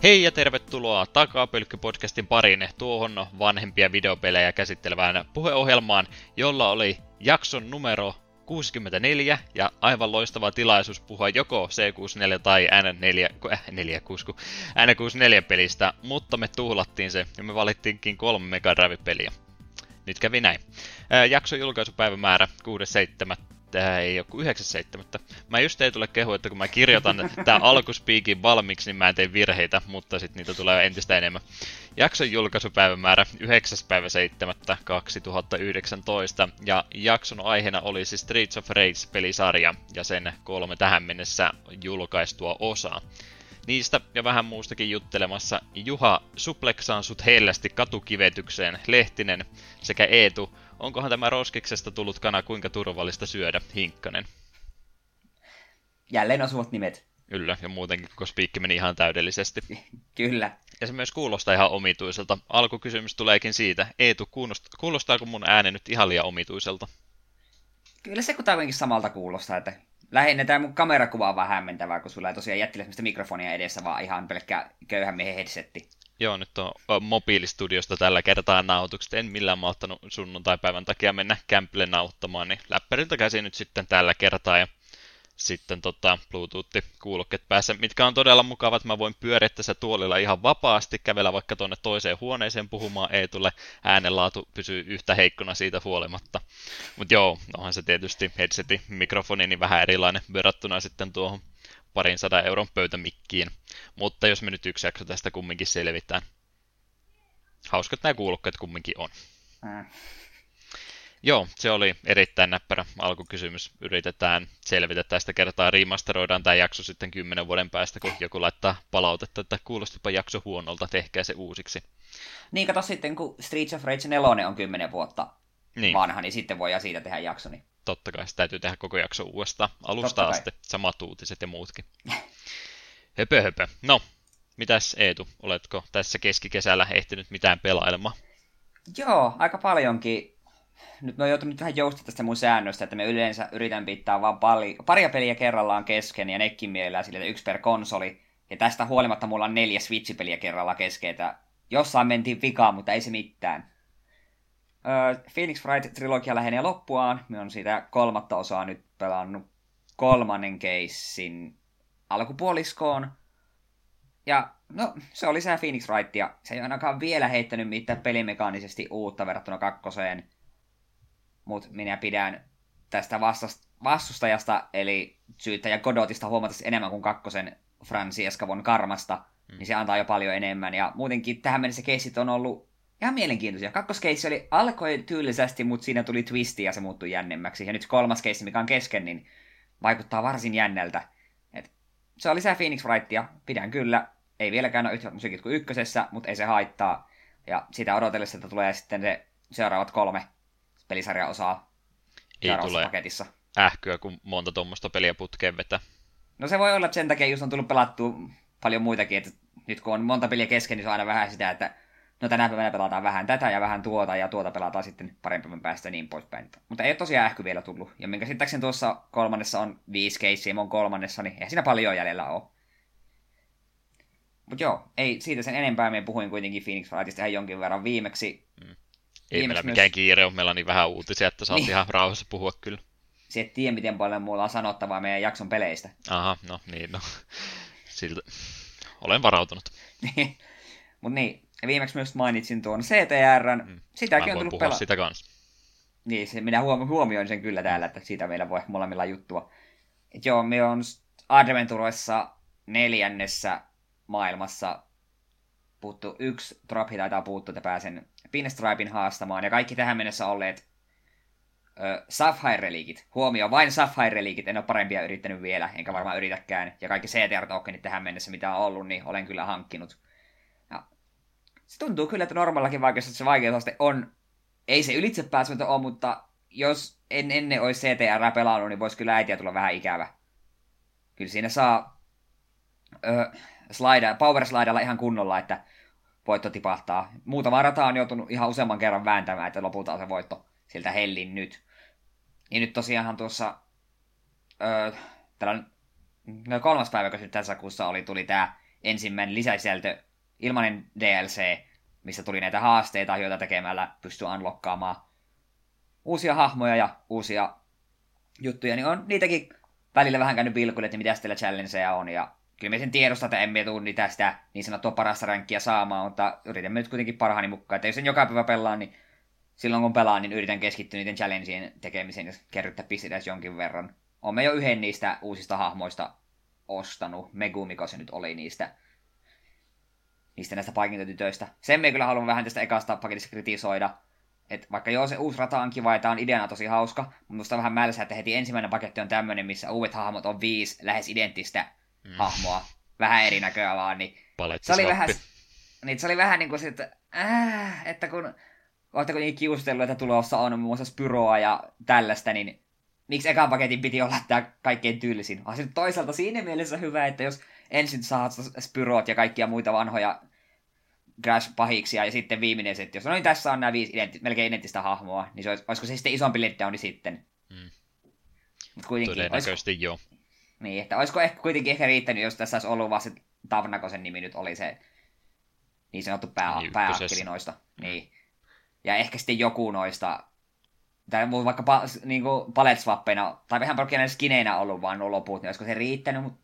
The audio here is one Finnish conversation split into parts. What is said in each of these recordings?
Hei ja tervetuloa Takapölkky-podcastin pariin tuohon vanhempia videopelejä käsittelevään puheohjelmaan, jolla oli jakson numero 64 ja aivan loistava tilaisuus puhua joko C64 tai N64-pelistä, mutta me tuhlattiin se ja me valittiinkin 3 Mega Drive-peliä. Nyt kävi näin. Jakson julkaisupäivämäärä 6.7. Ei ole kuin 9.7. Mä just ei tule kehu, että kun mä kirjoitan tää alkuspiikin valmiiksi, niin mä en tee virheitä, mutta sit niitä tulee entistä enemmän. Jakson julkaisupäivämäärä 9.7.2019 ja jakson aiheena oli siis Streets of Rage-pelisarja ja sen 3 tähän mennessä julkaistua osaa. Niistä ja vähän muustakin juttelemassa Juha supleksaan sut hellästi katukivetykseen, Lehtinen sekä Eetu. Onkohan tämä roskiksesta tullut kana kuinka turvallista syödä, Hinkkanen? Jälleen osuvat nimet. Kyllä, ja muutenkin koko spiikki meni ihan täydellisesti. Kyllä. Ja se myös kuulostaa ihan omituiselta. Alkukysymys tuleekin siitä. Eetu, kuulostaako mun ääni nyt ihan liian omituiselta? Kyllä se kuitenkin samalta kuulostaa, että lähinnä tämä mun kamerakuva on vähän hämmentävää, kun sulla ei tosiaan jättiläisemmistä mikrofonia edessä, vaan ihan pelkkä köyhän miehen headsetti. Joo, nyt on mobiilistudiosta tällä kertaa nauhoitukset. En millään malttanut sunnuntai-päivän takia mennä kämpille nauhoittamaan, niin läppäriltä käsin nyt sitten tällä kertaa. Ja sitten Bluetooth-kuulokkeet päässä, mitkä on todella mukavat. Mä voin pyöriä tässä tuolilla ihan vapaasti, kävellä vaikka tonne toiseen huoneeseen puhumaan Eetulle. Äänenlaatu pysyy yhtä heikkona siitä huolimatta. Mut joo, onhan se tietysti headsetin mikrofoni niin vähän erilainen verrattuna sitten tuohon 200 euron pöytämikkiin. Mutta jos me nyt yksi jakso tästä kumminkin selvitään. Hauskat nämä kuulokkeet kumminkin on. Joo, se oli erittäin näppärä alkukysymys. Yritetään selvitä tästä kertaa. Remasteroidaan tämä jakso sitten 10 vuoden päästä, kun joku laittaa palautetta, että kuulostipa jakso huonolta, tehkää se uusiksi. Niin, kato sitten, kun Streets of Rage 4 on 10 vuotta vanha, niin sitten voidaan siitä tehdä jaksoni. Totta kai, se täytyy tehdä koko jakso uudestaan. Alusta asti, samat uutiset ja muutkin. Höpö. No, mitäs Eetu, oletko tässä keskikesällä ehtinyt mitään pelailemaan? Joo, aika paljonkin. Nyt mä oon joutunut vähän joustaa tästä mun säännöstä, että me yleensä yritän pitää vaan paria peliä kerrallaan kesken ja nekin mielellään sille, että 1 per konsoli. Ja tästä huolimatta mulla on 4 Switch-peliä kerrallaan kesken, että jossain mentiin vikaan, mutta ei se mitään. Phoenix Wright-trilogia lähenee loppuaan. Me on siitä 3. osaa nyt pelannut 3. keissin alkupuoliskoon. Ja no, se oli se Phoenix Wright, ja se ei ainakaan vielä heittänyt mitään pelimekaanisesti uutta verrattuna 2. Mutta minä pidän tästä vastustajasta, eli syyttäjä Godotista huomattavasti enemmän kuin 2. Francesca von Karmasta, niin se antaa jo paljon enemmän. Ja muutenkin tähän mennessä keissit on ollut ihan mielenkiintoisia. 2. keissi alkoi tyylisesti, mutta siinä tuli twisti ja se muuttui jännemmäksi. Ja nyt 3. keissi, mikä on kesken, niin vaikuttaa varsin jännältä. Se on lisää Phoenix Wrightia, pidän kyllä. Ei vieläkään ole yhtä musiikit kuin 1, mutta ei se haittaa. Ja sitä odotellessa, että tulee sitten se seuraavat 3 pelisarjan osaa ei tule paketissa. Ähkyä, kun monta tuommoista peliä putkeen vetää. No se voi olla, että sen takia just on tullut pelattua paljon muitakin, että nyt kun on monta peliä kesken, niin se on aina vähän sitä, että no tänä päivänä pelataan vähän tätä ja vähän ja tuota pelataan sitten parin päivän päästä ja niin poispäin. Mutta ei ole tosiaan ähky vielä tullut. Ja minkä käsittääkseni tuossa 3. on 5 keissiä, mun 3. niin eihän siinä paljon jäljellä ole. Mutta joo, ei siitä sen enempää, me puhuin kuitenkin Phoenix Wrightista ihan jonkin verran viimeksi. Ei meillä mikään kiire on, meillä on niin vähän uutisia, että saat ihan rauhassa puhua kyllä. Se et tiedä, miten paljon mulla on sanottavaa meidän jakson peleistä. Aha, no niin, siltä olen varautunut. Mutta niin, viimeksi myös mainitsin tuon CTR:n. Sitäkin on tullut pelata. Sitä kanssa. Niin, minä huomioin sen kyllä täällä, että siitä meillä voi molemmilla juttua. Et joo, me on Adventuroissa 4. maailmassa puuttu 1 trophi taitaa puuttua, että pääsen Pinstripin haastamaan. Ja kaikki tähän mennessä olleet Sapphire-relikit. Huomio, vain Sapphire-relikit. En ole parempia yrittänyt vielä, enkä varmaan yritäkään. Ja kaikki CTR-tokenit tähän mennessä, mitä on ollut, niin olen kyllä hankkinut. Ja se tuntuu kyllä, että normaalillakin se vaikeusaste on. Ei se ylitsepääsemätön ole, mutta jos en ennen olisi CTR pelannut, niin voisi kyllä äitiä tulla vähän ikävä. Kyllä siinä saa power-slidella ihan kunnolla, että voitto tipahtaa. Muutama rata on joutunut ihan useamman kerran vääntämään, että lopulta on se voitto sieltä hellin nyt. Ja nyt tosiaanhan tuossa tällainen 3. päivä, kun tässä kuussa tuli tää ensimmäinen lisäsisältö, ilmainen DLC, missä tuli näitä haasteita, joita tekemällä pystyy unlockkaamaan uusia hahmoja ja uusia juttuja, niin on niitäkin välillä vähän käynyt vilkuille, että mitä teillä challengeja on, ja kyllä me sen tiedostaa, että emme tule niitä sitä niin sanottua parasta rankkia saamaan, mutta yritämme nyt kuitenkin parhaani mukaan, että jos sen joka päivä pelaan, niin silloin kun pelaan, niin yritän keskittyä niiden challengeen tekemiseen ja kerryttää pisteitä jonkin verran. Olemme jo yhden niistä uusista hahmoista ostanut, Megumiko se nyt oli niistä näistä paikintotytöistä. Sen me kyllä haluan vähän tästä ekasta paketista kritisoida, että vaikka joo se uusi rata on kiva ja tää on ideana tosi hauska, mutta musta on vähän mälsää, että heti ensimmäinen paketti on tämmönen, missä uudet hahmot on 5 lähes identtistä hahmoa, vähän eri näköä vaan, niin se oli vähän niin kuin se, että kun ootteko niin kiustellut, että tulossa on muun muassa Spyroa ja tällaista, niin miksi ekan paketin piti olla tää kaikkein tylsin? On se nyt toisaalta siinä mielessä hyvä, että jos ensin saat Spyrot ja kaikkia muita vanhoja Crash-pahiksia ja sitten viimeinen setti, jos no niin tässä on nämä 5 melkein identtistä hahmoa, niin olisiko se sitten isompi letdowni sitten? Mut kuitenkin, todennäköisesti joo. Niin, että olisiko kuitenkin ehkä riittänyt, jos tässä olisi ollut vaan se Tavnako sen nimi nyt oli se niin sanottu pääakkeli noista. Niin. Ja ehkä sitten joku noista, tai vaikka niinku palette-swappeina, tai vähän paljon skineinä ollut vaan nuo loput, niin olisiko se riittänyt, mutta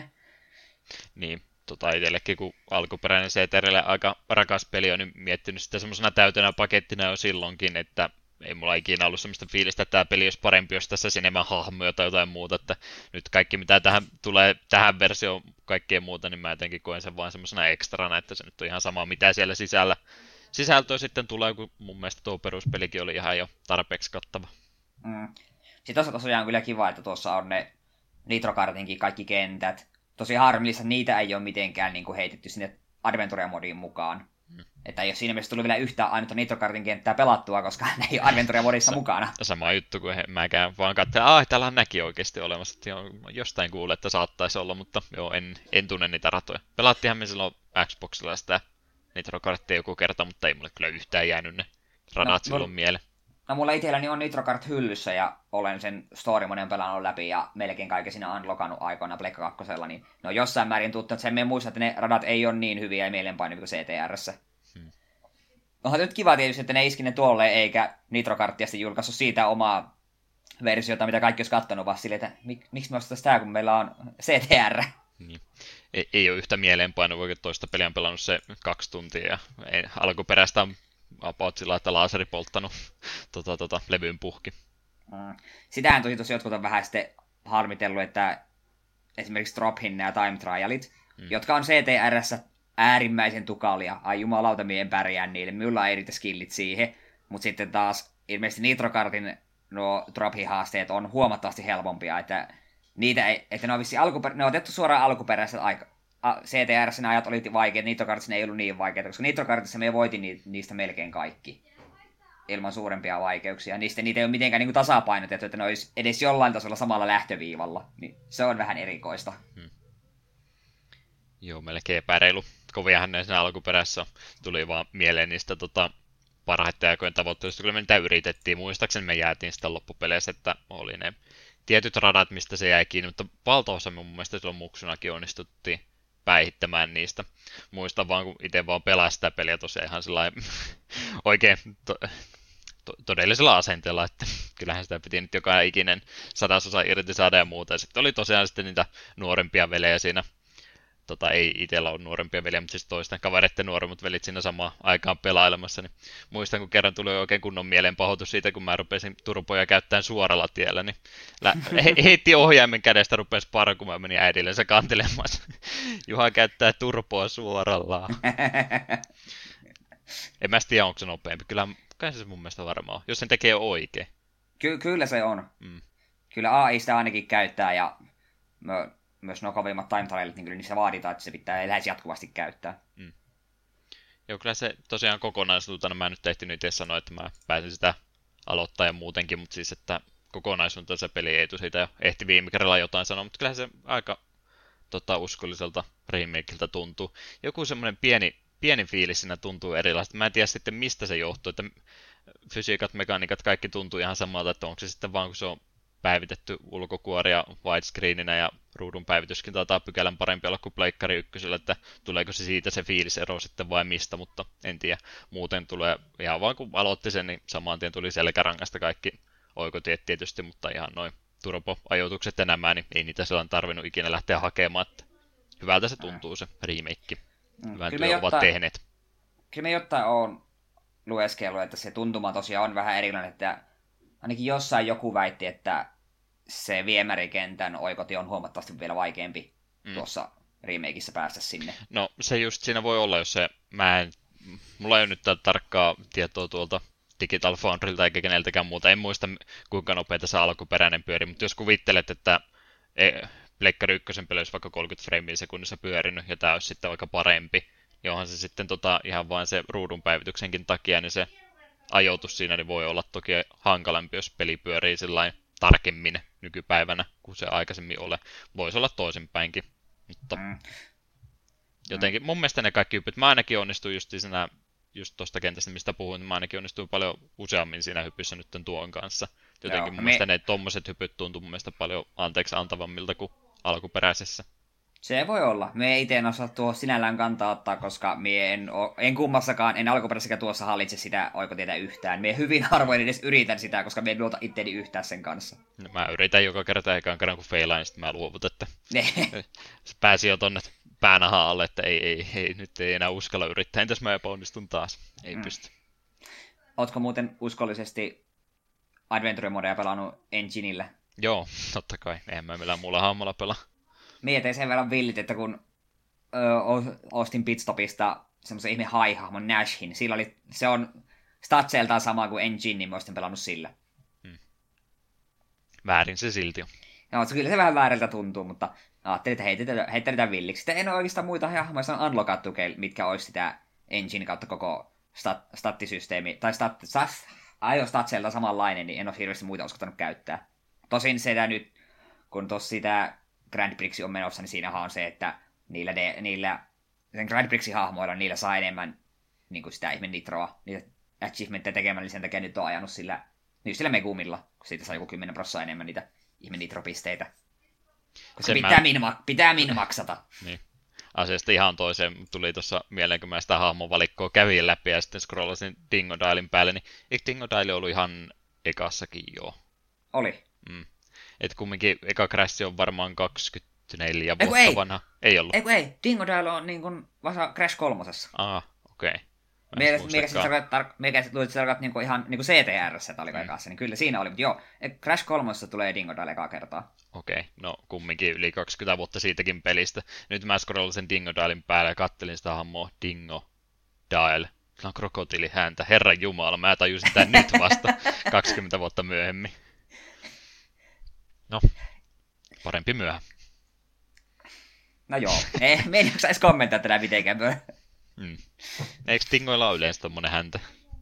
Niin, itsellekin kun alkuperäinen CTRL aika rakas peli on, niin miettinyt sitä semmoisena täytänä pakettina jo silloinkin, että ei mulla ikinä ollut semmoista fiilistä, että tämä peli olisi parempi, jos tässä olisi enemmän hahmoja tai jotain muuta, että nyt kaikki mitä tulee tähän versioon kaikkea muuta, niin mä jotenkin koen sen vaan semmoisena ekstrana, että se nyt on ihan sama mitä siellä sisältöä sitten tulee, kun mun mielestä tuo peruspelikin oli ihan jo tarpeeksi kattava. Sitten tosiaan on kyllä kiva, että tuossa on ne Nitro Kartinkin kaikki kentät. Tosi harmillista, niitä ei ole mitenkään niin kuin heitetty sinne Adventure-modiin mukaan. Että ei ole siinä mielessä tullut vielä yhtään ainutta Nitro Kartin kenttää pelattua, koska ne ei ole Adventure-modissa mukana. Sama juttu, kun mäkään vaan katsoin, täällähän näki oikeasti olemassa. Että jostain kuulee, että saattaisi olla, mutta joo, en tunne niitä ratoja. Pelattiinhan me silloin Xboxilla sitä Nitro Karttia joku kerta, mutta ei mulle kyllä yhtään jäänyt ne radat silloin mieleen. No mulla itselläni on Nitro Kart hyllyssä ja olen sen story monen pelannut läpi ja melkein kaiken siinä unlockannut aikoina Pleikka 2, niin no jossain määrin tuttu, että sen me muista, että ne radat ei ole niin hyviä ja mielenpainuvia kuin CTR:ssä. Onhan nyt kiva tietysti, että ne iski ne tuolle eikä Nitro Karttia sitten julkaissut siitä omaa versiota, mitä kaikki olisi kattonut, vaan silleen, että miksi me ostetaan sitä, kun meillä on CTR. Niin. Ei ole yhtä mieleenpainuvaa, kun toista peliä on pelannut se 2 tuntia ja alkuperäistä on about sillä, että laaseri polttanut levyyn puhki. Sitähän tosi jotkut on vähän sitten harmitellut, että esimerkiksi Drophin ja Time Trialit, jotka on CTR:ssä äärimmäisen tukalia. Ai jumalauta, mien pärjää niille. Minulla ei riitä skillit siihen. Mutta sitten taas ilmeisesti Nitro Kartin nuo Drophin-haasteet on huomattavasti helpompia, että niitä ei, että ne on ne on otettu suoraan alkuperäisestä CTR:ssä ne ajat oli vaikeat, Nitro Kartissa ne ei ollut niin vaikeita, koska Nitro Kartissa me voitin niistä melkein kaikki ilman suurempia vaikeuksia. Niitä ei ole mitenkään niin kuin tasapainotettu, että ne olisi edes jollain tasolla samalla lähtöviivalla. Niin se on vähän erikoista. Joo, melkein epäreilu. Koviahan ne siinä alkuperässä tuli vaan mieleen niistä parhaiten aikojen tavoitteista. Kyllä me niitä yritettiin. Muistaakseni me jäätiin sitä loppupeleissä, että oli ne tietyt radat, mistä se jäi kiinni, mutta valtaosa mun mielestä silloin muksunakin onnistuttiin päihittämään niistä. Muistan vaan, kun itse vaan pelaa sitä peliä tosiaan ihan sellainen oikein todellisella asenteella, että kyllähän sitä piti nyt joka ikinen 100% irti saada ja muuta. Ja sitten oli tosiaan sitten niitä nuorempia velejä siinä. Ei itsellä ole nuorempia velejä, mutta siis toisten kavereiden nuoremmat velit siinä samaan aikaan pelailemassa. Niin muistan, kun kerran tuli oikein kunnon mielenpahoitus siitä, kun mä rupesin turpoja käyttämään suoralla tiellä, niin heitti ohjaimen kädestä, rupesi parkumaan ja meni äidillensä kantelemaan. Juha käyttää turpoa suorallaan. En mä tiedä, onko se nopeampi. Kyllä se mun mielestä varmaan on, jos sen tekee oikein. Kyllä se on. Kyllä AI sitä ainakin käyttää ja myös nuo kovimmat time trialit, niin kyllä niissä vaaditaan, että se pitää lähes jatkuvasti käyttää. Joo, kyllä se tosiaan kokonaisuutena, mä nyt ehtinyt itse sanoa, että mä pääsin sitä aloittaa ja muutenkin, mutta siis, että kokonaisuutena se peli ei tule siitä jo ehti viime kerralla jotain sanoa, mutta kyllähän se aika uskolliselta remakeiltä tuntuu. Joku semmoinen pieni fiilis siinä tuntuu erilaista. Mä en tiedä sitten mistä se johtuu, että fysiikat, mekaniikat, kaikki tuntuu ihan samalta, että onko se sitten vaan kun se on päivitetty ulkokuori ja widescreeninä ja ruudun päivityskin taitaa pykälän parempi olla kuin Pleikkari 1, että tuleeko se siitä se fiilisero sitten vai mistä, mutta en tiedä. Muuten tulee ihan vaan kun aloitti sen, niin saman tien tuli selkärangasta kaikki oikotiet tietysti, mutta ihan noin turbo-ajoitukset ja nämä, niin ei niitä sellainen tarvinnut ikinä lähteä hakemaan, että hyvältä se tuntuu se remake. Hyvän työn ovat tehneet. Kyllä me jotain on lueskellut, että se tuntuma tosiaan on vähän erilainen, että ainakin jossain joku väitti, että se viemärikentän oikotie on huomattavasti vielä vaikeampi tuossa remakeissa päästä sinne. No se just siinä voi olla, jos se, mulla ei ole nyt tarkkaa tietoa tuolta Digital Foundrylta eikä keneltäkään muuta. En muista kuinka nopeita se alkuperäinen pyöri, mutta jos kuvittelet, että Pleikkari 1 peli olisi vaikka 30 freimiä sekunnissa pyörinyt ja tämä olisi sitten vaikka parempi, niin onhan se sitten ihan vain se ruudun päivityksenkin takia, niin se ajoitus siinä niin voi olla toki hankalampi, jos peli pyörii sillain tarkemmin nykypäivänä kuin se aikaisemmin ole. Voisi olla toisinpäinkin, mutta jotenkin mun mielestä ne kaikki hypyt, mä ainakin onnistuin just tuosta kentästä, mistä puhuin, mä ainakin onnistuin paljon useammin siinä hypyssä nyt tuon kanssa. Jotenkin mun mielestä ne tommoset hypyt tuntuu mun mielestä paljon anteeksi antavammilta kuin alkuperäisessä. Se voi olla. Me itse en osaa tuohon sinällään kantaa ottaa, koska en kummassakaan, en alkuperäisessäkään tuossa hallitse sitä oikotietä yhtään. Me hyvin harvoin edes yritän sitä, koska me en luota itteeni yhtään sen kanssa. No, mä yritän joka kerta ekaan kerran kun feilaan, niin sitten mä luovut, että se pääsi jo tonne päänahan alle, että ei, nyt ei enää uskalla yrittää. Entäs mä epäonnistun taas? Ei pysty. Ootko muuten uskollisesti Adventure-modeja pelannut Enginellä? Joo, totta kai. Eihän mä millään muulla hahmolla pelaa. Mietin sen verran villit, että kun ostin Pitstopista semmoisen ihme hai-hahmon Nashin, se on statseeltaan sama kuin Engine, niin mä olisin pelannut sillä. Väärin se silti on. No, kyllä se vähän väärältä tuntuu, mutta ajattelin, että heitetään villiksi. Sitten en ole oikeastaan muita hahmoja on unlockattu, mitkä olisi sitä Engine kautta koko stattisysteemi, tai statseeltaan samanlainen, niin en ole hirveästi muita uskaltanut käyttää. Tosin sitä nyt, kun tuossa sitä Grand Prix on menossa, niin siinähän on se, että niillä sen Grand Prixin hahmoilla niillä saa enemmän niin kuin sitä ihme nitroa, niitä achievementteja tekemällä, niin sen takia nyt on ajanut sillä Megumilla, kun siitä saa joku 10% enemmän niitä ihme nitropisteitä. Koska pitää maksata. Niin. Asiasta ihan toiseen tuli tuossa mieleen, kun mä sitä hahmon valikkoa kävin läpi ja sitten scrollasin Dingo Dialin päälle, niin eikö Dingo Dial ollut ihan ekassakin jo? Oli. Et kumminkin eka Crash on varmaan 24 vuotta vanha. Ei ollut. Ei. Dingo Dial on niin kuin vasta Crash 3. Okei. Okay. Mikä se tarkoittaa niinku ihan niinku CTR:ssä oliko ekassa, niin kyllä siinä oli, mutta joo, Crash 3 tulee Dingo Dial ekaa kertaa. Okei, no kumminkin yli 20 vuotta siitäkin pelistä. Nyt mä scrollasin Dingo Dialin päälle ja kattelin sitä hahmoa Dingo Dial. Sillä on krokotiilihäntä, herran jumala, mä tajusin tän nyt vasta 20 vuotta myöhemmin. No, parempi myöhään. No joo, me en jaksa edes kommentoida tätä mitenkään. Eikö Dingoilla ole yleensä tommonen häntä?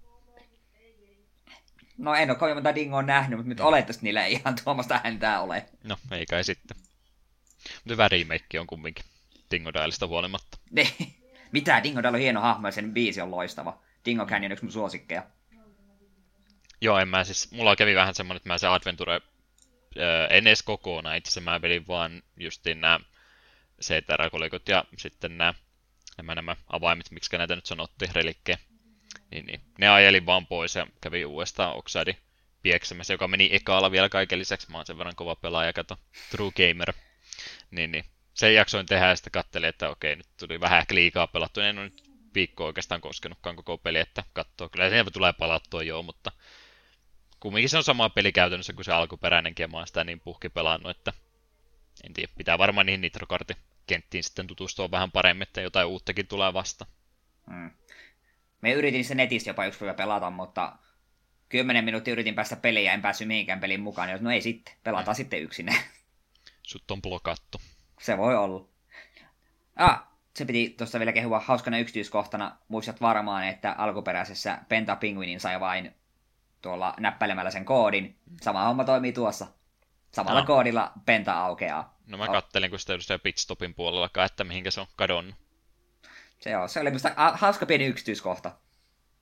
No en ole kovin monta Dingoa nähnyt, mutta nyt olettaisiin niillä ei ihan tuommoista häntää ole. No, ei kai sitten. Mutta hyvä remake on kumminkin Dingo Dialista huolimatta. Mitä? Dingo Dial on hieno hahmo ja sen biisi on loistava. Dingo Canyon on yksi mun suosikkeja. Joo, mulla kävi vähän semmonen, että mä se Adventure en edes kokonaan. Itse asiassa mä pelin vaan justiin nämä CTR-kolikot ja sitten nämä avaimet, miksi näitä nyt sanottiin, relikkejä. Niin. Ne ajelin vaan pois ja kävi uudestaan Oxidin pieksemässä, joka meni ekaalla vielä kaiken lisäksi. Mä oon sen verran kova pelaaja, kato, True Gamer. Niin. Sen jaksoin tehdä ja sitten katselin, että okei, nyt tuli vähän ehkä liikaa pelattu. En ole nyt viikkoa oikeastaan koskenutkaan koko peli, että katsoo. Kyllä se tulee palattua joo, mutta kumminkin se on sama peli käytännössä kuin se alkuperäinenkin, ja mä oon sitä niin puhki pelannut, että en tiedä, pitää varmaan niihin Nitro-kartikenttiin sitten tutustua vähän paremmin, että jotain uuttakin tulee vasta. Me yritin se netistä jopa yksi päivä pelata, mutta 10 minuuttia yritin päästä peliin ja en päässyt mihinkään pelin mukaan, niin no ei sitten, pelataan sitten yksin. Sut on blokattu. Se voi olla. Se piti tuosta vielä kehua hauskana yksityiskohtana. Muistat varmaan, että alkuperäisessä Penta Penguinin sai vain tuolla näppäilemällä sen koodin. Sama homma toimii tuossa. Samalla koodilla Penta aukeaa. No mä kattelin, kun sitä edustaa Pitstopin puolellakaan, että mihinkä se on kadonnut. Se oli musta hauska pieni yksityiskohta.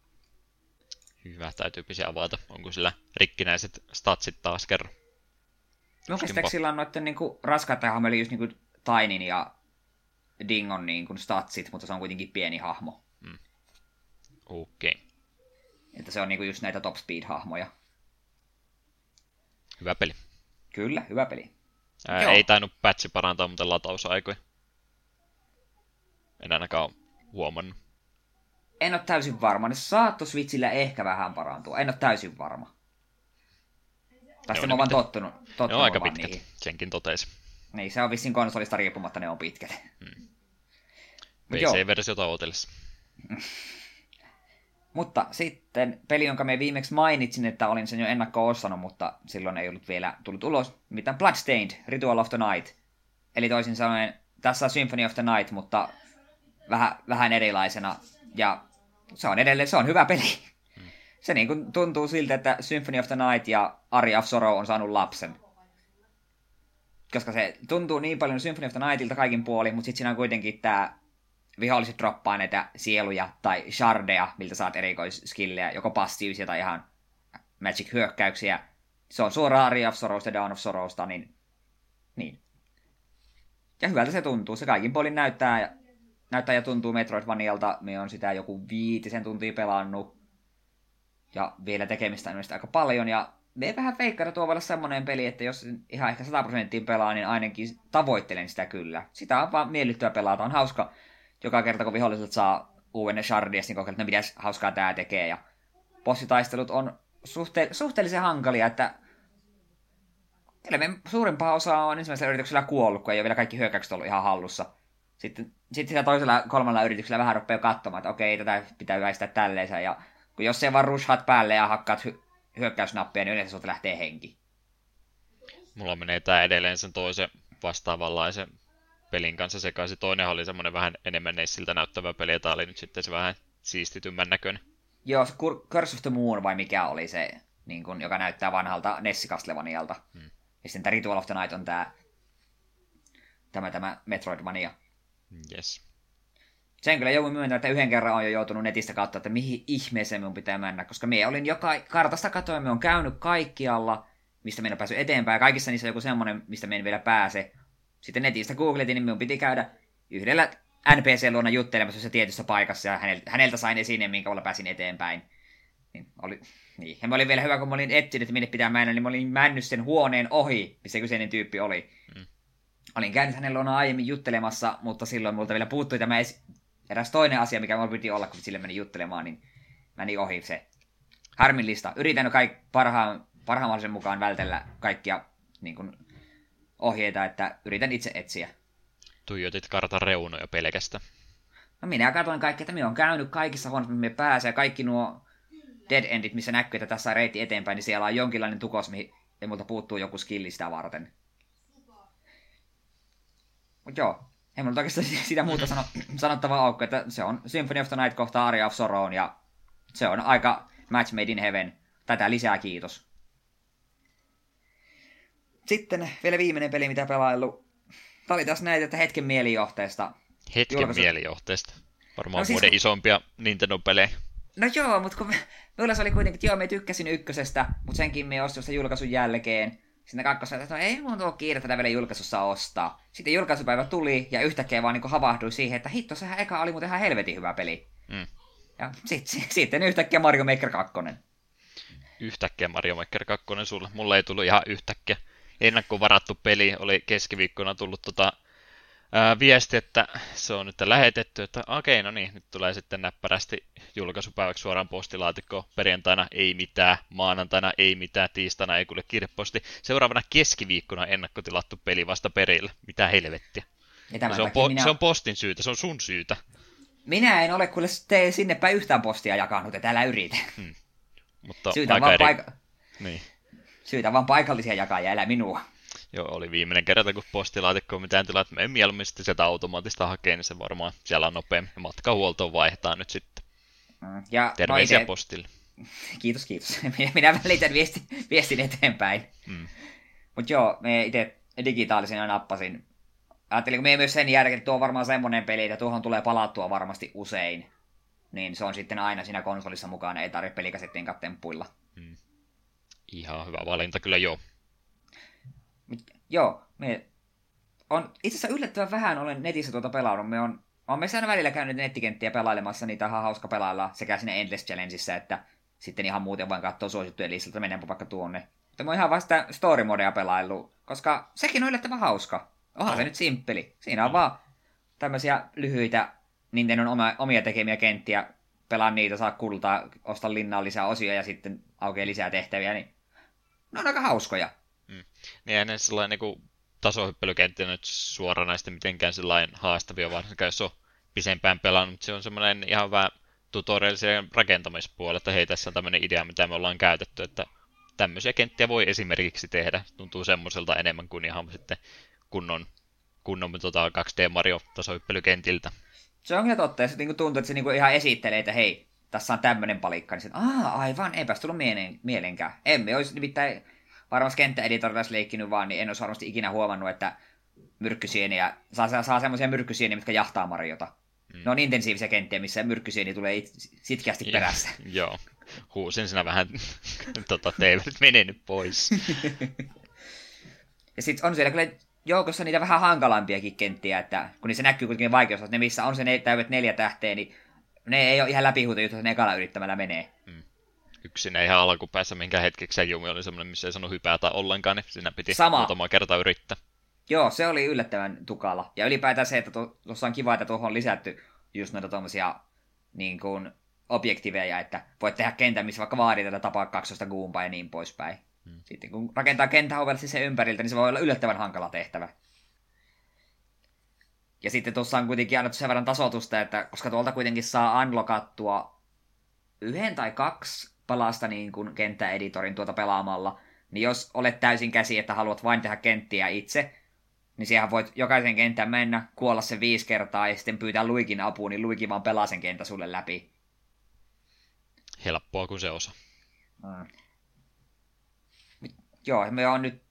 Hyvä, täytyy avata. Onko sillä rikkinäiset statsit taas kerran? Mun käsittääkseni sillä on noitten niinku raskaiden hahmoja, eli just niinku Tainin ja Dingon niinku statsit, mutta se on kuitenkin pieni hahmo. Okei. Okay. Että se on niinku just näitä top speed-hahmoja. Hyvä peli. Kyllä, hyvä peli. Ei tainnut patchi parantaa muuten latausaikoja. En ainakaan ole huomannut. En ole täysin varma. Ne saatto Switchillä ehkä vähän parantua. En ole täysin varma. Tästä mä oon vaan tottunut ne on aika pitkät, niihin. senkin totesi. Niin, se on vissiin konsolista riippumatta, ne on pitkät. PC-versiota odotellessa. Mutta sitten peli, jonka me viimeksi mainitsin, että olin sen jo ennakkoon ostanut, mutta silloin ei ollut vielä tullut ulos. Mitään Bloodstained, Ritual of the Night. Eli toisin sanoen, tässä on Symphony of the Night, mutta vähän erilaisena. Ja se on hyvä peli. Se niin kuin tuntuu siltä, että Symphony of the Night ja Aria of Sorrow on saanut lapsen. Koska se tuntuu niin paljon Symphony of the Nightilta kaikin puolin, mutta sitten siinä on kuitenkin tämä viholliset droppaa näitä sieluja tai shardeja, miltä saat erikoisskillejä, joko passiivisia tai ihan magic-hyökkäyksiä. Se on suoraan Aria of Sorrowsta ja Dawn of Sorrowsta, niin. Ja hyvältä se tuntuu. Se kaikin puolin näyttää ja tuntuu Metroidvanialta. Me on sitä joku 5 tuntia pelannut. Ja vielä tekemistä on aika paljon. Ja me vähän veikkaan, että tuo voi olla semmoinen peli, että jos ihan ehkä 100% pelaa, niin ainakin tavoittelen sitä kyllä. Sitä on vaan miellyttävä pelata. On hauska joka kerta, kun viholliset saa uuden shardia, niin kokeilla, että mitäs hauskaa tää tekee. Ja bossitaistelut on suhteellisen hankalia, että suurimpaa osaa on ensimmäisellä yrityksellä kuollut, kun ei ole vielä kaikki hyökkäykset ollut ihan hallussa. Sitten sitä toisella 3 yrityksellä vähän rupeaa katsomaan, että okei, tätä pitää väistää tälleensä. Ja kun jos se vaan rushat päälle ja hakkaat hyökkäysnappia, niin yleensä sulta lähtee henki. Mulla menee tää edelleen sen toisen vastaavanlaisen pelin kanssa sekaisin. Toinen oli semmonen vähän enemmän Nessiltä näyttävä peli, ja tää oli nyt sitten se vähän siistitymmän näköinen. Joo, se Curse of the Moon vai mikä oli se, niin kun, joka näyttää vanhalta Nessi Castlevanialta. Ja sitten tämä Ritual of the Night on tämä Metroidvania. Yes. Sen kyllä joudun myöntämään, että yhden kerran on jo joutunut netistä katsoa, että mihin ihmeeseen minun pitää mennä, koska minä olin kartasta katoen, minä olen käynyt kaikkialla, mistä minä olen päässyt eteenpäin, ja kaikissa niissä on joku semmoinen, mistä minä en vielä pääse. Sitten netistä googletin, niin minun piti käydä yhdellä NPC-luona juttelemassa se tietyssä paikassa, ja häneltä sain esine, minkä olla pääsin eteenpäin. Niin. Ja mä olin vielä hyvä, kun mä olin etsinyt, että minne pitää mennä, niin mä olin mennyt sen huoneen ohi, missä kyseinen tyyppi oli. Olin käynyt hänen luona aiemmin juttelemassa, mutta silloin multa vielä puuttui tämä eräs toinen asia, mikä mulla piti olla, kun sille meni juttelemaan, niin meni ohi se. Harmillista. Yritän parhaan mahdollisen mukaan vältellä kaikkia niin kuin, ohjeita, että yritän itse etsiä. Tuijotit kartan reunoja pelkästä. No minä katsoin kaikki, että minä olen käynyt kaikissa huoneissa, mihin me pääsee. Kaikki nuo dead endit, missä näkyy, että tässä on reitti eteenpäin, niin siellä on jonkinlainen tukos, mihin multa puuttuu joku skilli sitä varten. Mut joo, ei mulla oikeastaan sitä muuta sanottavaa ole, että se on Symphony of the Night kohtaa Aria of Sorrow, ja se on aika match made in heaven. Tätä lisää kiitos. Sitten vielä viimeinen peli, mitä pelaillut. Tämä oli taas näitä, että hetken mielijohteesta. Mielijohteesta? Varmaan vuoden isompia Nintendo-pelejä. No joo, mutta kun minulla se oli kuitenkin, että joo, me tykkäsin ykkösestä, mutta senkin me ostin sen julkaisun jälkeen. Sitten kakkosella, että no ei mun ole kiire tätä vielä julkaisussa ostaa. Sitten julkaisupäivä tuli ja yhtäkkiä vaan niin havahduin siihen, että hitto, sehän eka oli muuten ihan helvetin hyvä peli. Ja sitten yhtäkkiä Mario Maker 2. Yhtäkkiä Mario Maker 2 sulle. Mulle ei tullut ihan yhtäkkiä. Ennakkoon varattu peli oli keskiviikkona tullut viesti, että se on nyt lähetetty, että okei, no niin, nyt tulee sitten näppärästi julkaisupäiväksi suoraan postilaatikkoon. Perjantaina ei mitään, maanantaina ei mitään, tiistaina ei kuule kirjeposti. Seuraavana keskiviikkona ennakkotilattu peli vasta perille. Mitä helvettiä. Se on postin syytä, se on sun syytä. Minä en ole kuule sinne päin yhtään postia jakanut, että älä yritä. Mutta Syytä vaan paikallisia jakajia, älä minua. Joo, oli viimeinen kerta, kun postilaatikko mitään tilaa, että me mieluummin sitten sieltä automaattista hakee, niin se varmaan siellä on nopeammin. Matkahuoltoon vaihdetaan nyt sitten. Ja terveisiä postille. Kiitos. Minä välitän viestin eteenpäin. Mutta joo, me itse digitaalisena nappasin. Ajattelin, kun me myös sen jälkeen, että tuo on varmaan semmoinen peli, että tuohon tulee palattua varmasti usein. Niin se on sitten aina siinä konsolissa mukana, ei tarvitse pelikasettiin temppuilla. Ihan hyvä valinta kyllä joo. Joo, on itse asiassa yllättävän vähän olen netissä pelannut. On me aina välillä käynyt nettikenttiä pelailemassa, niitä on ihan hauska pelailla sekä siinä Endless Challengeissa, että sitten ihan muuten vain katsoa suosittujen listalta, mennäänpä vaikka tuonne. Mutta mä oon ihan vasta story modea pelaillut, koska sekin on yllättävän hauska. Onhan se nyt simppeli. Siinä on vaan tämmöisiä lyhyitä Nintendon omia tekemiä kenttiä. Pelaa niitä, saa kultaa, osta linnaan lisää osia ja sitten aukeaa lisää tehtäviä, niin ne on aika hauskoja. Niin ei ne sellainen niin tasohyppelykenttä nyt suoranaisesti mitenkään sellainen haastavia, varsinkaan jos on pisempään pelannut, mutta se on semmoinen ihan vähän tutorialisen rakentamispuolella, että hei, tässä on tämmöinen idea, mitä me ollaan käytetty, että tämmöisiä kenttiä voi esimerkiksi tehdä. Tuntuu semmoiselta enemmän kuin ihan sitten kunnon 2D Mario tasohyppelykentiltä. Se on kyllä totta, ja se tuntuu, että se ihan esittelee, että hei, tässä on tämmöinen palikka, niin aivan, eipäs tullut mielenkään. Emme olisi nimittäin varmasti kenttäeditorilla leikkinyt vaan, niin en olisi varmasti ikinä huomannut, että myrkkysieniä, saa semmoisia myrkkysieniä, mitkä jahtaa Mariota. Ne on intensiivisiä kenttiä, missä myrkkysieni tulee sitkeästi perässä. Joo, huusin siinä vähän, teivät menee nyt pois. Ja sitten on siellä kyllä joukossa niitä vähän hankalampiakin kenttiä, että kun niissä näkyy kuitenkin vaikeus, että ne missä on se täydet 4 tähteä, niin ne ei ole ihan läpihuuta juttu, että ne ekalla yrittämällä menee. Yksin ei ihan alkupäässä, minkä hetkeksi Jumi oli semmoinen, missä ei sanonut hypätä ollenkaan, niin siinä piti muutama kerta yrittää. Joo, se oli yllättävän tukala. Ja ylipäätään se, että tuossa on kiva, että tuohon on lisätty just noita tommosia niin kuin objektiveja, että voit tehdä kentän, missä vaikka vaaditetaan tapaa 12 Goombaa ja niin poispäin. Sitten kun rakentaa kentän ovellisesti sen ympäriltä, niin se voi olla yllättävän hankala tehtävä. Ja sitten tuossa on kuitenkin annettu sen verran tasoitusta, että koska tuolta kuitenkin saa unlockattua 1 tai 2 palasta niin kuin kenttäeditorin pelaamalla, niin jos olet täysin käsi, että haluat vain tehdä kenttiä itse, niin siihen voit jokaisen kentän mennä, kuolla sen 5 kertaa ja sitten pyytää Luikin apuun, niin Luigi vaan pelaa sen kentän sulle läpi. Helppoa kuin se osa. Joo, me on nyt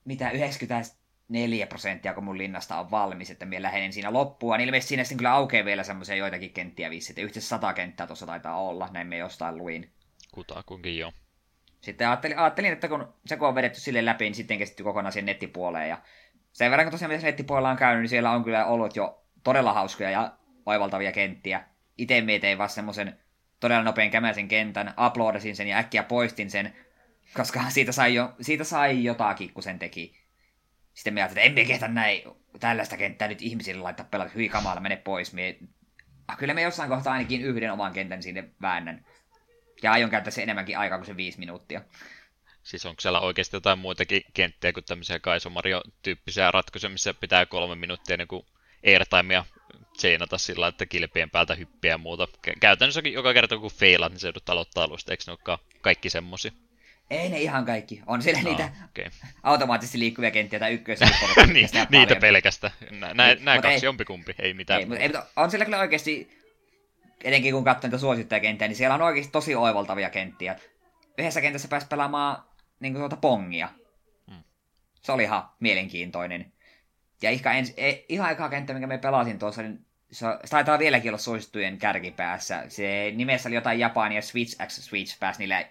94%, kun mun linnasta on valmis, että me lähenen siinä loppua. Niin ilmeisesti siinä sitten kyllä aukeaa vielä semmoisia joitakin kenttiä vissiin, että yhteensä 100 kenttää tuossa taitaa olla, näin me jostain luin. Kutakuinkin joo. Sitten ajattelin, että kun se on vedetty sille läpi, niin sitten keskittyy kokonaan siihen nettipuoleen. Ja sen verran, kun tosiaan mitä nettipuolella on käynyt, niin siellä on kyllä ollut jo todella hauskoja ja oivaltavia kenttiä. Itse tein vaan semmoisen todella nopean kämäisen kentän, uploadasin sen ja äkkiä poistin sen, koska siitä sai jotakin, kun sen teki. Sitten me ajattelin, että emme kehtä näin tällaista kenttää nyt ihmisille laittaa pelata, hyi kamala, mene pois. Kyllä me jossain kohtaa ainakin yhden oman kentän sinne väännän. Ja aion käyttää se enemmänkin aikaa kuin se 5 minuuttia. Siis onko siellä oikeasti jotain muitakin kenttiä kuin tämmöisiä Kaizo Mario-tyyppisiä ratkaisuja, missä pitää 3 minuuttia niin kuin airtimea chainata sillä, että kilpien päältä hyppiä ja muuta. Käytännössäkin joka kerta kun feilat, niin se joudut aloittaa alusta, eikö ne olekaan kaikki semmosia? Ei ne ihan kaikki. On siellä niitä automaattisesti liikkuvia kenttiä tai ykköisiä. Niin, niitä pelkästään. Nämä kaksi jompikumpi, ei mitään. Ei, on siellä kyllä oikeasti, etenkin kun katsoo niitä suosittajakenttejä, niin siellä on oikeasti tosi oivaltavia kenttiä. Yhdessä kentässä pääsi pelaamaan niin kuin pongia. Se oli ihan mielenkiintoinen. Ja ihan eka kenttä, minkä me pelasin tuossa, niin se taitaa vieläkin olla suosittujen kärkipäässä. Se nimessä oli jotain Japania Switch X Switch Pass, niillä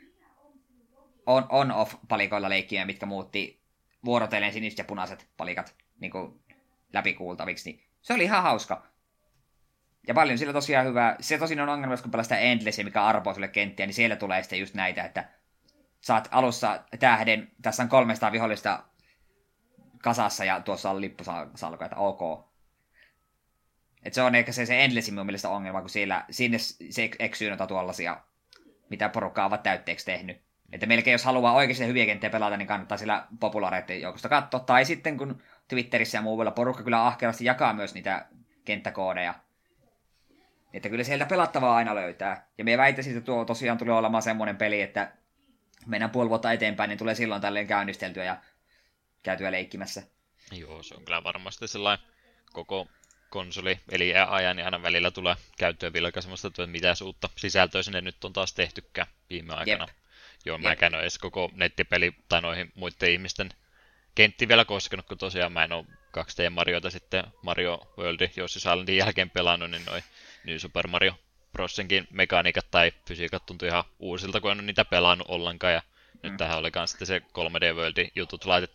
on-off-palikoilla leikkiä, mitkä muutti vuorotellen siniset ja punaiset palikat niin kuin läpikuultaviksi. Niin se oli ihan hauska. Ja paljon sillä tosiaan hyvää. Se tosin on ongelma, kun pelaa sitä Endlessia, mikä arpoo sulle kenttiä, niin siellä tulee sitten just näitä, että saat alussa tähden, tässä on 300 vihollista kasassa ja tuossa on lippusalko, että ok. Et se on ehkä se Endlessin mun mielestä ongelma, kun sinne se eksyy noita tuollaisia, mitä porukkaa ovat täytteeksi tehnyt. Että melkein jos haluaa oikeasti hyviä kenttejä pelata, niin kannattaa sillä populaareiden joukosta katsoa. Tai sitten kun Twitterissä ja muualla porukka kyllä ahkerasti jakaa myös niitä kenttäkoodeja. Että kyllä sieltä pelattavaa aina löytää. Ja me väittäisin, että tuo tosiaan tulee olemaan semmoinen peli, että mennään puoli vuotta eteenpäin, niin tulee silloin tälleen käynnisteltyä ja käytyä leikkimässä. Joo, se on kyllä varmasti sellainen koko konsoli, eli ajan niin aina välillä tulee käyttöön vilkaisemasta, että mitä uutta sisältöä sinne nyt on taas tehtykään viime aikana. Jep. Joo, mä en ole edes koko nettipeli tai noihin muiden ihmisten kenttiin vielä koskenut, kun tosiaan mä en ole 2D Marioita sitten Mario World, Yoshi's Islandin jälkeen pelannut, niin noi New Super Mario Brosenkin mekaniikat tai fysiikat tuntui ihan uusilta, kun en ole niitä pelannut ollenkaan, ja nyt tähän oli kans sitten se 3D Worldin jutut laitettu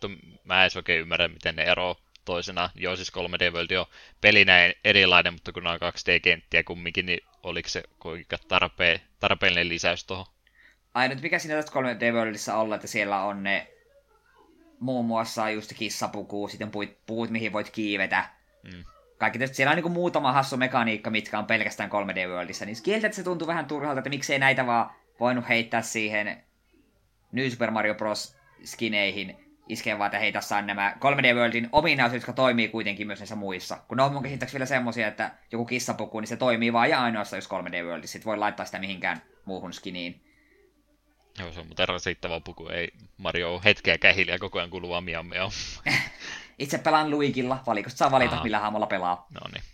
mä en edes oikein ymmärrä, miten ne eroavat toisenaan. Joo, siis 3D World on pelinä erilainen, mutta kun nämä on 2D-kenttiä kumminkin, niin oliko se kuinka tarpeellinen lisäys tuohon? Ainut mikä siinä tästä 3D Worldissa on, että siellä on ne muun muassa just kissapuku, sitten puut, mihin voit kiivetä. Kaikki tietysti siellä on niin kuin muutama hassu mekaniikka, mitkä on pelkästään 3D Worldissa, niin kieltä se tuntuu vähän turhalta, että miksei näitä vaan voinut heittää siihen New Super Mario Bros. Skineihin iskee vaan, että hei, tässä on nämä 3D Worldin ominaisuudet, jotka toimii kuitenkin myös näissä muissa. Kun ne on mun käsittääkseni vielä semmosia, että joku kissapuku, niin se toimii vaan ja ainoastaan jos 3D Worldissa. Sitten voi laittaa sitä mihinkään muuhun skiniin. Joo, se on muuten rasittava puku. Ei Mario ole hetkeäkään hiljaa, koko ajan kuuluu vaan miau miau. Itse pelaan Luigilla. Valikosta saa valita, millä hahmolla pelaa. No niin.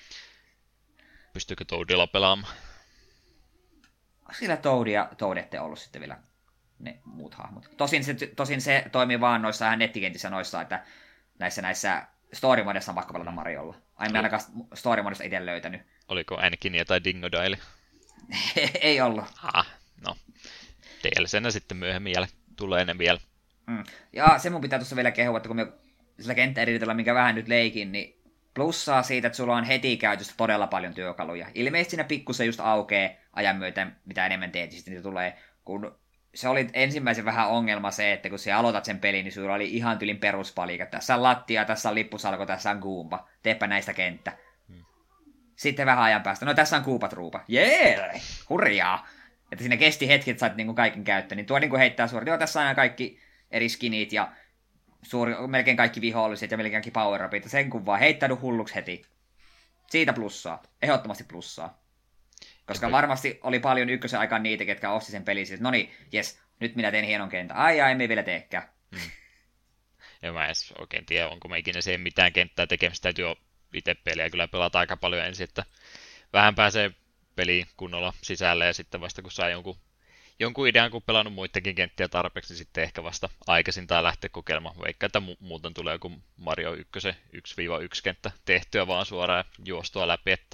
Pystyykö Toadilla pelaamaan? Sillä Toadette ollut sitten vielä ne muut hahmot. Tosin se toimii vaan noissa ihan nettikentissä noissa, että näissä story modessa on pakko pelata Mariolla. Aina ainakaan story modesta itse löytänyt. Oliko Anakinia tai Dingodile? Ei ollut. No. DLCnä sitten myöhemmin tulee ne vielä. Ja se mun pitää tuossa vielä kehua, että kun me sillä kenttäeditellä, minkä vähän nyt leikin, niin plussaa siitä, että sulla on heti käytössä todella paljon työkaluja. Ilmeisesti siinä pikkusen just aukeaa ajan myötä, mitä enemmän teet, sitten niitä tulee. Kun se oli ensimmäisen vähän ongelma se, että kun sä aloitat sen pelin, niin sulla oli ihan tylin peruspalikat. Tässä on lattia, tässä on lippusalko, tässä on Goomba. Teepä näistä kenttä. Sitten vähän ajan päästä. No tässä on Koopa-Troopa. Jee! Hurjaa! Että siinä kesti hetki, että sait niinku kaiken käyttöön. Niin tuo niinku heittää suoraan. Joo, tässä on aina kaikki eri skinit ja melkein kaikki viholliset ja melkein kaikki power-upit. Sen kun vaan heittäydy hulluksi heti. Siitä plussaa. Ehdottomasti plussaa. Koska varmasti oli paljon ykkösen aikaan niitä, ketkä osti sen pelin. No niin, jes, nyt minä teen hienon kentän. Ai, me ei vielä teekään. Ja mä en oikein tiedä, onko me ikinä siihen mitään kenttää tekemistä. Täytyy itse peliä kyllä pelata aika paljon ensin, että vähän pääsee peliin kunnolla sisälle ja sitten vasta kun saa jonkun idean, kun pelannut muidenkin kenttiä tarpeeksi, niin sitten ehkä vasta aikaisintaan lähteä kokeilemaan. Vaikka että muuten tulee joku Mario 1 1-1 kenttä tehtyä vaan suoraan ja juostua läpi, että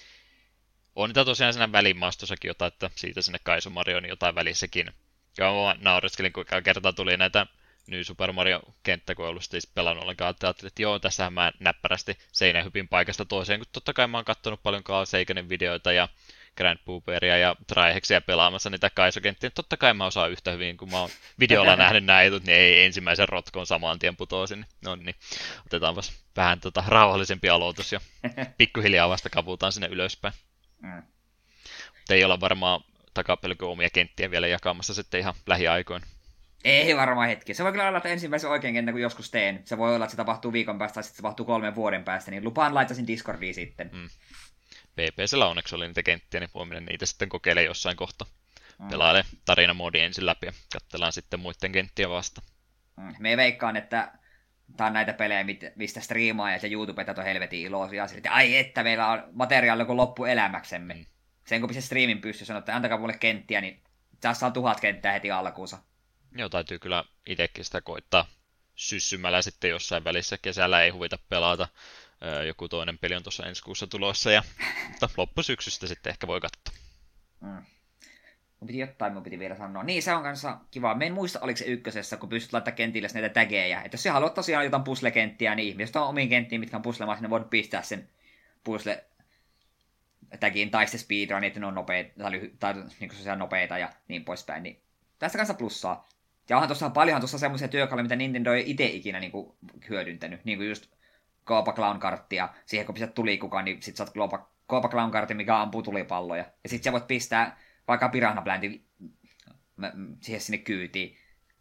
on niitä tosiaan siinä välimaastossakin jotain, että siitä sinne Kaisu Mario, niin jotain välissäkin. Ja mä naureskelin, kun kertaa tuli näitä New Super Mario-kenttä, kun ei ollut siis pelannut ollenkaan. Ajattelin, että joo, tässähän mä näppärästi seinähypin paikasta toiseen, kun totta kai mä oon kattonut paljon Seikanen videoita ja Grand Pooperia ja Trihexia pelaamassa niitä Kaisu-kenttiä. Totta kai mä osaan yhtä hyvin, kun mä oon videolla nähnyt nämä jutut, niin ei ensimmäisen rotkon saman tien putoisin. No niin, otetaanpas vähän rauhallisempi aloitus ja pikkuhiljaa vasta kaputaan sinne ylöspäin. Mutta ei olla varmaan takapelkö omia kenttiä vielä jakamassa sitten ihan lähiaikoina. Ei varmaan hetki. Se voi kyllä olla, että ensimmäisen oikein kentän, kun joskus teen. Se voi olla, että se tapahtuu viikon päästä tai sitten se tapahtuu 3 vuoden päästä, niin lupaan laittaisin Discordiin sitten. PP:llä onneksi oli niitä kenttiä, niin voi mennä niitä sitten kokeilemaan jossain kohta. Pelailee tarinamoodi ensin läpi ja katsellaan sitten muiden kenttien vasta. Me veikkaan, että tää on näitä pelejä, mistä striimaajat ja YouTubet on helvetin iloisia. Että ai että meillä on materiaalia kuin loppuelämäksemme. Sen kun pistää striimin pystyy sanoa, että antakaa mulle kenttiä, niin tässä on 1000 kenttää heti alkuunsa. Joo, täytyy kyllä itsekin sitä koittaa syssymällä sitten jossain välissä. Kesällä ei huvita pelata. Joku toinen peli on tuossa ensi kuussa tulossa, mutta loppusyksystä sitten ehkä voi katsoa. Mun piti vielä sanoa. Niin, se on kanssa kiva. Me en muista, oliko se ykkösessä, kun pystyt laittamaan kentille näitä tägejä. Että jos sä haluat tosiaan jotain puzzle-kenttiä, niin ihmiset on omiin kenttiin, mitkä on puzzlemassa, niin voit pistää sen puzzle-tagin tai sitten speedrun, että ne on nopeita, tai niin kuin nopeita ja niin poispäin. Niin tästä kanssa plussaa. Ja onhan paljonhan tuossa semmoisia työkaluja, mitä Nintendo ei itse ikinä niin kuin hyödyntänyt. Niin kuin just Koopa Clown-karttia. Siihen kun pistät tulikukaan, niin sit saat Koopa Clown-kartin, mikä ampuu tulipalloja. Ja sit sä voit pistää vaikka Piranha Plantin siihen sinne kyytiin.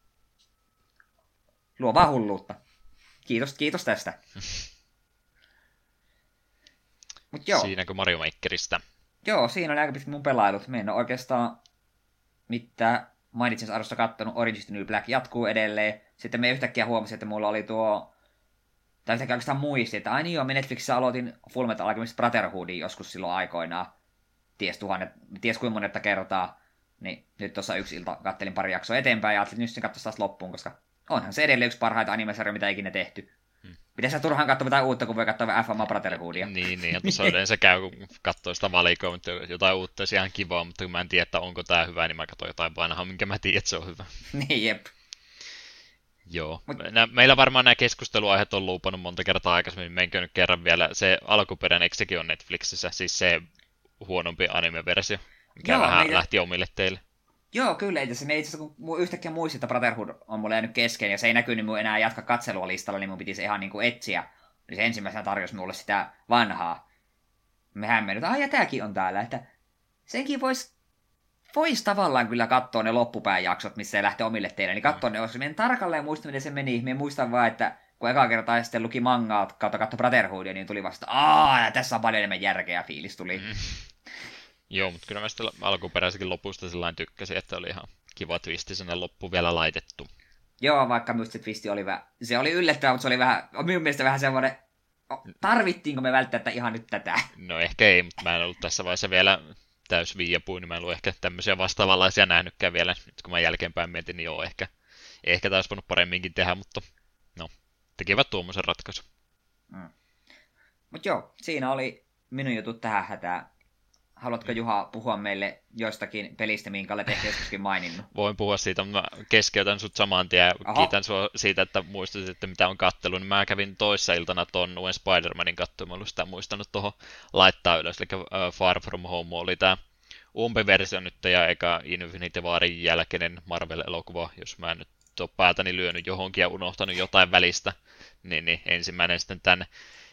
Luovaa hulluutta. Kiitos tästä. Mut joo. Siinäkö Mario Makerista? Joo, siinä oli aika pitkä mun pelailut. Me en ole oikeastaan mitään mainitsin arvosta kattonut. Orange is the New Black jatkuu edelleen. Sitten me yhtäkkiä huomasin, että mulla oli tai yhtäkkiä oikeastaan muisti, että ai niin joo, me Netflixissä aloitin Fullmetal Alchemist Brotherhoodin joskus silloin aikoinaan. Ties kuinka monetta kertaa. Niin nyt tuossa yksi ilta kattelin pari jaksoa eteenpäin ja ajattelin, että nyt sen katsoisi taas loppuun, koska onhan se edelleen yksi parhaita animesarjoja, mitä ikinä tehty. Miten sä turhaan katsoa mitään uutta, kun voi katsoa FMA Brotherhoodia? Niin, ja tuossa yleensä käy, kun katsoo sitä valikoa, mutta jotain uutta olisi ihan kivaa, mutta kun mä en tiedä, että onko tää hyvä, niin mä katson jotain vanhaa, minkä mä tiedän, että se on hyvä. Niin, jep. Joo. Mut Meillä varmaan nämä keskusteluaiheet on luupannut monta kertaa aikaisemmin. Menkö nyt kerran vielä se alkuperäinen, eikö sekin on Netflixissä? Siis se huonompi anime-versio, mikä joo, vähän lähti omille teille. joo, kyllä. Itse asiassa me itse asiassa, kun yhtäkkiä muistin, että Brotherhood on mulle jäänyt kesken, ja se ei näkynyt mun enää jatka katselua listalla, niin mun piti se ihan niin kuin etsiä. Niin se ensimmäisenä tarjosi mulle sitä vanhaa. Mehän mennyt, ja tääkin on täällä, että senkin vois tavallaan kyllä katsoa ne loppupään jaksot, missä se lähtee omille teille, niin katsoa ne, jos minä en tarkalleen muista, miten se meni. Minä muistan vaan, että kun eka kertaa sitten luki mangaa kautta katso Brotherhoodia, niin tuli vasta, tässä on paljon enemmän järkeä, fiilis tuli. Joo, mutta kyllä mä sitten alkuperäisenkin lopusta sellainen tykkäsin, että oli ihan kiva twisti sinne loppuun vielä laitettu. Joo, vaikka myös se twisti oli vähän, se oli yllättävää, mutta se oli vähän, minun mielestä vähän semmoinen, tarvittiinko me välttämättä ihan nyt tätä? No ehkä ei, mutta mä en ollut tässä vaiheessa vielä täys viiapuin, niin mä en ollut ehkä tämmöisiä vastaavanlaisia nähnytkään vielä. Nyt kun mä jälkeenpäin mietin, niin joo, ehkä taisi voinut paremminkin tehdä, mutta no, tekivät tuommoisen ratkaisun. Mutta joo, siinä oli minun jutut tähän hätään. Haluatko Juha puhua meille joistakin pelistä, minkä olet ehkä joskuskin maininnut? Voin puhua siitä, mutta mä keskeytän sut saman tien ja kiitän sua siitä, että muistutit, että mitä on kattellut. Niin mä kävin toissa iltana ton uuden Spider-Manin katsomaan, mä olin sitä muistanut tuohon laittaa ylös. Eli Far From Home oli tää umpiversio nyt ja eka Infinity Warin jälkeinen Marvel-elokuva, jos mä en nyt ole päätäni lyönyt johonkin ja unohtanut jotain välistä, niin ensimmäinen sitten tämän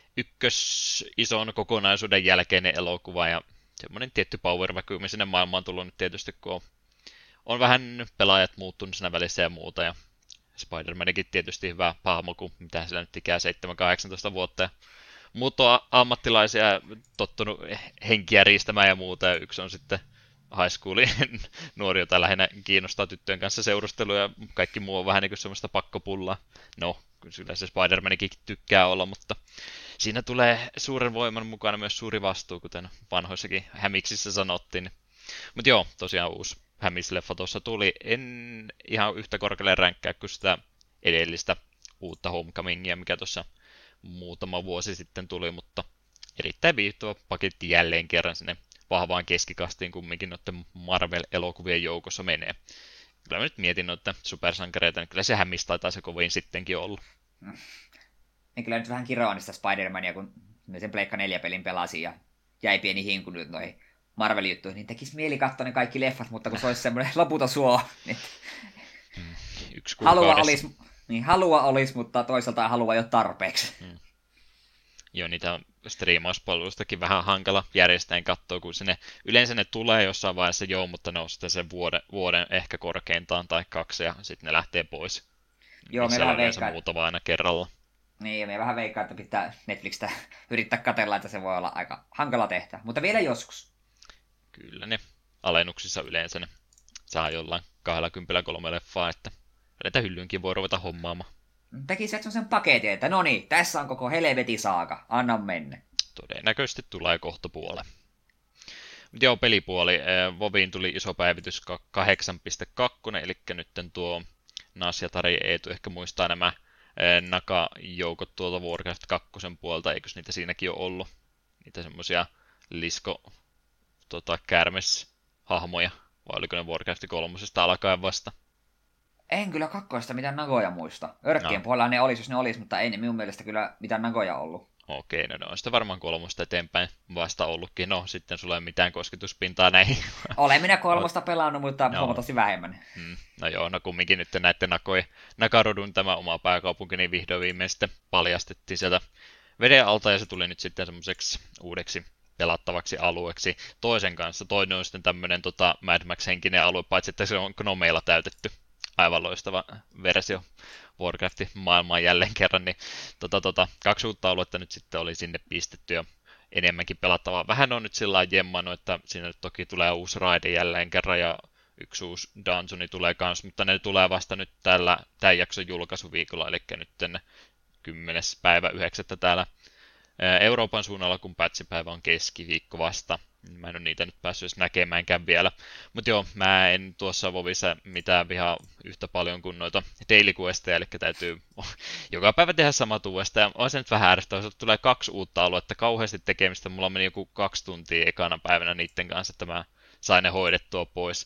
ison kokonaisuuden jälkeinen elokuva ja semmoinen tietty power vacuum sinne maailmaan tullut nyt tietysti, kun on vähän pelaajat muuttunut siinä välissä ja muuta. Ja Spider-Manikin tietysti hyvä hahmo, kun mitä sillä nyt ikää 7-18 vuotta. Ja muut on ammattilaisia ja tottunut henkiä riistämään ja muuta. Ja yksi on sitten high schoolin nuori, jota lähinnä kiinnostaa tyttöjen kanssa seurustelu ja kaikki muu on vähän niin kuin semmoista pakkopullaa. No, kyllä se Spider-Manikin tykkää olla, mutta siinä tulee suuren voiman mukana myös suuri vastuu, kuten vanhoissakin Hämiksissä sanottiin. Mutta joo, tosiaan uusi Hämis-leffa tuossa tuli. En ihan yhtä korkealle ränkkää kuin sitä edellistä uutta Homecomingia, mikä tuossa muutama vuosi sitten tuli, mutta erittäin viihtyvä paketti jälleen kerran sinne vahvaan keskikastiin kumminkin noiden Marvel-elokuvien joukossa menee. Kyllä mä nyt mietin noita supersankareita, niin kyllä se Hämis taitaa se kovin sittenkin ollut. Niin kyllä nyt vähän kiroonista Spider-Mania, kun sen Pleikka 4-pelin pelasin ja jäi pieni hinku nyt noihin Marvel-juttuihin, niin tekisi mieli katsoa ne kaikki leffat, mutta kun se olisi semmoinen loputon suo, niin halua olisi, mutta toisaalta ei halua jo tarpeeksi. Joo, niitä striimauspalveluistakin vähän hankala järjestäen katsoa, kun yleensä ne tulee jossain vaiheessa joo, mutta ne on sitten sen vuoden ehkä korkeintaan tai 2 ja sitten ne lähtee pois. Joo, me vähän veikkaan. Muutama aina kerralla. Niin, ja me vähän veikkaa, että pitää Netflixistä yrittää katsella, että se voi olla aika hankala tehtävä. Mutta vielä joskus. Kyllä ne alennuksissa yleensä ne saa jollain 23 leffaa, että näitä hyllyynkin voi ruveta hommaamaan. Tekisit sen paketin, että no niin, tässä on koko helveti saaka, anna mennä. Todennäköisesti tulee kohta puole. Mutta joo, pelipuoli. Voviin tuli iso päivitys 8.2, eli nyt tuo Nas ja Tari Eetu ehkä muistaa nämä Naka-joukot tuolta Warcraft 2 puolta, eikös niitä siinäkin ole ollut? Niitä semmosia käärmeshahmoja, vai oliko ne Warcraft 3 alkaen vasta? En kyllä kakkoista mitään Nagoja muista. Örkkien puolella ne olisi, jos ne olisi, mutta ei ne minun mielestä kyllä mitään Nagoja ollut. Okei, no ne on sitten varmaan 3 eteenpäin vasta ollutkin. No, sitten sulla ei mitään kosketuspintaa näihin. Olen minä 3 pelannut, mutta huomattavasti vähemmän. No joo, no kumminkin nyt näiden Nakarodun tämä oma pääkaupunki, niin vihdoin viimein sitten paljastettiin sieltä veden alta, ja se tuli nyt sitten semmoiseksi uudeksi pelattavaksi alueeksi toisen kanssa. Toinen on sitten tämmöinen Mad Max-henkinen alue, paitsi että se on gnomeilla täytetty. Aivan loistava versio Warcraftin maailmaan jälleen kerran, niin 2 uutta aluetta nyt sitten oli sinne pistetty ja enemmänkin pelattavaa. Vähän on nyt sillä lailla jemmannut, että siinä nyt toki tulee uusi raide jälleen kerran ja yksi uusi dungeoni tulee kanssa, mutta ne tulee vasta nyt tämän jakson julkaisuviikolla, eli nyt 10. päivä 9. täällä Euroopan suunnalla, kun patchipäivä on keskiviikko vasta. Mä en ole niitä nyt päässyt edes näkemäänkään vielä. Mutta joo, mä en tuossa Vovissa mitään vihaa yhtä paljon kuin noita daily questeja, eli täytyy joka päivä tehdä samat uudestaan. Ja on se nyt vähän ärsyttävää, että tulee 2 uutta aluetta, kauheasti tekemistä. Mulla meni joku 2 tuntia ekana päivänä niiden kanssa, että mä sain ne hoidettua pois.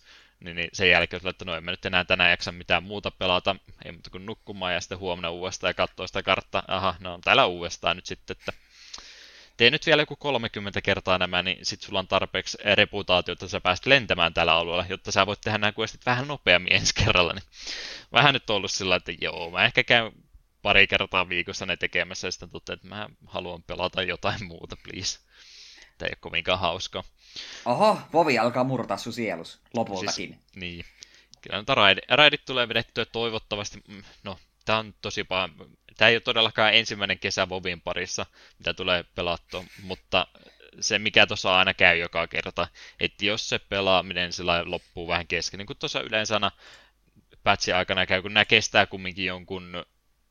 niin sen jälkeen sillä, että no en mä nyt enää tänään jaksa mitään muuta pelata, ei muuta kuin nukkumaan ja sitten huomenna uudestaan ja katsoo sitä karttaa, aha, no on täällä uudestaan nyt sitten, että tee nyt vielä joku 30 kertaa nämä, niin sit sulla on tarpeeksi reputaatiota, että sä pääst lentämään tällä alueella, jotta sä voit tehdä nämä questit vähän nopeammin ensi kerralla. Niin vähän nyt on ollut sillä, että joo, mä ehkä käyn pari kertaa viikossa ne tekemässä, ja sitten totean, että mä haluan pelata jotain muuta, please. Tämä ei ole kovinkaan hauskaa. Oho, Vovi alkaa murtaa sun sielus, lopultakin. Siis, niin. Kyllä noita raidit tulee vedettyä toivottavasti. No, tää on tosi paha. Tää ei ole todellakaan ensimmäinen kesä Vovin parissa, mitä tulee pelattua, mutta se mikä tuossa aina käy joka kerta, että jos se pelaaminen sillä loppuu vähän kesken, niin kuin tuossa yleensä aina patchin aikana käy, kun nämä kestää kumminkin jonkun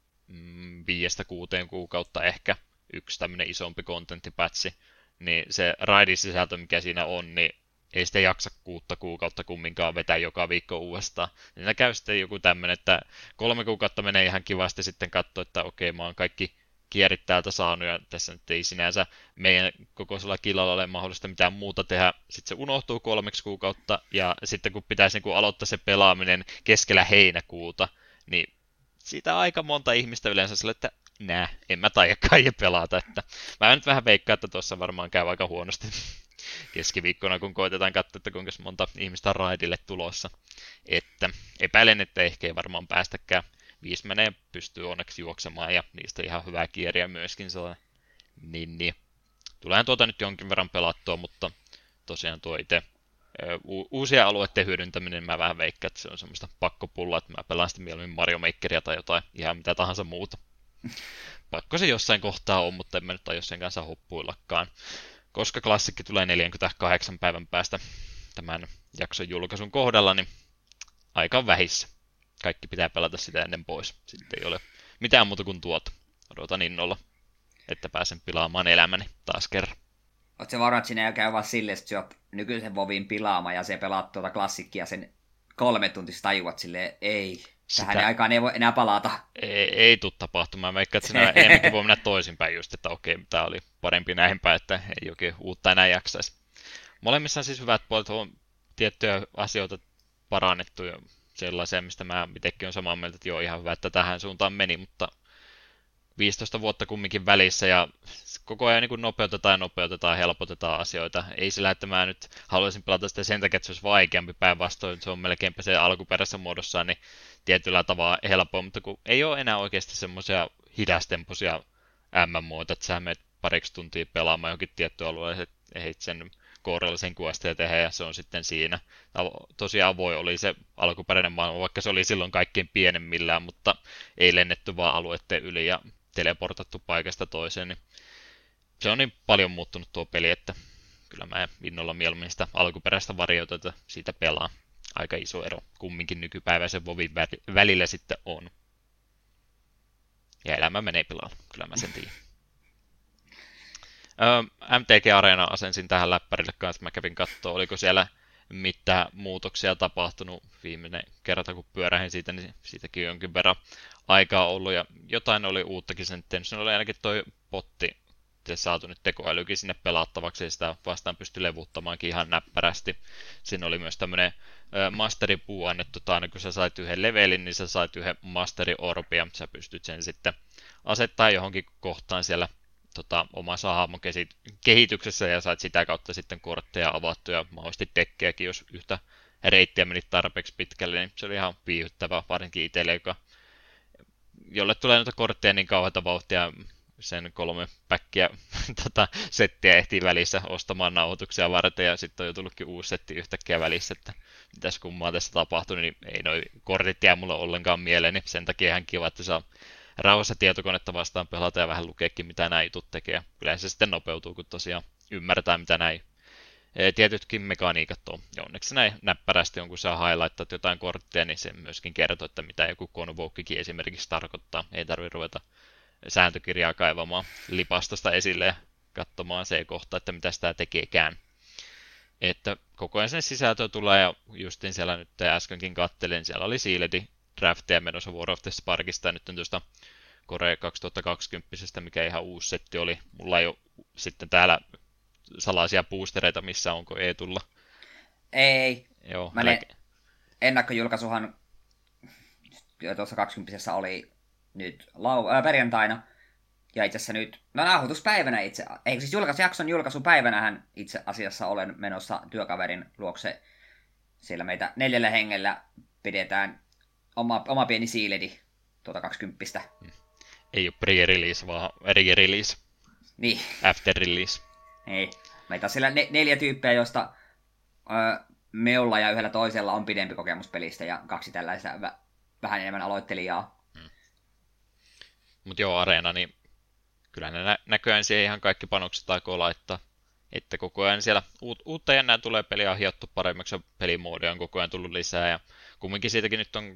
5-6 kuukautta ehkä yksi tämmöinen isompi kontenttipätsi, niin se raidin sisältö, mikä siinä on, niin ei sitten jaksa 6 kuukautta kumminkaan vetää joka viikko uudestaan. Niin käy sitten joku tämmöinen, että 3 kuukautta menee ihan kivasti sitten katsoa, että okei, mä oon kaikki kierit täältä saanut, ja tässä nyt ei sinänsä meidän kokoisella kilalla ole mahdollista mitään muuta tehdä. Sitten se unohtuu 3 kuukautta, ja sitten kun pitäisi niin kun aloittaa se pelaaminen keskellä heinäkuuta, niin siitä aika monta ihmistä yleensä sille, että en mä taidakaan pelata. Että mä nyt vähän veikkaan, että tuossa varmaan käy aika huonosti keskiviikkona, kun koitetaan katsoa, että kuinka monta ihmistä on raidille tulossa. Että epäilen, että ehkä ei varmaan päästäkään. 5 menee, pystyy onneksi juoksemaan ja niistä ihan hyvää kieriä myöskin sellainen. Niin. Tuleehan tuota nyt jonkin verran pelattua, mutta tosiaan tuo itse uusia alueiden hyödyntäminen mä vähän veikkaan, että se on semmoista pakkopullaa, että mä pelaan sitten mieluummin Mario Makeria tai jotain ihan mitä tahansa muuta. Pakko se jossain kohtaa on, mutta en mä nyt aio sen kanssa hoppuillakaan. Koska klassikki tulee 48 päivän päästä tämän jakson julkaisun kohdalla, niin aika on vähissä. Kaikki pitää pelata sitä ennen pois. Sitten ei ole mitään muuta kuin tuota. Odotan innolla, että pääsen pilaamaan elämäni taas kerran. Oletko varma, että sinä käy vaan silleen, että sä oot nykyisen Vovin pilaamaan ja se pelaat tuota klassikkia sen 3 tuntista tajuat silleen, ei. Tähän aikaan ei voi enää palata. Ei tule tapahtumaan. Mä veikkaan, että siinä enemmänkin voi mennä toisinpäin just, että okei, tämä oli parempi näihin päin, että ei oikein uutta enää jaksaisi. Molemmissa on siis hyvät puolet, on tiettyjä asioita parannettu ja sellaisia, mistä mä itsekin olen samaa mieltä, että joo, ihan hyvä, että tähän suuntaan meni, mutta 15 vuotta kumminkin välissä ja koko ajan niin nopeutetaan, helpotetaan asioita. Ei sillä, että mä nyt haluaisin pelata sitä sen takia, että se olisi vaikeampi, päinvastoin, se on melkeinpä se alkuperäisessä muodossaan, niin tietyllä tavalla helppoa, mutta kun ei ole enää oikeasti semmoisia hidastempoisia MMOita, että sä menet pariksi tuntia pelaamaan johonkin tiettyä alueelle, että ehdit sen kourallisen questia tehdä ja se on sitten siinä. Tosiaan avoin oli se alkuperäinen maailma, vaikka se oli silloin kaikkein pienemmillään, mutta ei lennetty vaan alueiden yli ja teleportattu paikasta toiseen, niin se on niin paljon muuttunut tuo peli, että kyllä mä innolla mieluummin sitä alkuperäistä variota siitä pelaa. Aika iso ero kumminkin nykypäiväisen Vovin välillä sitten on. Ja elämä menee pilalle, kyllä mä sen tiedän. MTG Arena asensin tähän läppärille kanssa, mä kävin katsoa, oliko siellä mitään muutoksia tapahtunut viimeinen kerta, kun pyörähin siitä, niin siitäkin jonkin verran aikaa ollut, ja jotain oli uuttakin sen tehnyt. Siinä oli ainakin toi potti saatu nyt tekoälykin sinne pelattavaksi, ja sitä vastaan pystyi levuttamaankin ihan näppärästi. Siinä oli myös tämmönen masteripuu annettu, tai aina kun sä sait yhden levelin, niin sä sait yhden masteriorbi, ja sä pystyt sen sitten asettaa johonkin kohtaan siellä omassa hahmon kehityksessä ja sait sitä kautta sitten kortteja avattua ja mahdollisesti dekkejäkin, jos yhtä reittiä meni tarpeeksi pitkälle, niin se oli ihan viihyttävää, varsinkin itselle, jolle tulee noita kortteja niin kauheita vauhtia, sen 3 päkkiä settiä ehtii välissä ostamaan nauhoituksia varten ja sitten on jo tullutkin uusi setti yhtäkkiä välissä, että mitäs kummaa tässä tapahtui, niin ei noi kortit jää mulle ollenkaan mieleen, niin sen takia ihan kiva, että saa rauhassa tietokonetta vastaan pelata ja vähän lukeekin, mitä nämä jutut tekee. Yleensä sitten nopeutuu, kun tosiaan ymmärretään, mitä näin tietytkin mekaniikat on. Ja onneksi näin näppärästi on, kun sä highlightat jotain korttia, niin se myöskin kertoo, että mitä joku convokekin esimerkiksi tarkoittaa. Ei tarvitse ruveta sääntökirjaa kaivamaan lipastosta esille ja katsomaan se kohta, että mitä sitä tekeekään. Että koko ajan sen sisältöä tulee, ja justin siellä nyt äskenkin kattelin, siellä oli Sealedi drafteja menossa War of the Sparkista, ja nyt on tuosta Core 2020, mikä ihan uusi setti oli. Mulla ei ole sitten täällä salaisia boostereita, missä onko tulla. Ei. Joo, ennakkojulkaisuhan tuossa 20 oli nyt perjantaina. Ja itse asiassa nyt, no nauhoituspäivänä eikö siis jakson julkaisupäivänähän itse asiassa olen menossa työkaverin luokse. Siellä meitä 4 hengellä pidetään oma pieni siiledi tuota 20. Ei ole pre-release, vaan re-release. Niin. After release. Niin. Meitä on siellä 4 tyyppiä, joista meulla ja yhdellä toisella on pidempi kokemus pelistä ja 2 tällaista vähän enemmän aloittelijaa. Mutta joo, Areena, niin kyllä ne näköjään siihen ihan kaikki panokset aikoo laittaa. Että koko ajan siellä uutta jännää tulee, peliä on hiottu paremmaksi ja pelimoodia on koko ajan tullut lisää. Ja kumminkin siitäkin nyt on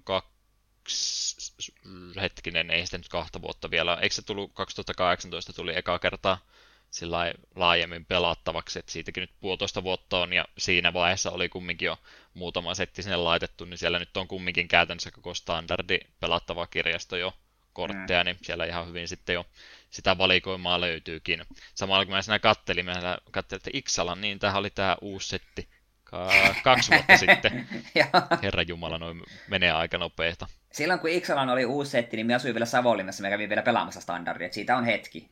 hetkinen, ei sitä nyt 2 vuotta vielä. Eikö se tullut 2018 tuli eka kertaa sillä laajemmin pelattavaksi, että siitäkin nyt 1,5 vuotta on, ja siinä vaiheessa oli kumminkin jo muutama setti sinne laitettu, niin siellä nyt on kumminkin käytännössä koko standardi pelattava kirjasto jo kortteja, niin siellä ihan hyvin sitten jo sitä valikoimaa löytyykin. Samalla kun mä siinä kattelin, että Ixalan, niin tämähän oli tämä uusi setti 2 vuotta sitten. Herran Jumala, noin menee aika nopeeta. Silloin kun Ixalan oli uusi setti, niin mä asuin vielä Savonlinnassa, mä kävin vielä pelaamassa standardia, että siitä on hetki.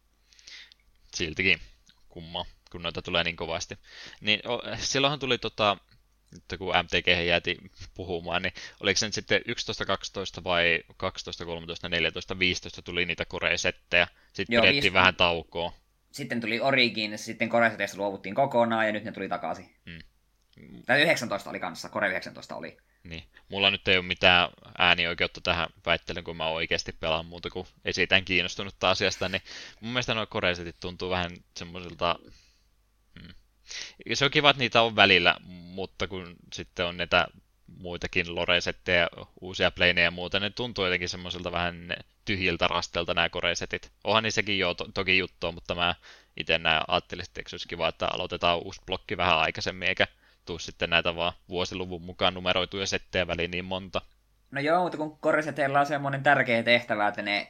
Siltikin kummaa, kun noita tulee niin kovasti. Niin silloinhan tuli nyt kun MTG jäätiin puhumaan, niin oliko se nyt sitten 11, 12 vai 12, 13, 14, 15 tuli niitä Core-settejä. Sitten pidettiin vähän taukoa. Sitten tuli Origin, sitten Core-setteistä luovuttiin kokonaan ja nyt ne tuli takaisin. Tai 19 oli kanssa, Core 19 oli. Niin. Mulla nyt ei ole mitään äänioikeutta tähän väittelen, kun mä oikeasti pelaan muuta kuin esitän kiinnostunutta asiasta, niin mun mielestä nuo Core-setit tuntuu vähän semmoisilta. Se on kiva, että niitä on välillä, mutta kun sitten on näitä muitakin lore-settejä, uusia planeja ja muuta, ne tuntuu jotenkin semmoisilta vähän tyhjiltä rastelta nämä Core-setit. Onhan niissäkin jo toki juttua, mutta mä itse ajattelin, että se olisi kiva, että aloitetaan uusi blokki vähän aikaisemmin, eikä tuu sitten näitä vaan vuosiluvun mukaan numeroituja settejä väliin niin monta. No joo, mutta kun Core-seteillä on semmoinen tärkeä tehtävä, että ne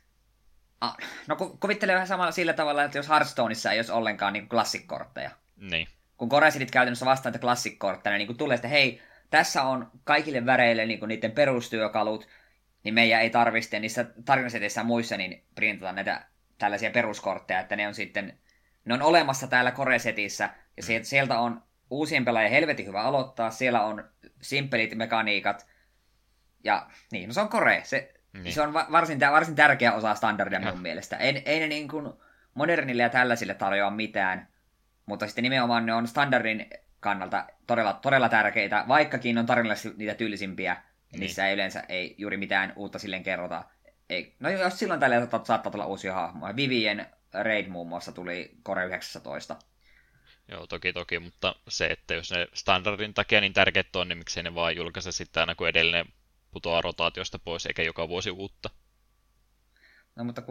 no kuvittelee vähän samalla sillä tavalla, että jos Hearthstoneissa ei olisi ollenkaan niin klassikkortteja. Niin. Kun Core-setit käytännössä vastaan näitä klassikkortteja, niin tulee sitten, hei, tässä on kaikille väreille niin niiden perustyökalut, niin meidän ei tarvitse niissä tarinaseteissä ja muissa niin printata näitä tällaisia peruskortteja, että ne on olemassa täällä Core-setissä, ja sieltä on uusien pelaajien helvetin hyvä aloittaa, siellä on simppelit mekaniikat, ja niin, no se on Core, se on varsin tärkeä osa standardia mun mielestä. Ei ne niin kuin modernille ja tällaisille tarjoa mitään, mutta sitten nimenomaan ne on standardin kannalta todella tärkeitä, vaikkakin on tarinallisesti niitä tylsimpiä, niissä ei yleensä juuri mitään uutta silleen kerrota. No jos silloin tällä saattaa tulla uusia hahmoja. Vivien Raid muun muassa tuli Core 19. Joo, toki, mutta se, että jos ne standardin takia niin tärkeät on, niin miksei ne vaan julkaise sitten aina kun edellinen putoaa rotaatiosta pois, eikä joka vuosi uutta. No mutta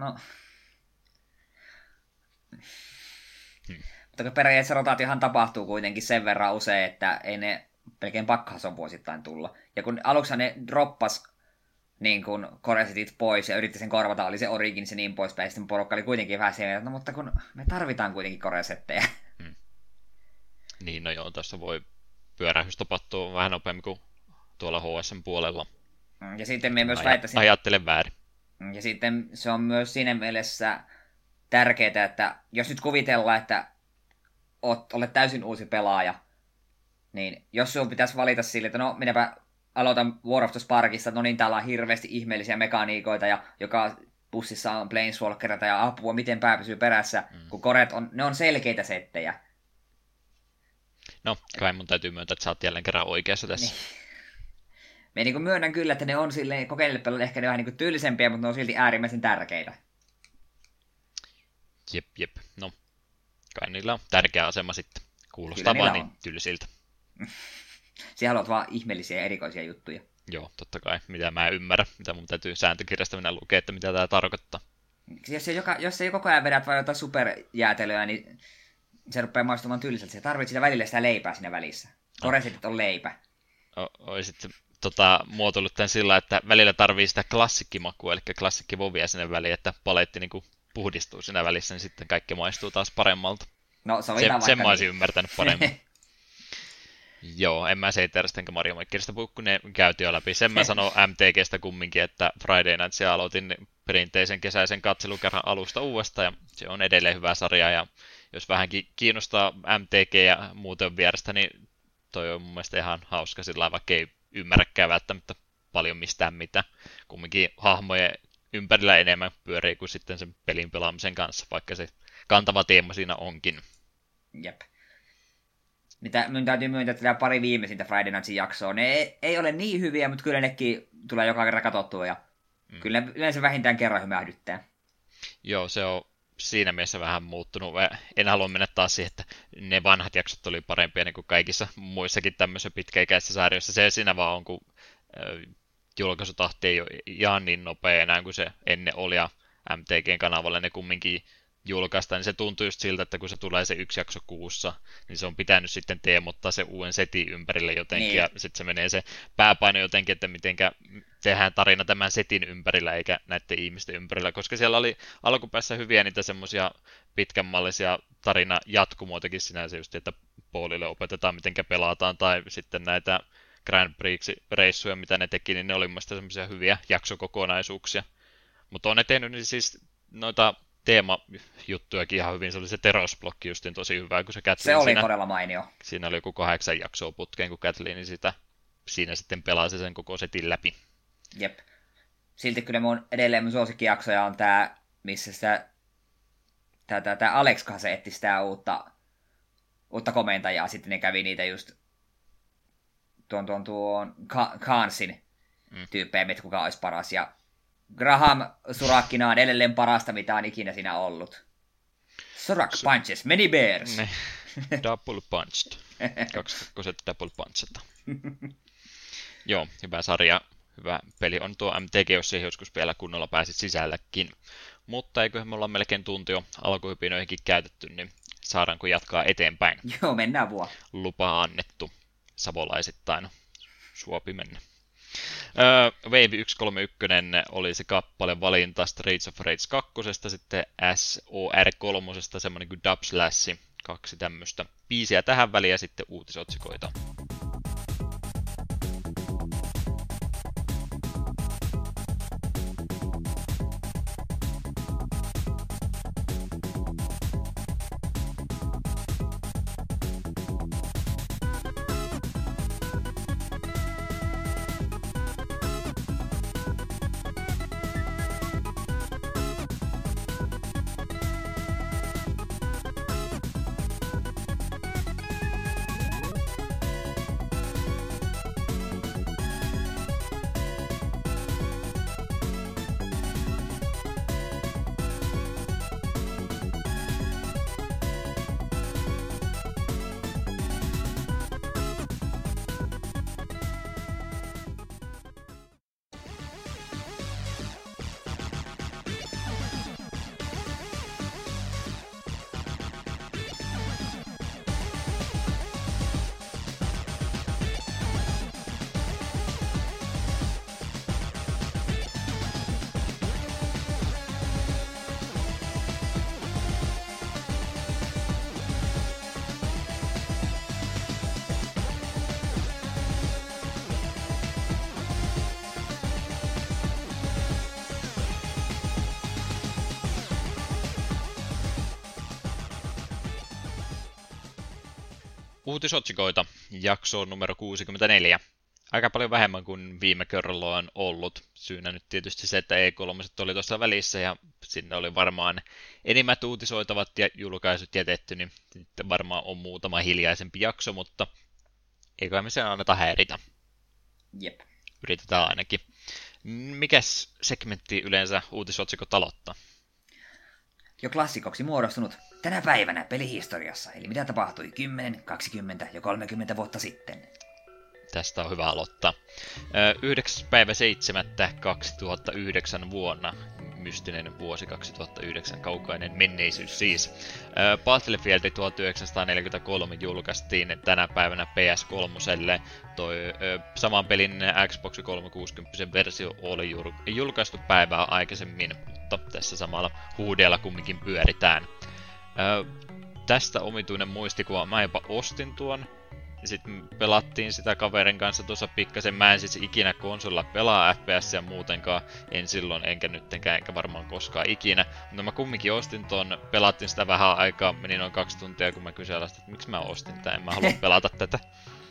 Mutta kun periaatteessa rotaatiohan tapahtuu kuitenkin sen verran usein, että ei ne melkein pakkahan on vuosittain tulla. Ja kun aluksi ne droppas niin kun Core-setit pois ja yritti sen korvata, oli se Origin ja niin poispäin, ja sitten porukka oli kuitenkin vähän siellä, että no mutta kun me tarvitaan kuitenkin Core-settejä. Niin, no joo, tässä voi pyörähys tapahtua vähän nopeammin kuin tuolla HS:n puolella. Ja sitten me myös väittäisin... Ajattelen väärin. Ja sitten se on myös siinä mielessä tärkeää, että jos nyt kuvitellaan, että olet täysin uusi pelaaja, niin jos sinun pitäisi valita sille, että no minäpä aloitan War of the Sparkista, no niin täällä on hirveästi ihmeellisiä mekaniikoita ja joka bussissa on Planeswalkerita ja apua, miten pää pysyy perässä, kun Coret ne on selkeitä settejä. No, kai mun täytyy myöntää, että sä oot jälleen kerran oikeassa tässä. Me niin myönnän kyllä, että ne on silleen kokeille pelata ehkä ne vähän niin tyylisempiä, mutta ne on silti äärimmäisen tärkeitä. Jep. No, kai niillä on tärkeä asema sitten. Kuulostaa vaan niin tylsiltä. Siellä haluat vaan ihmeellisiä ja erikoisia juttuja. Joo, totta kai. Mitä mä en ymmärrä, mitä mun täytyy sääntökirjasta mennä lukea, että mitä tää tarkoittaa. Jos ei koko ajan vedät vaan jotain superjäätelöä, niin se rupeaa maistumaan tylsältä. Se tarvitsee sitä välillä sitä leipää siinä välissä. Core-setit on leipä. Oisit muotoillut tämän sillä, että välillä tarvii sitä klassikkimakua, eli klassikkivovia sinne väliin, että paletti niin puhdistuu siinä välissä, niin sitten kaikki maistuu taas paremmalta. No, sen mä olisin ymmärtänyt paremmin. Joo, en mä Seiterstä enkä Mario Makerista puhu, kun ne käytiin jo läpi. Sen mä sanon MTGstä kumminkin, että Friday Nightsia aloitin perinteisen kesäisen katselukerran alusta uudestaan, ja se on edelleen hyvä sarja, ja jos vähänkin kiinnostaa MTG ja muuten vierestä, niin toi on mun mielestä ihan hauska sillä lailla, vaikka ei ymmärräkään välttämättä paljon mistään mitä. Kumminkin hahmojen ympärillä enemmän pyörii kuin sitten sen pelin pelaamisen kanssa, vaikka se kantava teema siinä onkin. Jep. Minun täytyy myöntää, että tämä pari viimeisintä Friday Nightsin jaksoa, ne ei ole niin hyviä, mutta kyllä nekin tulee joka kerran katsottua, ja kyllä ne yleensä vähintään kerran hymähdyttää. Joo, se on siinä mielessä vähän muuttunut. En halua mennä taas siihen, että ne vanhat jaksot oli parempia niin kuin kaikissa muissakin tämmöisissä pitkäikäisissä sarjoissa. Se siinä vaan on, kun julkaisutahti ei ole ihan niin nopea enää kuin se ennen oli, ja MTGn kanavalle ne kumminkin julkaistaan, niin se tuntuu just siltä, että kun se tulee se yksi jakso kuussa, niin se on pitänyt sitten teemottaa se uuden setin ympärille jotenkin, niin. Ja sitten se menee se pääpaino jotenkin, että mitenkä tehdään tarina tämän setin ympärillä, eikä näiden ihmisten ympärillä, koska siellä oli alkupäässä hyviä niitä semmoisia pitkänmallisia tarinajatkumoitakin sinänsä just, että Paulille opetetaan, mitenkä pelataan, tai sitten näitä Grand Prix-reissuja, mitä ne teki, niin ne oli mielestäni semmoisia hyviä jaksokokonaisuuksia. Mutta on ne tehnyt niin siis noita teemajuttujakin ihan hyvin. Se oli se Teros-blokki justiin tosi hyvä, kun se Kathleen se oli todella mainio. Siinä oli joku 8 jaksoa putkeen, kun Kathleen siinä sitten pelasi sen koko setin läpi. Jep. Silti kyllä edelleen mun suosikkijaksoja on tää, missä tää Alex kanssa etti sitä uutta komentajaa. Sitten ne kävi niitä just tuon Khansin tyyppejä, että kuka olisi paras. Ja Graham Surakkina on edelleen parasta, mitä on ikinä siinä ollut. Surak punches many bears. Ne. Double punched. 2 double punchata. Joo, hyvä sarja. Hyvä peli on tuo MTG, jos siihen joskus vielä kunnolla pääsit sisälläkin. Mutta eiköhän me olla melkein tunti jo alkuhypinoihinkin käytetty, niin saadaanko jatkaa eteenpäin? Joo, mennään vaan. Lupa annettu savolaisittain. Suopi mennä. Wave 131 oli se kappale valinta Streets of Rage 2, sitten SOR 3, semmonen kuin Dubslash, 2 tämmöstä biisiä tähän väliin ja sitten uutisotsikoita. Uutisotsikoita, jakso numero 64. Aika paljon vähemmän kuin viime kerralla on ollut. Syynä nyt tietysti se, että E3 oli tuossa välissä ja sinne oli varmaan enimmät uutisoitavat ja julkaisut jätetty, niin sitten varmaan on muutama hiljaisempi jakso, mutta eiköhän me sen anneta häiritä. Jep. Yritetään ainakin. Mikäs segmentti yleensä uutisotsikot aloittaa? Jo klassikoksi muodostunut tänä päivänä pelihistoriassa, eli mitä tapahtui 10, 20 ja 30 vuotta sitten. Tästä on hyvä aloittaa. 9.7.2009 vuonna, mystinen vuosi 2009, kaukainen menneisyys siis. Battlefield 1943 julkaistiin tänä päivänä PS3. Toi saman pelin Xbox 360 versio oli julkaistu päivää aikaisemmin, mutta tässä samalla huudeella kumminkin pyöritään. Tästä omituinen muistikuva, mä jopa ostin tuon Ja sitten pelattiin sitä kaverin kanssa tuossa pikkasen. Mä en siis ikinä konsolilla pelaa FPS:ia muutenkaan. En silloin, enkä nyttenkään, enkä varmaan koskaan ikinä. Mutta mä kumminkin ostin ton, pelattiin sitä vähän aikaa, meni noin 2 tuntia, kun mä kyseenalaistin, että miksi mä ostin tää, en mä halua pelata tätä.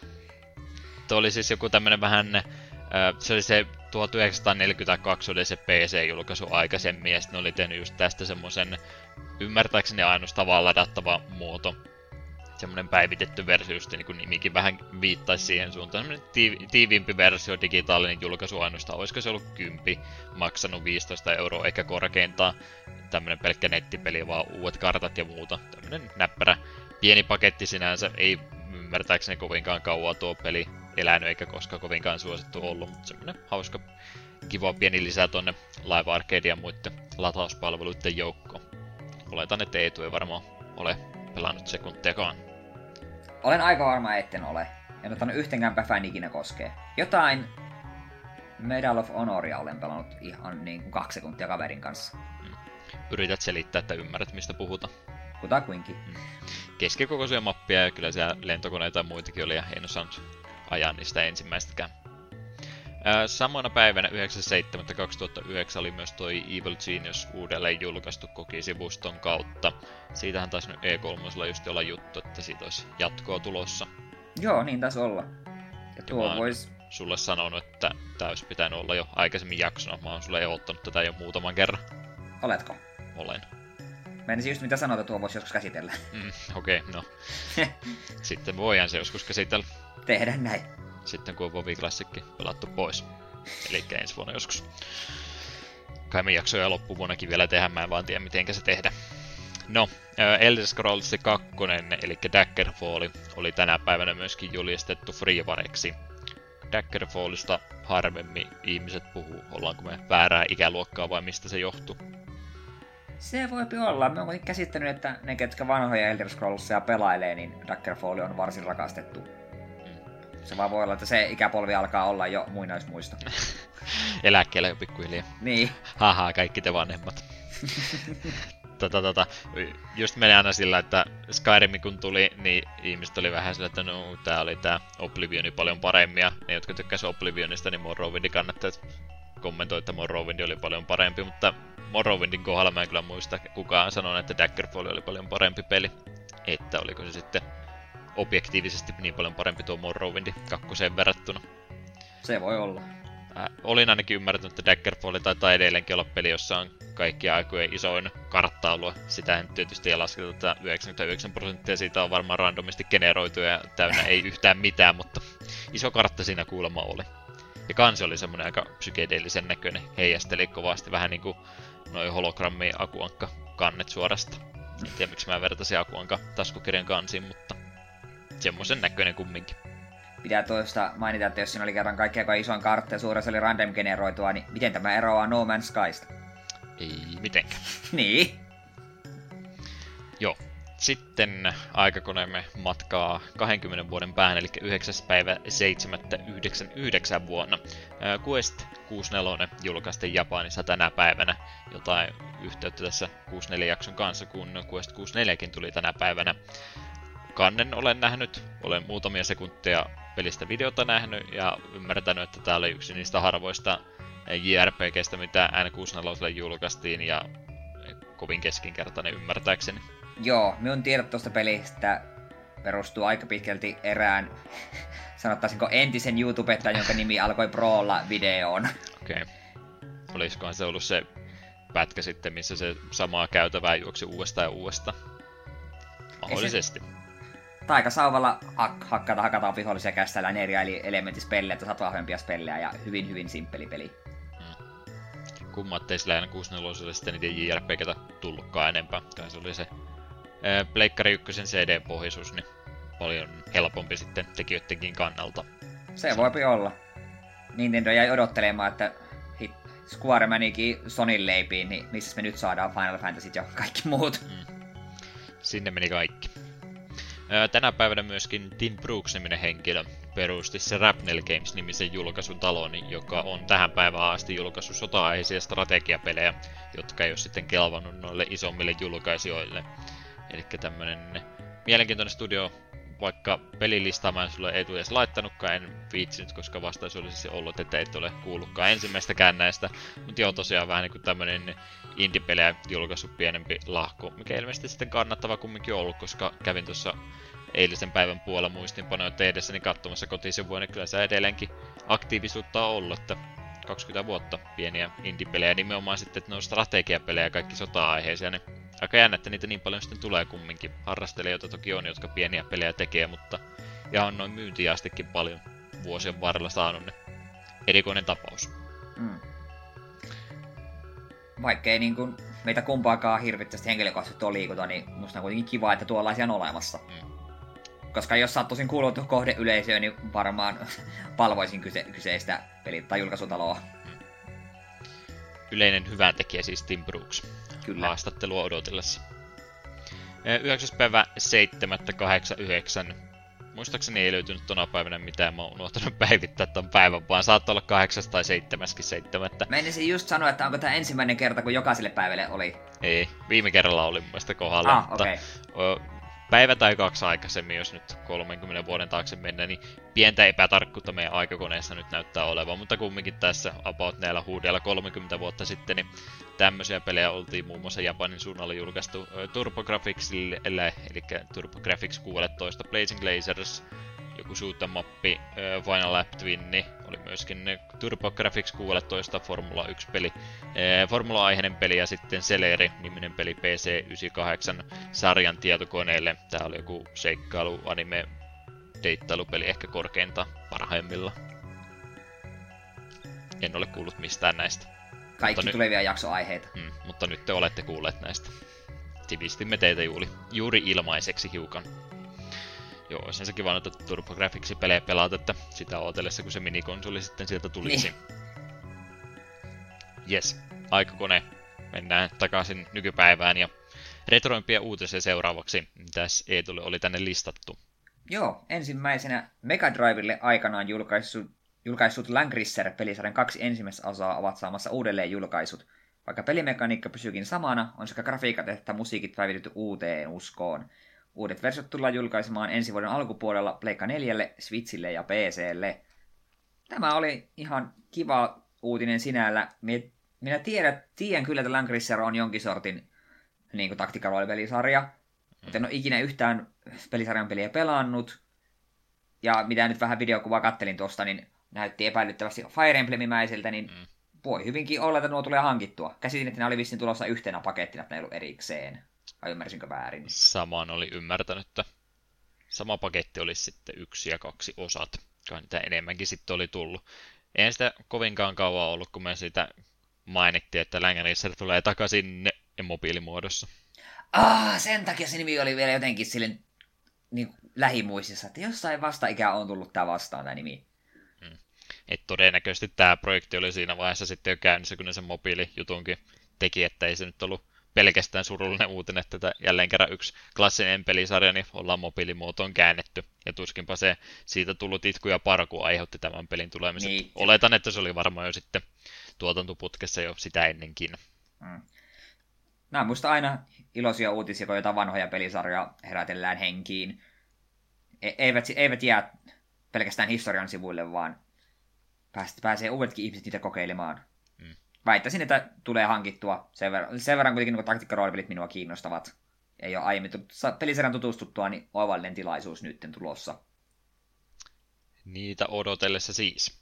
Tuo oli siis joku tämmönen vähän, se oli se 1942 oli se PC-julkaisu aikaisemmin, ja sitten ne oli tehnyt just tästä semmosen, ymmärtääkseni ainoastaan vaan ladattava muoto. Semmonen päivitetty versio, just niin kuin nimikin vähän viittaisi siihen suuntaan. Semmonen tiiviimpi versio, digitaalinen julkaisu ainoastaan. Olisiko se ollut 10, maksanut 15 € eikä korkeintaan. Tämmönen pelkkä nettipeli, vaan uudet kartat ja muuta. Tämmönen näppärä pieni paketti sinänsä. Ei ymmärtääkseni kovinkaan kauan tuo peli elänyt, eikä koskaan kovinkaan suosittu ollut. Mutta semmonen hauska, kiva pieni lisä tonne Live Arcade ja muiden latauspalveluiden joukkoon. Oletan, että Eetu ei varmaan ole pelannut sekuntiakaan. Olen aika varma, etten ole. En ottanut yhtenkään päfään ikinä koskee. Jotain Medal of Honoria olen pelannut ihan niin kuin 2 sekuntia kaverin kanssa. Yrität selittää, että ymmärrät, mistä puhutaan. Kutakuinkin. Keskikokoisia mappia ja kyllä siellä lentokoneita ja muitakin oli ja en osannut ajaa niistä ensimmäistäkään. Samana päivänä 9.7.2009 oli myös toi Evil Genius uudelleen julkaistu Koki-sivuston kautta. Siitähän taisi nyt E3 just olla juttu, että siitä olisi jatkoa tulossa. Joo, niin taisi olla. Ja tuo vois... sulle sanonut, että tää olisi pitänyt olla jo aikaisemmin jaksona. Mä oon sulle ehdottanut tätä jo muutaman kerran. Oletko? Olen. Menisin just mitä sanoit, että tuo voisi joskus käsitellä. Okei, no. Sitten voidaan se joskus käsitellä. Tehdään näin. Sitten kun on WoW Classickin pelattu pois. Elikkä ensi vuonna joskus. Kai me jaksoja loppuvuonnakin vielä tehdään, mä en vaan tiedä mitenkä se tehdä. No, Elder Scrolls 2, eli Daggerfall, oli tänä päivänä myöskin julistettu freewareksi. Daggerfallista harvemmin ihmiset puhuu, ollaanko me väärää ikäluokkaa vai mistä se johtuu. Se voi olla. Mä oon käsittänyt, että ne, ketkä vanhoja Elder Scrollsia pelailee, niin Daggerfall on varsin rakastettu. Se vaan voi olla, että se ikäpolvi alkaa olla jo muinaismuisto. Eläkkeellä jo pikkuhiljaa. Niin. Haha, kaikki te vanhemmat. Just meni aina sillä, että Skyrim kun tuli, niin ihmiset oli vähän sillä, että no, tää oli tää Oblivioni paljon paremmin. Ja ne, jotka tykkäsivät Oblivionista, niin Morrowindin kannattaa kommentoi, että Morrowind oli paljon parempi. Mutta Morrowindin kohdalla mä en kyllä muista kukaan sanonut, että Daggerfall oli paljon parempi peli. Että oliko se sitten objektiivisesti niin paljon parempi tuo Morrowindi 2 verrattuna. Se voi olla. Olin ainakin ymmärtänyt, että Daggerfall taitaa edelleenkin olla peli, jossa on kaikkia aikojen isoin kartta-alue. Sitä en tietysti ei lasketa, että 99% siitä on varmaan randomisti generoitu ja täynnä ei yhtään mitään, mutta iso kartta siinä kuulemma oli. Ja kansi oli semmonen aika psykedeellisen näköinen, heijasteli kovasti, vähän niinku noi hologrammi Akuankka kannet suorasta. En tiedä miksi mä vertaisin Akuankka taskukirjan kansiin, mutta semmoisen näköinen kumminkin. Pitää tuosta mainita, että jos siinä oli kerran kaikki aika isoin kartta ja suuressa oli random generoitua, niin miten tämä eroaa No Man's Skysta? Ei mitenkään. Niin. Joo. Sitten aikakoneemme matkaa 20 vuoden päähän, eli 9.7.99 vuonna. Quest 64 julkaistiin Japanissa tänä päivänä. Jotain yhteyttä tässä 64-jakson kanssa, kun Quest 64kin tuli tänä päivänä. Kannen olen nähnyt, olen muutamia sekuntia pelistä videota nähnyt ja ymmärtänyt, että tää oli yksi niistä harvoista JRPGstä, mitä N64 julkaistiin ja kovin keskinkertainen ymmärtääkseni. Joo, minun tiedot tuosta pelistä perustuu aika pitkälti erään, sanottaisinko entisen YouTubettajan, jonka nimi alkoi Proolla videoon. Okei. Olisikohan se ollut se pätkä sitten, missä se samaa käytävää juoksi uudestaan ja uudestaan? Mahdollisesti. Taikasauvalla hakataan vihollisia käsitellään eri elementispellejä, että saat vahvempia spellejä ja hyvin hyvin simppeli peli. Kumma, ettei sillä aina 64 sitten niitä JRPGtä tullutkaan enempää. Kai se oli se Pleikkari 1 CD-pohjaisuus, niin paljon helpompi sitten tekijöidenkin kannalta. Se voipi olla. Nintendo jäi odottelemaan, että Square menikin Sonin leipiin, niin missä me nyt saadaan Final Fantasyt ja kaikki muut. Sinne meni kaikki. Tänä päivänä myöskin Tim Brooks-niminen henkilö perusti se Rapnel Games-nimisen julkaisutalon, joka on tähän päivään asti julkaissut sota-aiheisia strategiapelejä, jotka ei ole sitten kelvannut noille isommille julkaisijoille. Eli tämmönen mielenkiintoinen studio vaikka pelilistaa mä en sulle ei edes laittanutkaan, en viitsinyt, koska vastaus olisi se ollut, että et ole kuullutkaan ensimmäistäkään näistä. Mutta joo, tosiaan vähän niinku tämmönen indie-pelejä julkaisu pienempi lahko, mikä ilmeisesti sitten kannattava kumminkin ollut, koska kävin tuossa eilisen päivän puolella muistinpanoja tehdessäni katsomassa kotisivuja, niin kyllä se edelleenkin aktiivisuutta on ollut, että 20 vuotta pieniä indie-pelejä, nimenomaan sitten, että ne on strategiapelejä ja kaikki sota-aiheisia, niin aika jännä, että niitä niin paljon sitten tulee kumminkin. Harrastelijoita toki on, jotka pieniä pelejä tekee, mutta ihan noin myyntiästikin paljon vuosien varrella saanut ne. Erikoinen tapaus. Vaikka ei niinku meitä kumpaakaan hirvittävästi henkilökohtaisesti tuo liikuta, niin musta on kuitenkin kiva, että tuollaisia on olemassa. Koska jos sä oot tosin kuullut kohdeyleisöön, niin varmaan palvoisin kyseistä peli- tai julkaisutaloa. Yleinen hyväntekijä siis Tim Brooks. Kyllä. Haastattelua odotellessa. 9.7.89. Muistaakseni ei löytynyt tona päivänä mitään, mä oon unohtanut päivittää tämän päivän, vaan saattaa olla 8. tai 7.7. Menisin just sanoa, että onko tämä ensimmäinen kerta, kun jokaiselle päivälle oli. Ei, viime kerralla oli mun mielestä kohdalla, mutta päivä tai 2 aikaisemmin, jos nyt 30 vuoden taakse mennään, niin pientä epätarkkuutta meidän aikakoneessa nyt näyttää olevan, mutta kumminkin tässä about näillä huudella 30 vuotta sitten, niin tämmöisiä pelejä oltiin muun muassa Japanin suunnalla julkaistu TurboGrafxille, eli TurboGrafx 16, Blazing Lasers, joku shoot 'em up, Final Lap Twinni, oli myöskin TurboGrafx 16 Formula 1 peli, Formula-aiheinen peli ja sitten Celeri-niminen peli PC98 sarjan tietokoneelle. Tää oli joku seikkailu, anime, deittailupeli ehkä korkeinta parhaimmilla. En ole kuullut mistään näistä. Kaikki tulevia jaksoaiheita. Mutta nyt te olette kuulleet näistä. Sivistimme teitä juuri ilmaiseksi hiukan. Joo, olisi se kiva noita TurboGrafx-pelejä pelata, että sitä ootellessa, kun se minikonsoli sitten sieltä tulisi. Jes, aikakone. Mennään takaisin nykypäivään ja retroimpia uutisia seuraavaksi. Mitäs Eetulle oli tänne listattu? Joo, ensimmäisenä Mega Drivelle aikanaan julkaissut Langrisser-pelisarjan 2 ensimmäistä osaa ovat saamassa uudelleen julkaisut. Vaikka pelimekaniikka pysyykin samana, on sekä grafiikat että musiikit päivitetty uuteen uskoon. Uudet versiot tullaan julkaisemaan ensi vuoden alkupuolella Pleikka 4, Switchille ja PClle. Tämä oli ihan kiva uutinen sinällä. Minä tiedän kyllä, että Langrisser on jonkin sortin niin taktiikka-roolipelisarja, mutta en ole ikinä yhtään pelisarjan peliä pelannut. Ja mitä nyt vähän videokuvaa kattelin tuosta, niin näytti epäilyttävästi Fire Emblemimäiseltä, niin voi hyvinkin olla, että nuo tulee hankittua. Käsitin, että ne oli vissiin tulossa yhtenä pakettina, että ne ei ollut erikseen. Vai ymmärsinkö väärin? Samaan oli ymmärtänyt, että sama paketti olisi sitten 1 ja 2 osat. Kai niitä enemmänkin sitten oli tullut. Ei sitä kovinkaan kauan ollut, kun me siitä mainittiin, että Langrisser tulee takaisin mobiilimuodossa. Sen takia se nimi oli vielä jotenkin silleen niin lähimuistissa, että jossain vasta-ikään on tullut tää vastaan tämä nimi. Et todennäköisesti tämä projekti oli siinä vaiheessa sitten jo käynnissä, kun ne sen mobiilijutunkin teki, että ei se nyt ollut pelkästään surullinen uutinen, että jälleen kerran yksi klassinen pelisarja, niin ollaan mobiilimuotoon käännetty. Ja tuskinpa se siitä tullut itku ja parku aiheutti tämän pelin tulemisen. Niin. Oletan, että se oli varmaan jo sitten tuotantoputkessa jo sitä ennenkin. Nämä on musta aina iloisia uutisia, kun jotain vanhoja pelisarjoja herätellään henkiin. Eivät jää pelkästään historian sivuille, vaan pääsee uudetkin ihmiset niitä kokeilemaan. Väittäisin, että tulee hankittua. Sen verran kuitenkin taktiikkaroolipelit minua kiinnostavat. Ei ole aiemmin pelisarjan tutustuttua, niin oivallinen tilaisuus nytten tulossa. Niitä odotellessa siis.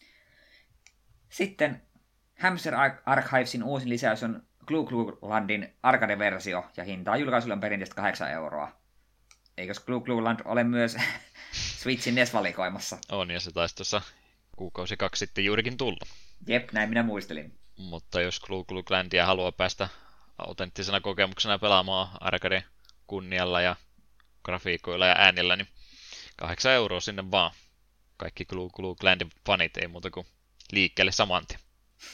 Sitten Hamster Archivesin uusin lisäys on Glu Glu Landin arcade-versio, ja hintaa julkaisulle on perinteistä 8 €. Eikös Glu Glu Land ole myös Switchin NES-valikoimassa? On, ja se taisi tuossa kuukausi 2 sitten juurikin tulla. Jep, näin minä muistelin. Mutta jos Glu Glu Landia haluaa päästä autenttisena kokemuksena pelaamaan arcade kunnialla ja grafiikoilla ja äänillä, niin 8 € sinne vaan. Kaikki Glu Glu Landin fanit ei muuta kuin liikkeelle saman tien.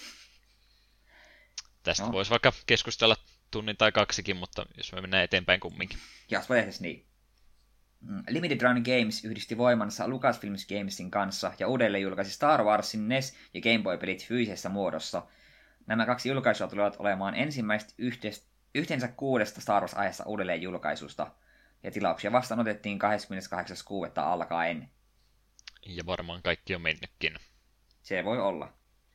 Tästä voisi vaikka keskustella tunnin tai 2, mutta jos me mennään eteenpäin kumminkin. Jos voi tehdä niin. Limited Run Games yhdisti voimansa Lucasfilms Gamesin kanssa ja uudelleen julkaisi Star Warsin NES- ja Game Boy-pelit fyysisessä muodossa. Nämä 2 julkaisua tulevat olemaan ensimmäiset yhteensä 6 Star Wars-aiheessa uudelleen julkaisusta. Ja tilauksia vastaanotettiin 28.6. alkaen. Ja varmaan kaikki on mennytkin. Se voi olla.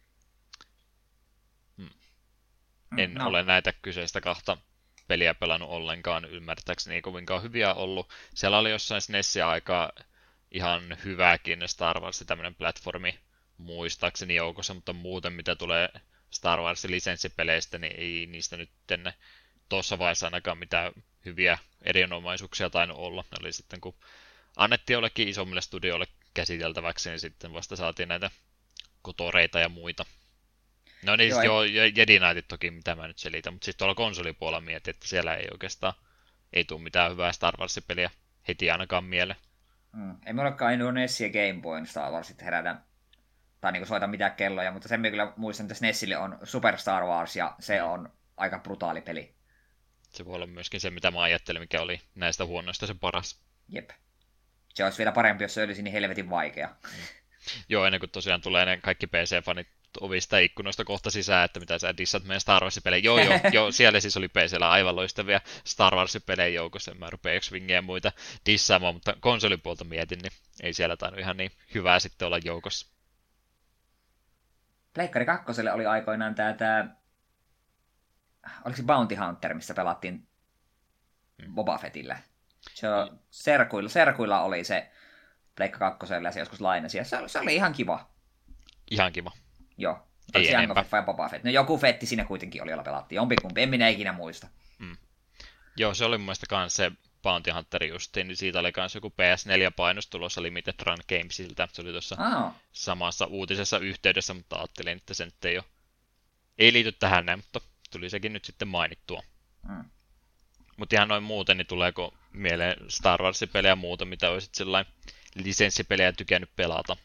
En ole näitä kyseistä kahta peliä pelannut ollenkaan, ymmärtääkseni ei kovinkaan hyviä ollut. Siellä oli jossain SNESiä aika ihan hyvääkin Star Wars, tämmöinen platformi muistaakseni joukossa, mutta muuten mitä tulee Star Warsin lisenssipeleistä, niin ei niistä nyt tuossa vaiheessa ainakaan mitään hyviä erinomaisuuksia tainnut olla. Ne oli sitten, kun annettiin jollekin isommille studioille käsiteltäväksi, niin sitten vasta saatiin näitä kotoreita ja muita. No niin, joo, Jedi Knightit toki, mitä mä nyt selitän, mutta sitten tuolla konsolipuolella mietin, että siellä ei oikeastaan ei tule mitään hyvää Star Wars-peliä heti ainakaan mieleen. Ei me olekaan enää NES ja Game Boyn Star Warsit herätä, tai niinku soita mitään kelloja, mutta sen me kyllä muistan, että NESille on Super Star Wars, ja se on aika brutaali peli. Se voi olla myöskin se, mitä mä ajattelin, mikä oli näistä huonoista se paras. Jep. Se olisi vielä parempi, jos se olisi niin helvetin vaikea. Joo, ennen kuin tosiaan tulee ne kaikki PC-fanit ovista ja ikkunoista kohta sisään, että mitä sä dissat meidän Star Wars-pelejä. Joo, siellä siis oli PC:llä aivan loistavia Star Wars-pelejä joukossa, en mä rupea X-Wingia ja muita dissaamaan, mutta konsolipuolta mietin, niin ei siellä tainnut ihan niin hyvää sitten olla joukossa. Pleikkari 2 oli aikoinaan tää oliko se Bounty Hunter, missä pelattiin Boba Fettillä? Se on, serkuilla oli se Pleikka 2 ja se joskus lainasi, ja se oli ihan kiva. Ihan kiva. Joo. Ei enempää. Vai Boba Fett. No joku Fetti siinä kuitenkin oli, jolla pelattiin. Jompikumpi, en minä ikinä muista. Joo, se oli mun mielestä kans se Bounty Hunter justiin, niin siitä oli kans joku PS4-painos tulossa Limited Run Gamesiltä. Se oli tuossa samassa uutisessa yhteydessä, mutta ajattelin, että se nyt ei liity tähän näin, mutta tuli sekin nyt sitten mainittua. Mutta ihan noin muuten, niin tuleeko mieleen Star Wars-pelejä ja muuta, mitä olisit sellainen lisenssipelejä tykännyt pelata?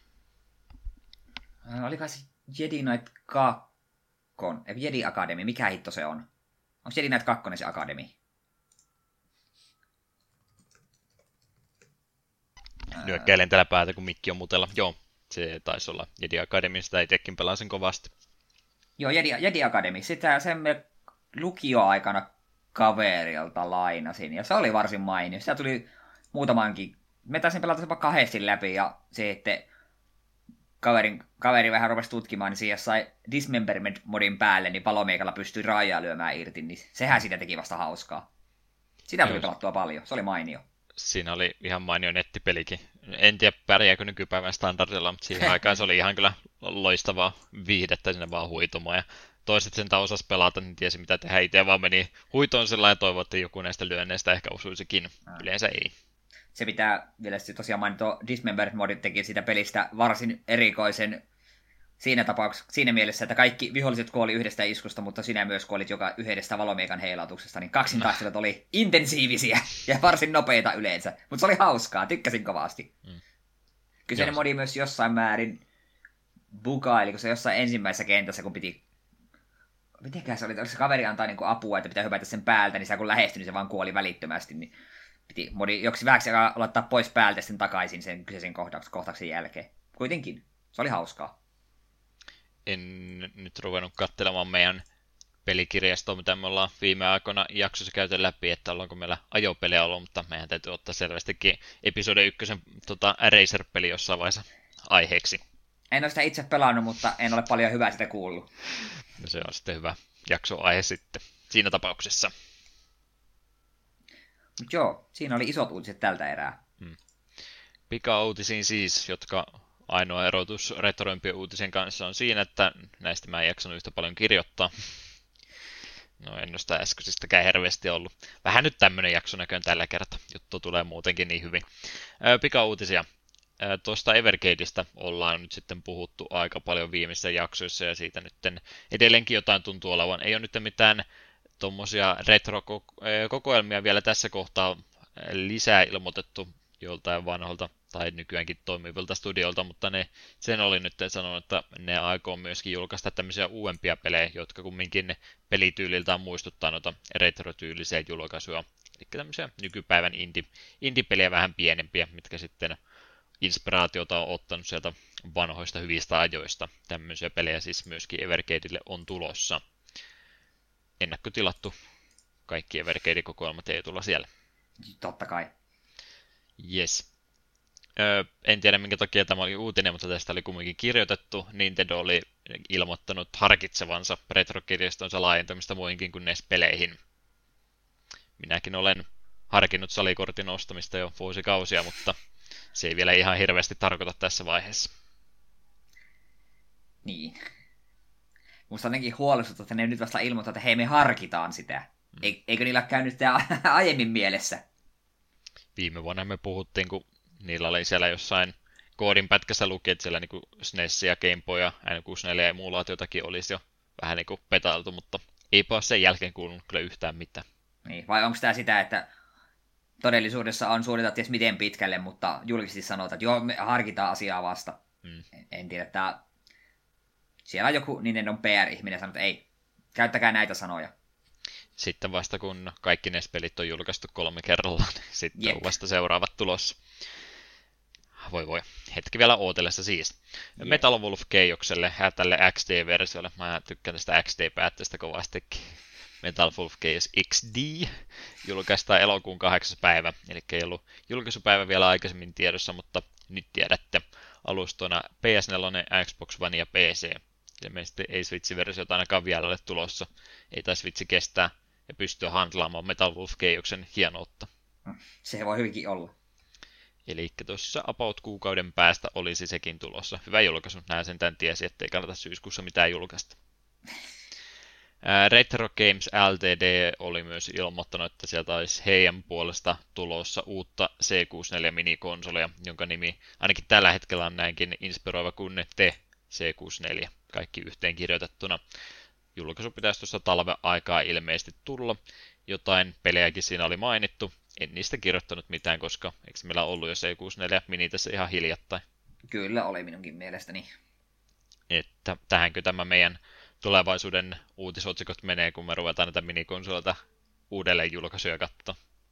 Oliko se Jedi Knight 2? Jedi Academy, mikä hitto se on? Onko Jedi Knight 2 se Academy? Nyökkäilen tällä päätä, kun mikki on mutella. Joo, se taisi olla Jedi Academy, sitä itsekin pelasin kovasti. Joo, Jedi Academy. Sitä sen me lukioaikana kaverilta lainasin, ja se oli varsin mainio. Sitä tuli muutamankin. Me taisin pelata jopa kahdesti läpi, ja se, että kaveri vähän rupesi tutkimaan, niin siihen sai Dismemberment-modin päälle, niin palomiekalla pystyi raajaa lyömään irti, niin sehän siitä teki vasta hauskaa. Sitä tuli pelattua paljon, se oli mainio. Siinä oli ihan mainio nettipelikin. En tiedä pärjääkö nykypäivän standardilla, mutta siihen aikaan se oli ihan kyllä loistavaa viihdettä sinne vaan huitumaan. Ja toiset sen osasi pelata, niin tiesi mitä tehdä itse, vaan meni huitoon sillä ja toivoi, että joku näistä lyönneistä ehkä osuisikin. Yleensä ei. Se pitää vielä tosiaan mainita, Dismembered modit teki sitä pelistä varsin erikoisen siinä mielessä, että kaikki viholliset kuoli yhdestä iskusta, mutta sinä myös kuolit joka yhdestä valomiekan heilautuksesta, niin kaksintaistelut oli intensiivisiä ja varsin nopeita yleensä, mutta se oli hauskaa, tykkäsin kovasti. Kyseinen modi myös jossain määrin bugaili, kun se jossain ensimmäisessä kentässä, kun piti mitenköhän se oli, oliko se kaveri antaa niinku apua, että pitää hypätä sen päältä, niin se kun lähestyi, niin se vaan kuoli välittömästi, niin piti modi joksi vähäksi laittaa pois päältä sitten takaisin sen kyseisen kohtauksen jälkeen. Kuitenkin, se oli hauskaa. En nyt ruvennut katselemaan meidän pelikirjastoa, mitä me ollaan viime aikoina jaksossa käyty läpi, että ollaanko meillä ajopelejä ollut, mutta meidän täytyy ottaa selvästikin episode 1 Racer-peli jossain vaiheessa aiheeksi. En ole sitä itse pelannut, mutta en ole paljon hyvää sitä kuullut. No se on sitten hyvä jaksoaihe sitten siinä tapauksessa. Mut joo, siinä oli isot uutiset tältä erää. Pika-uutisiin siis, jotka ainoa erotus retroimpien uutisen kanssa on siinä, että näistä mä en jaksanut yhtä paljon kirjoittaa. No en ole sitä äskeisistäkään hirveästi ollut. Vähän nyt tämmönen jakso näköön tällä kertaa. Juttu tulee muutenkin niin hyvin. Pika-uutisia. Tuosta Evergateista ollaan nyt sitten puhuttu aika paljon viimeisissä jaksoissa ja siitä nyt edelleenkin jotain tuntuu olevan. Ei ole nyt mitään tuommoisia retro-kokoelmia vielä tässä kohtaa lisää ilmoitettu joltain vanholta tai nykyäänkin toimivilta studiolta, mutta ne sen oli nyt sanonut, että ne aikoo myöskin julkaista tämmöisiä uudempia pelejä, jotka kumminkin pelityyliltään muistuttaa noita retro-tyylisiä julkaisuja. Eli tämmöisiä nykypäivän indie-pelejä vähän pienempiä, mitkä sitten inspiraatiota on ottanut sieltä vanhoista hyvistä ajoista. Tämmöisiä pelejä siis myöskin Evergateille on tulossa. Ennakkotilattu kaikki Evergate-kokoelmat ei tulla siellä. Totta kai. Yes. En tiedä minkä takia tämä oli uutinen, mutta tästä oli kumminkin kirjoitettu. Nintendo oli ilmoittanut harkitsevansa retrokirjastonsa laajentamista muihinkin kuin NES-peleihin. Minäkin olen harkinnut salikortin ostamista jo vuosikausia, mutta se ei vielä ihan hirveästi tarkoita tässä vaiheessa. Niin. Musta on jotenkin huolestuttu, että ne nyt vasta ilmoittaa, että hei, me harkitaan sitä. Eikö niillä ole käynyt sitä aiemmin mielessä? Viime vuonna me puhuttiin, kun niillä oli siellä jossain koodin pätkässä luki, että siellä niinku SNES ja Game Boy ja N64 ja emulaatiotakin olisi jo vähän niinku petailtu, mutta eipä ole sen jälkeen kuulunut kyllä yhtään mitään. Niin. Vai onko tämä sitä, että todellisuudessa on suunniteltu ties miten pitkälle, mutta julkisesti sanotaan, että joo, me harkitaan asiaa vasta. En tiedä, että siellä on joku Nintendon PR-ihminen sanonut, että ei, käyttäkää näitä sanoja. Sitten vasta kun kaikki NES-pelit on julkaistu 3 kerrallaan, niin sitten on vasta seuraavat tulossa. Voi, hetki vielä ootellessa siis. Metal Wolf Chaokselle ja tälle XD-versiolle, mä tykkään tästä XD-päätteestä kovastikin. Metal Wolf Chaos XD julkaistaan elokuun 8. päivä, eli ei ollut julkaisupäivä vielä aikaisemmin tiedossa, mutta nyt tiedätte. Alustona PS4, Xbox One ja PC. Ilmeisesti ei Switch-versiota ainakaan vielä ole tulossa. Ei taisi Switch kestää ja pystyä handlaamaan Metal Wolf Chaoksen hienoutta. Se voi hyvinkin olla. Eli tuossa about kuukauden päästä olisi sekin tulossa. Hyvä julkaisu. Nää sentään tiesi, ettei kannata syyskuussa mitään julkaista. Retro Games Ltd. Oli myös ilmoittanut, että sieltä olisi heidän puolesta tulossa uutta C64-minikonsolia, jonka nimi ainakin tällä hetkellä on näinkin inspiroiva kuin te C64, kaikki yhteen kirjoitettuna. Julkaisu pitäisi tuossa talven aikaa ilmeisesti tulla. Jotain pelejäkin siinä oli mainittu. En niistä kirjoittanut mitään, koska eikö meillä ollut jo C64 mini tässä ihan hiljattain? Kyllä oli minunkin mielestäni. Että tähänkö tämä meidän tulevaisuuden uutisotsikot menee, kun me ruvetaan näitä minikonsoleita uudelleen julkaisuja katsoa.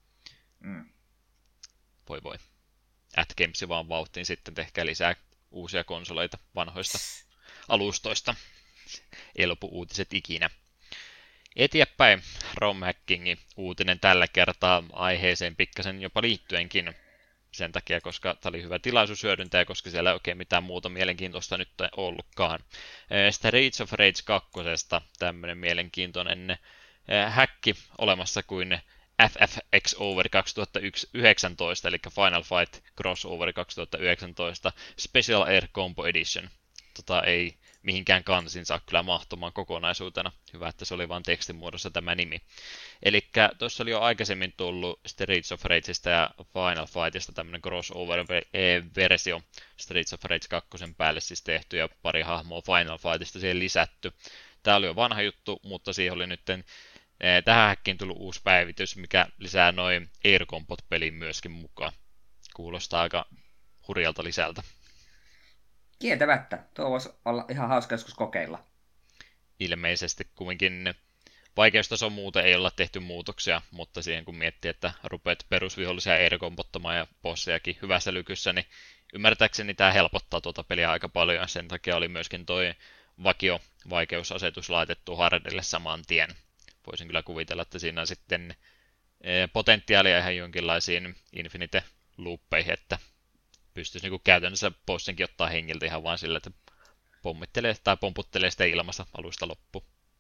Voi. AtGames vaan vauhtiin sitten tehkää lisää uusia konsoleita vanhoista alustoista. Ei lopu uutiset ikinä. Eteenpäin ROM-hackingi uutinen tällä kertaa aiheeseen pikkasen jopa liittyenkin. Sen takia, koska tämä oli hyvä tilaisuus hyödyntää, koska siellä ei oikein mitään muuta mielenkiintoista nyt ei ollutkaan. Streets of Rage 2. Tämmöinen mielenkiintoinen häkki olemassa kuin FFX Over 2019, eli Final Fight Crossover 2019 Special Air Combo Edition. Ei mihinkään kansiin saa kyllä mahtumaan kokonaisuutena. Hyvä, että se oli vain tekstin muodossa tämä nimi. Eli tuossa oli jo aikaisemmin tullut Streets of Rageista ja Final Fightista tämmöinen crossover-versio Streets of Rage 2 päälle siis tehty ja pari hahmoa Final Fightista siihen lisätty. Tämä oli jo vanha juttu, mutta siihen oli nyt tähän häkkiin tullut uusi päivitys, mikä lisää noin Air Compot peliin myöskin mukaan. Kuulostaa aika hurjalta lisältä. Kieltämättä. Tuo voisi olla ihan hauska joskus kokeilla. Ilmeisesti kuitenkin vaikeustason muuten ei olla tehty muutoksia, mutta siihen kun miettii, että rupeat perusvihollisia air-kompottamaan ja bossejakin hyvässä lykyssä, niin ymmärtääkseni tämä helpottaa tuota peliä aika paljon. Sen takia oli myöskin toi vakio-vaikeusasetus laitettu hardille saman tien. Voisin kyllä kuvitella, että siinä on sitten potentiaalia ihan jonkinlaisiin Infinite-looppeihin, että pystyisi niinku käytännössä bossinkin ottaa hengiltä ihan vain sillä, että pommittelee tai pomputtelee sitä ilmassa alusta loppuun.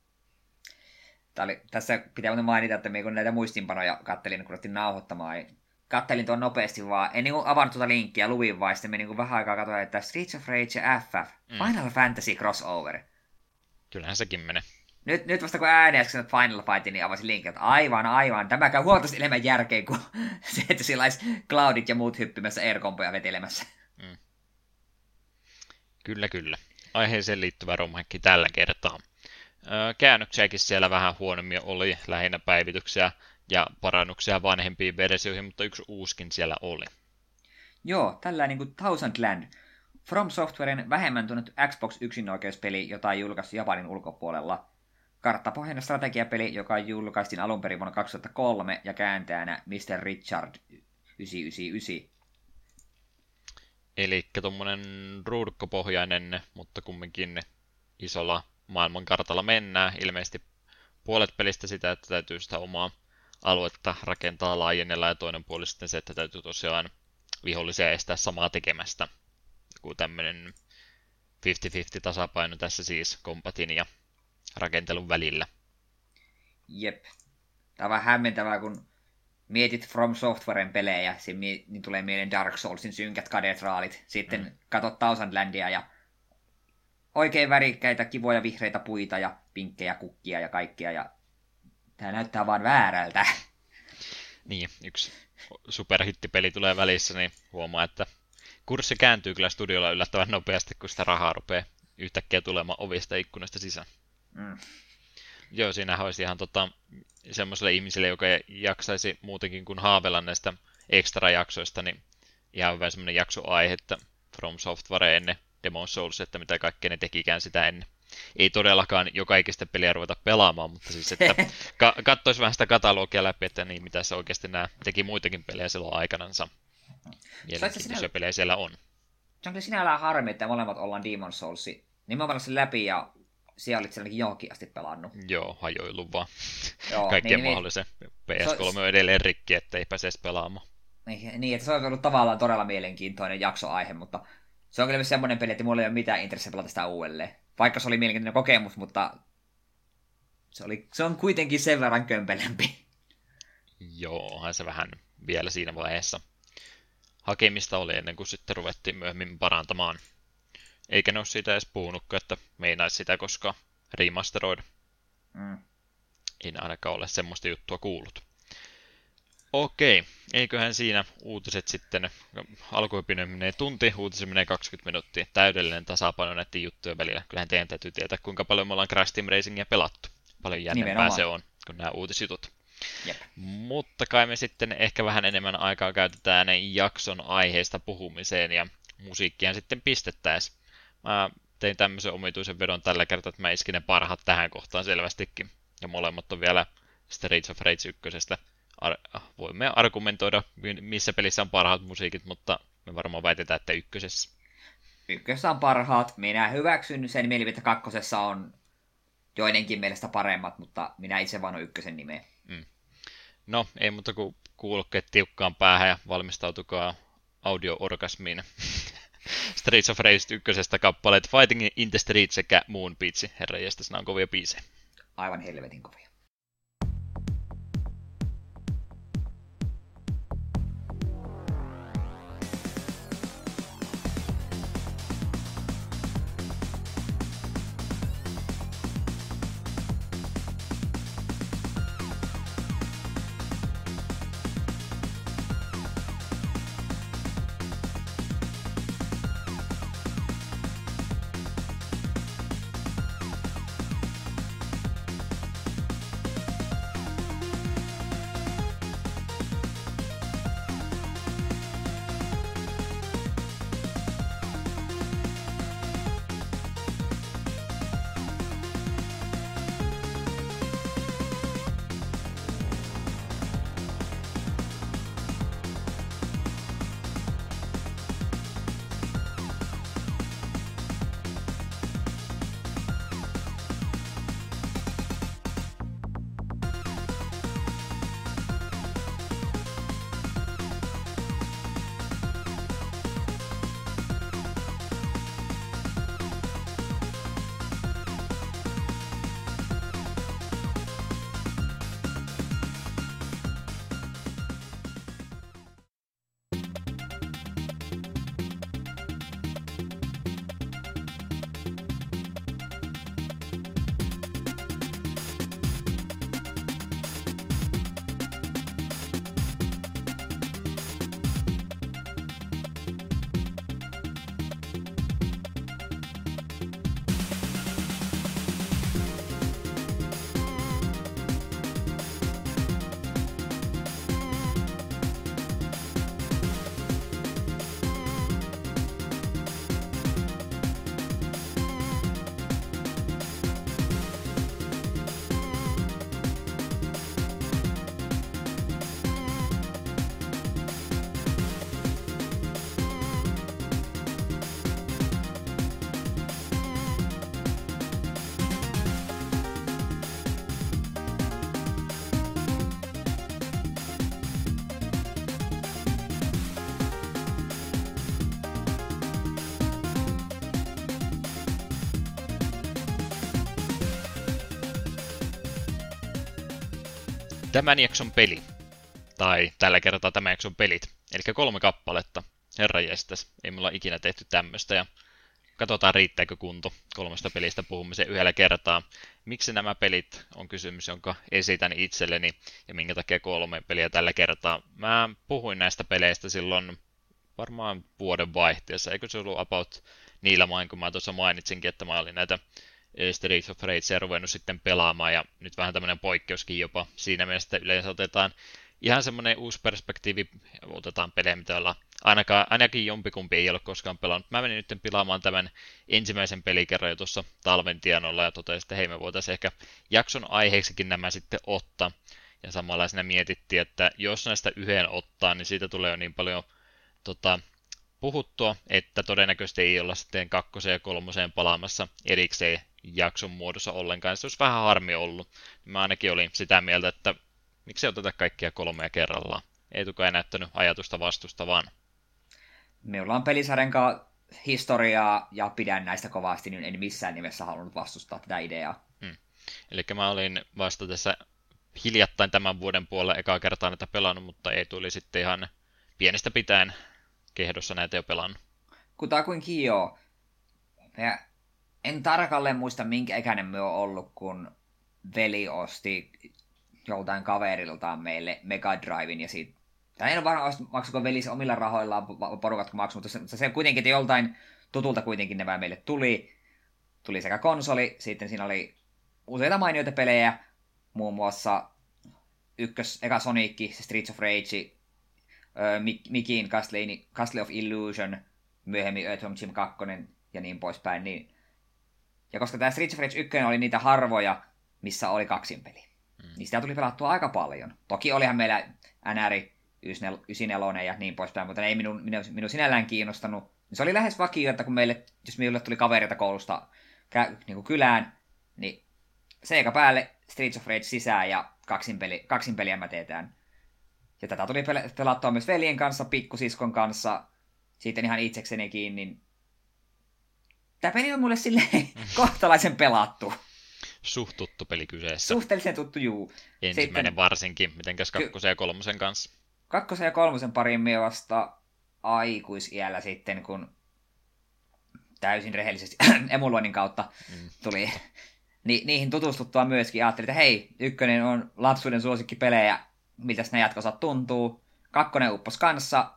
Tässä pitää muuten mainita, että kun näitä muistinpanoja kattelin, kun ruvettiin nauhoittamaan, niin kattelin tuon nopeasti vaan, en niin avannut tuota linkkiä, luvin vaan, sitten me niin vähän aikaa katsoin, että Streets of Rage ja FF, Final Fantasy Crossover. Kyllähän sekin menee. Nyt vasta kun ääneen äsken Final Fightin, niin avasin linkin, että aivan, tämä käy huomattavasti enemmän järkeen kuin se, että sillä olisi Cloudit ja muut hyppimässä air-kompoja vetelemässä. Kyllä. Aiheeseen liittyvä romhekki tällä kertaa. Käännöksiäkin siellä vähän huonommin oli, lähinnä päivityksiä ja parannuksia vanhempiin versioihin, mutta yksi uuskin siellä oli. Joo, tällainen niin kuin Thousandland. From Softwaren vähemmän tunnettu Xbox yksinoikeuspeli, jota ei julkaistu Japanin ulkopuolella. Karttapohjainen strategiapeli, joka julkaistiin alun perin vuonna 2003 ja kääntäjänä Mr. Richard 999. Eli tuommoinen ruudukkopohjainen, mutta kumminkin isolla maailmankartalla mennään. Ilmeisesti puolet pelistä sitä, että täytyy sitä omaa aluetta rakentaa, laajennella, ja toinen puoli sitten se, että täytyy tosiaan vihollisia estää samaa tekemästä. Joku tämmöinen 50-50 tasapaino tässä siis kompatin ja rakentelun välillä. Jep. Tämä on vähän hämmentävää, kun mietit From Softwaren pelejä, niin tulee mieleen Dark Soulsin synkät katedraalit. Sitten katot Thousandlandia ja oikein värikkäitä, kivoja vihreitä puita ja pinkkejä kukkia ja kaikkia. Ja tämä näyttää vaan väärältä. Niin, yksi superhittipeli tulee välissä, niin huomaa, että kurssi kääntyy kyllä studiolla yllättävän nopeasti, kun sitä rahaa rupeaa yhtäkkiä tulemaan ovista ikkunasta sisään. Joo, siinähän olisi ihan semmoiselle ihmiselle, joka jaksaisi muutenkin kuin haavella näistä extra-jaksoista, niin ihan hyvä semmoinen jaksoaihe, että From Software ennen Demon's Souls, että mitä kaikkea ne tekikään sitä ennen. Ei todellakaan joka ikistä peliä ruveta pelaamaan, mutta siis, että katsoisi vähän sitä katalogia läpi, että niin, mitä se oikeasti nämä teki muitakin pelejä silloin aikanansa. Mielenkiintoisia pelejä siellä on. Se on kyllä sinällään harmi, että molemmat ollaan Demon's Souls. Niin mä oon sen läpi ja siellä olit sielläkin johonkin asti pelannut. Joo, hajoillut vaan. Joo, kaikkea mahdollisen. PS3 on edelleen rikki, ettei pääse edes pelaamaan. Niin, että se on ollut tavallaan todella mielenkiintoinen jaksoaihe, mutta se on kyllä myös semmoinen peli, että mulla ei ole mitään intressiä pelata sitä uudelleen. Vaikka se oli mielenkiintoinen kokemus, mutta se on kuitenkin sen verran kömpelempi. Joo, onhan se vähän vielä siinä vaiheessa. Hakemista oli ennen kuin sitten ruvettiin myöhemmin parantamaan. Eikä ne ole siitä edes puhunutkaan, että meinaisi sitä koskaan remasteroida. Ei ainakaan ole semmoista juttua kuullut. Okei, eiköhän siinä uutiset sitten, alkuopinen menee tunti, uutiset menee 20 minuuttia. Täydellinen tasapaino näiden juttujen välillä. Kyllähän teidän täytyy tietää, kuinka paljon me ollaan Crash Team Racingia pelattu. Paljon jännempää se on, kun nämä uutisjutut. Jep. Mutta kai me sitten ehkä vähän enemmän aikaa käytetään jakson aiheesta puhumiseen ja musiikkia sitten pistettäisiin. Mä tein tämmöisen omituisen vedon tällä kertaa, että mä iskin ne parhaat tähän kohtaan selvästikin. Ja molemmat on vielä Streets of Rage 1. Voimme argumentoida, missä pelissä on parhaat musiikit, mutta me varmaan väitetään, että ykkösessä. Ykkösessä on parhaat. Minä hyväksyn sen mielipiteen, että kakkosessa on joidenkin mielestä paremmat, mutta minä itse vaan on ykkösen nimeä. No, ei muuta kuin kuulokkeet tiukkaan päähän ja valmistautukaa audio-orgasmiin. Streets of Rage 1 kappaleet Fighting in the Street sekä Moon Beach. Herranjestas, nämä on kovia biisejä. Aivan helvetin kovia. Tämän jakson peli, tai tällä kertaa tämän jakson pelit, eli 3 kappaletta. Herranjestas, ei mulla ikinä tehty tämmöistä, ja katsotaan riittääkö kunto 3 pelistä puhumisen yhdellä kertaa. Miksi nämä pelit on kysymys, jonka esitän itselleni, ja minkä takia 3 peliä tällä kertaa. Mä puhuin näistä peleistä silloin varmaan vuoden vaihteessa, eikö se ollut about niillä main, kun mä tuossa mainitsinkin, että mä olin näitä Streets of Ragea ruvennut sitten pelaamaan, ja nyt vähän tämmöinen poikkeuskin jopa siinä mielessä, että yleensä otetaan ihan semmoinen uusi perspektiivi, otetaan pelejä, mitä ollaan ainakin jompikumpi ei ole koskaan pelannut. Mä menin nyt pelaamaan tämän ensimmäisen pelikerran jo tuossa talven tienoilla, ja totesin, että hei, me voitaisiin ehkä jakson aiheeksikin nämä sitten ottaa, ja samalla siinä mietittiin, että jos näistä yhden ottaa, niin siitä tulee jo niin paljon puhuttua, että todennäköisesti ei olla sitten 2. ja 3. palaamassa erikseen jakson muodossa ollenkaan. Se olisi vähän harmi ollut. Mä ainakin olin sitä mieltä, että miksi ei oteta kaikkia 3 kerrallaan. Ei tukaan näyttänyt ajatusta vastustavaan. Minulla on pelisarjan historiaa ja pidän näistä kovasti, niin en missään nimessä halunnut vastustaa tätä ideaa. Eli mä olin vasta tässä hiljattain tämän vuoden puolella ekaa kertaa näitä pelannut, mutta ei tuli sitten ihan pienestä pitäen kehdossa näitä jo pelannut. Kutakuinkin joo. En tarkalleen muista, minkä ikäinen me on ollut, kun veli osti joltain kaveriltaan meille Mega Driven, ja siitä, tai en ole varma, maksuko veli se omilla rahoillaan porukat kun maksu, mutta se kuitenkin, että joltain tutulta kuitenkin nämä meille tuli sekä konsoli, sitten siinä oli useita mainioita pelejä, muun muassa eka Sonic, se Streets of Rage, Mikin Castle of Illusion, myöhemmin Earthworm Jim 2 ja niin poispäin. Niin. Ja koska tämä Streets of Rage 1 oli niitä harvoja, missä oli 2 peli, niin sitä tuli pelattua aika paljon. Toki olihan meillä NR 94 ja niin poispäin, mutta ne ei minun sinällään kiinnostanut. Se oli lähes vakio, että kun jos meille tuli kavereita koulusta niin kuin kylään, niin Sega päälle Streets of Rage sisään ja 2 peliä mä teetään. Ja tätä tuli pelattua myös veljen kanssa, pikkusiskon kanssa, sitten ihan itseksenikin, niin tämä peli on mulle silleen kohtalaisen pelattu. Suht tuttu peli kyseessä. Suhteellisen tuttu, juu. Ensimmäinen sitten, varsinkin, mitenkäs 2. ja 3. kanssa? 2. ja 3. parin mie vasta aikuisiällä sitten, kun täysin rehellisesti emuloinnin kautta tuli niihin tutustuttua myöskin. Ajattelin, että hei, 1 on lapsuuden suosikkipelejä, miltäs ne jatkosat tuntuu. 2 uppos kanssa.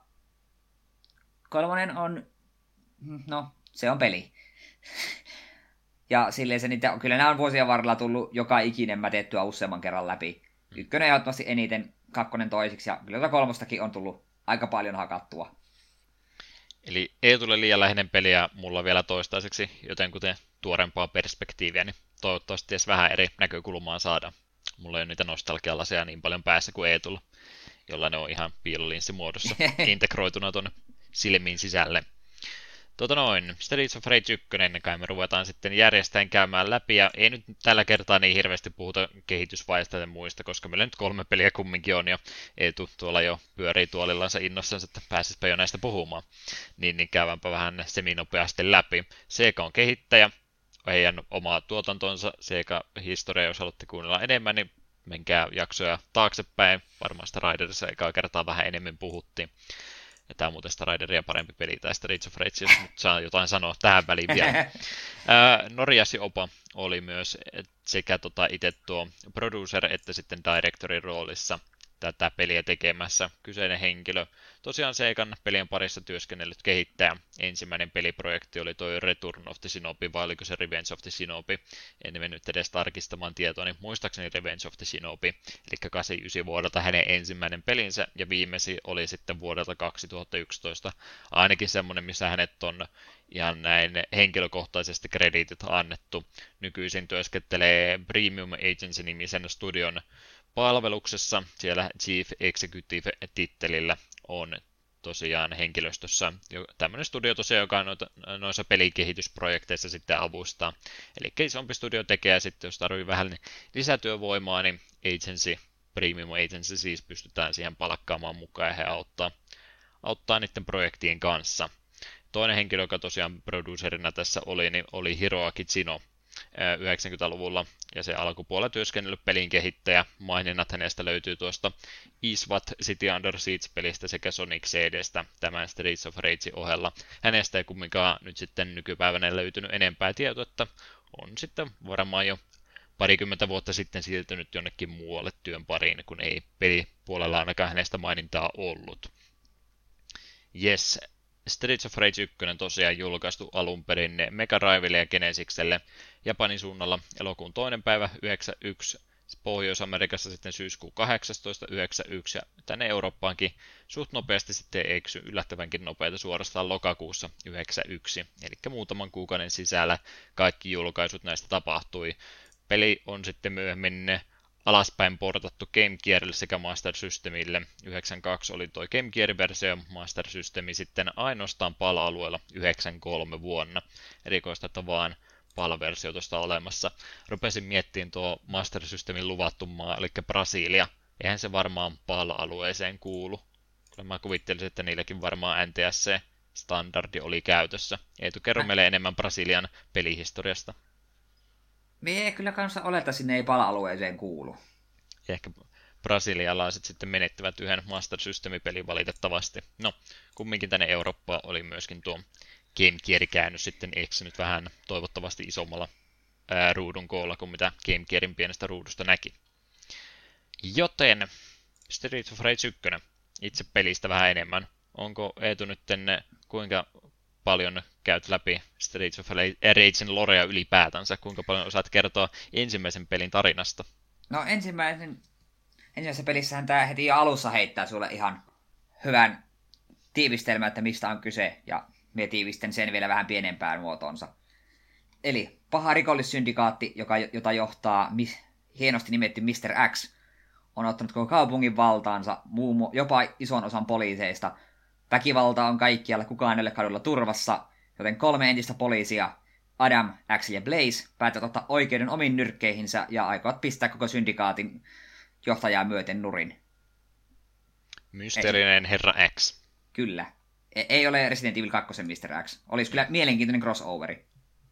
3 on, no, se on peli. Ja silleen se niitä, kyllä nämä on vuosien varrella tullut joka ikinen mätettyä useamman kerran läpi. 1 ehdottomasti eniten, 2 toisiksi, ja kyllä 3 on tullut aika paljon hakattua. Eli ei tule liian läheinen peliä mulla vielä toistaiseksi, joten kuten tuorempaa perspektiiviä, niin toivottavasti edes vähän eri näkökulmaa saada. Mulla ei ole niitä nostalgialaseja niin paljon päässä kuin Eetulla, jolla ne on ihan piilolinssimuodossa integroituna tuonne silmiin sisälle. Streets of Rage 1 ennen kai me ruvetaan sitten järjestäen käymään läpi, ja ei nyt tällä kertaa niin hirveästi puhuta kehitysvaiheista ja muista, koska meillä nyt 3 peliä kumminkin on, ja Eetu tuolla jo pyörii tuolillansa innossansa, että pääsispä jo näistä puhumaan. Niin käydäänpä vähän seminopeasti läpi. Sega on kehittäjä, heidän omaa tuotantonsa, Sega-historia, jos haluatte kuunnella enemmän, niin menkää jaksoja taaksepäin. Varmaan sitä Raiderissa ekaa kertaa vähän enemmän puhuttiin. Ja tämä on muuten sitä Raideria parempi peli, tai Streets of Rage, jos nyt saa jotain sanoa tähän väliin vielä. Noriyasu Opa oli myös sekä itse tuo producer että sitten directorin roolissa tätä peliä tekemässä. Kyseinen henkilö, tosiaan Segan pelien parissa työskennellyt kehittäjä. Ensimmäinen peliprojekti oli toi Return of the Shinobi, vai oliko se Revenge of the Shinobi? En mennyt edes tarkistamaan tietoa, niin muistaakseni Revenge of the Shinobi, eli 89 vuodelta hänen ensimmäinen pelinsä, ja viimeisi oli sitten vuodelta 2011, ainakin semmoinen, missä hänet on ihan näin henkilökohtaisesti krediitit annettu. Nykyisin työskentelee Premium Agency-nimisen studion palveluksessa, siellä Chief Executive-tittelillä on tosiaan henkilöstössä tämmöinen studio tosiaan, joka noissa pelikehitysprojekteissa sitten avustaa. Eli isompi studio tekee, ja sitten jos tarvii vähän lisätyövoimaa, niin Premium Agency siis pystytään siihen palkkaamaan mukaan, ja he auttaa niiden projektien kanssa. Toinen henkilö, joka tosiaan producerina tässä oli, niin oli Hiroaki Tsino. 90-luvulla, ja se alkupuolella työskennellyt pelin kehittäjä. Maininnat hänestä löytyy tuosta Isvat City Under Siege-pelistä sekä Sonic CDstä tämän Streets of Rage ohella. Hänestä ei kumminkaan nyt sitten nykypäivänä löytynyt enempää tietoa, että on sitten varmaan jo parikymmentä vuotta sitten siirtynyt jonnekin muualle työn pariin, kun ei pelipuolella ainakaan hänestä mainintaa ollut. Yes, Streets of Rage 1 tosiaan julkaistu alun perin Mega Drivelle ja Genesikselle Japanin suunnalla elokuun 2. päivä 91, Pohjois-Amerikassa sitten syyskuun 18.91 ja tänne Eurooppaankin suht nopeasti sitten eksy yllättävänkin nopeita suorastaan lokakuussa 91, eli muutaman kuukauden sisällä kaikki julkaisut näistä tapahtui. Peli on sitten myöhemmin alaspäin portattu Game Gearille sekä Master Systemille. 92 oli tuo Game Gear-versio, Master Systemi sitten ainoastaan PAL-alueella 93 vuonna. Erikoista, että vaan PAL-versio tuosta olemassa. Rupesin miettimään tuo Master Systemin luvattu maa, eli Brasilia. Eihän se varmaan PAL-alueeseen kuulu. Kyllä mä kuvittelisin, että niilläkin varmaan NTSC-standardi oli käytössä. Eetu, kerro meille enemmän Brasilian pelihistoriasta. Mie kyllä kanssa oleta, sinne ei pala-alueeseen kuulu. Ehkä brasilialaiset sitten menettivät yhden Master System-pelin valitettavasti. No, kumminkin tänne Eurooppaan oli myöskin tuo Game Gear-käännös sitten eksynyt vähän toivottavasti isommalla ruudun koolla kuin mitä Game Gearin pienestä ruudusta näki. Joten Streets of Rage 1, itse pelistä vähän enemmän. Onko Eetu nyt kuinka paljon käyt läpi Streets of Ragen lorea ylipäätänsä? Kuinka paljon osaat kertoa ensimmäisen pelin tarinasta? No ensimmäisessä pelissähän tämä heti jo alussa heittää sulle ihan hyvän tiivistelmän, että mistä on kyse, ja minä tiivistän sen vielä vähän pienempään muotoonsa. Eli paha rikollissyndikaatti, jota johtaa hienosti nimetty Mr. X, on ottanut koko kaupungin valtaansa, jopa ison osan poliiseista. Väkivalta on kaikkialla, kukaan ei ole kadulla turvassa, joten 3 entistä poliisia, Adam, Axel ja Blaze, päättävät ottaa oikeuden omiin nyrkkeihinsä ja aikovat pistää koko syndikaatin johtajaa myöten nurin. Mysteerinen herra X. Kyllä. Ei ole Resident Evil 2 Mr. X. Olisi kyllä mielenkiintoinen crossoveri.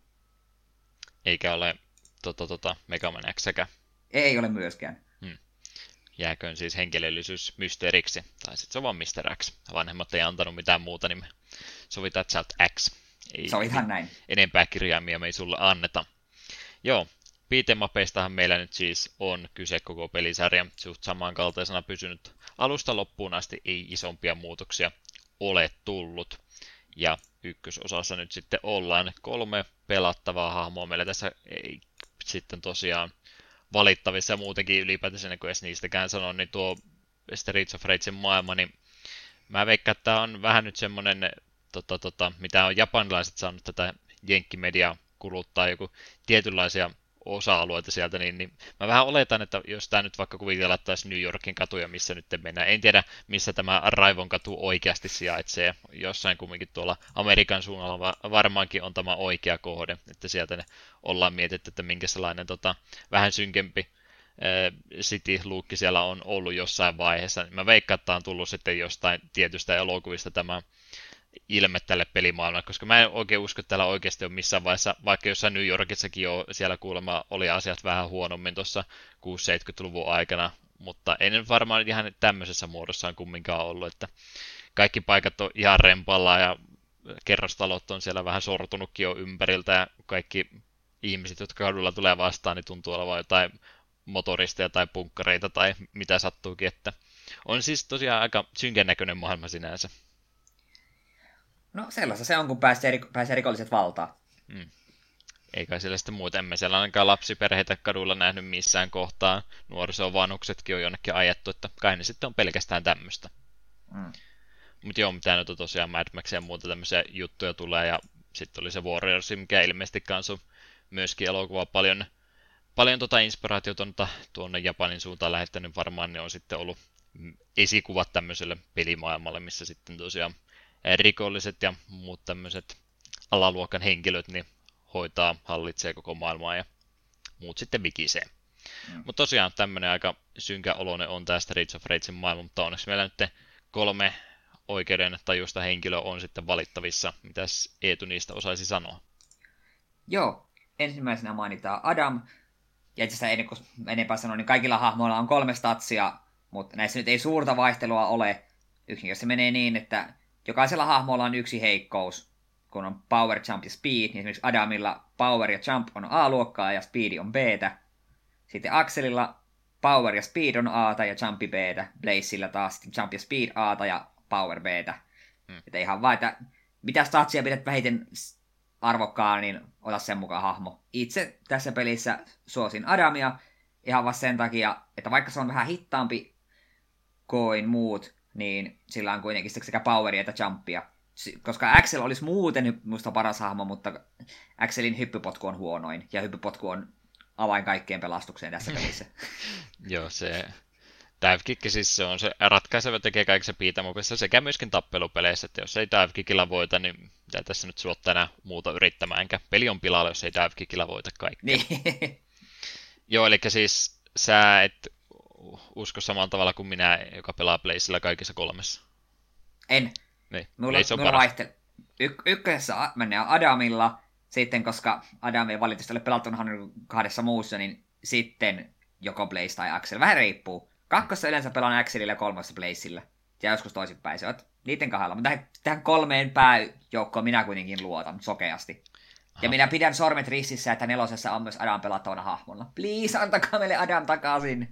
Eikä ole Mega Man X sekä. Ei ole myöskään. Jääköön siis henkilöllisyys mysteeriksi. Tai sitten se on vaan Mr. X. Vanhemmat ei antanut mitään muuta, niin me sovitaan, että sä oot X. Sovitaan näin. Enempää kirjaimia me ei sulle anneta. Joo, beat'em-upeistahan meillä nyt siis on kyse koko pelisarja. Suht samankaltaisena pysynyt alusta loppuun asti, ei isompia muutoksia ole tullut. Ja ykkösosassa nyt sitten ollaan 3 pelattavaa hahmoa. Meillä tässä ei sitten tosiaan valittavissa ja muutenkin ylipäätään, kun edes niistäkään sanon, niin tuo Streets of Ragen maailma, niin mä veikkaan, että tämä on vähän nyt semmoinen, mitä on japanilaiset saanut tätä jenkkimediaa kuluttaa, joku tietynlaisia osa-alueita sieltä, niin mä vähän oletan, että jos tämä nyt vaikka kuvitellaan, että taisi New Yorkin katuja, missä nyt mennään. En tiedä, missä tämä Raivon katu oikeasti sijaitsee. Jossain kumminkin tuolla Amerikan suunnalla varmaankin on tämä oikea kohde, että sieltä ne ollaan mietitty, että minkä sellainen vähän synkempi City-luukki siellä on ollut jossain vaiheessa. Mä veikkaan, että on tullut sitten jostain tietystä elokuvista tämä ilme tälle pelimaailmalle, koska mä en oikein usko, että täällä oikeasti on missään vaiheessa, vaikka jossain New Yorkissakin jo siellä kuulemma oli asiat vähän huonommin tuossa 60-70-luvun aikana, mutta ei nyt varmaan ihan tämmöisessä muodossaan kumminkaan ollut, että kaikki paikat on ihan rempalla ja kerrostalot on siellä vähän sortunutkin jo ympäriltä ja kaikki ihmiset, jotka kadulla tulee vastaan, niin tuntuu olevan jotain motoristeja tai punkkareita tai mitä sattuukin, että on siis tosiaan aika synkän näköinen maailma sinänsä. No sellaista se on, kun pääsee rikolliset valtaan. Eikä siellä sitten muuta. Emme siellä ainakaan lapsiperheitä kadulla nähnyt missään kohtaa. Nuorisovanhuksetkin on jonnekin ajettu, että kai ne sitten on pelkästään tämmöistä. Mutta joo, mitä nyt on tosiaan Mad Max ja muuta tämmöisiä juttuja tulee. Ja sitten oli se Warriors, mikä ilmeisesti kanssa on myöskin elokuvaa paljon inspiraatiota tuonne Japanin suuntaan lähettänyt. Varmaan ne on sitten ollut esikuvat tämmöiselle pelimaailmalle, missä sitten tosiaan rikolliset ja muut tämmöiset alaluokan henkilöt niin hallitsee koko maailmaa ja muut sitten vikisee. Mutta tosiaan tämmöinen aika synkä oloinen on tästä Streets of Ragen maailma, mutta onneksi meillä nyt 3 oikeuden tajusta henkilöä on sitten valittavissa. Mitäs Eetu niistä osaisi sanoa? Joo, ensimmäisenä mainitaan Adam. Ja itse asiassa ennen kuin enempää sanoa, niin kaikilla hahmoilla on 3 statsia, mutta näissä nyt ei suurta vaihtelua ole. Yksinkertaisesti menee niin, että jokaisella hahmolla on yksi heikkous, kun on Power, Jump ja Speed. Niin esimerkiksi Adamilla Power ja Jump on A-luokkaa ja Speed on B-tä. Sitten Axelilla Power ja Speed on A-ta ja Jumpi B-tä. Blazella taas sitten Jump ja Speed A-ta ja Power B-tä. Että ihan vaan, että mitä statsia pidät vähiten arvokkaan, niin ota sen mukaan hahmo. Itse tässä pelissä suosin Adamia ihan vaan sen takia, että vaikka se on vähän hittaampi kuin muut, niin sillä on kuitenkin sekä poweria että jumpia. Koska Axel olisi muuten musta paras hahmo, mutta Axelin hyppypotku on huonoin, ja hyppypotku on avain kaikkeen pelastukseen tässä pelissä. Joo, se dive kick siis se on se ratkaiseva tekee kaikissa beat'em sekä myöskin tappelupeleissä, että jos ei dive kickillä voita, niin mitä tässä nyt suottaa enää muuta yrittämäänkään. Peli on pilalla, jos ei dive kickillä voita kaikkea. Niin. Joo, eli siis sä et usko samalla tavalla kuin minä, joka pelaa Blazella kaikissa 3. En. Niin, Mulla vaihtelee. Ykkösessä mennään Adamilla, sitten koska Adam ei valitettavasti ole pelattu 2 muussa, niin sitten joko Blaze tai Axel. Vähän riippuu. 2 yleensä pelaan Axelilla ja 3 Blazella. Ja joskus toisinpäin. Se on niiden kahdella. Mutta tähän 3 pääjoukkoon minä kuitenkin luotan sokeasti. Aha. Ja minä pidän sormet ristissä, että 4 on myös Adam pelattavana hahmolla. Please, antakaa meille Adam takaisin.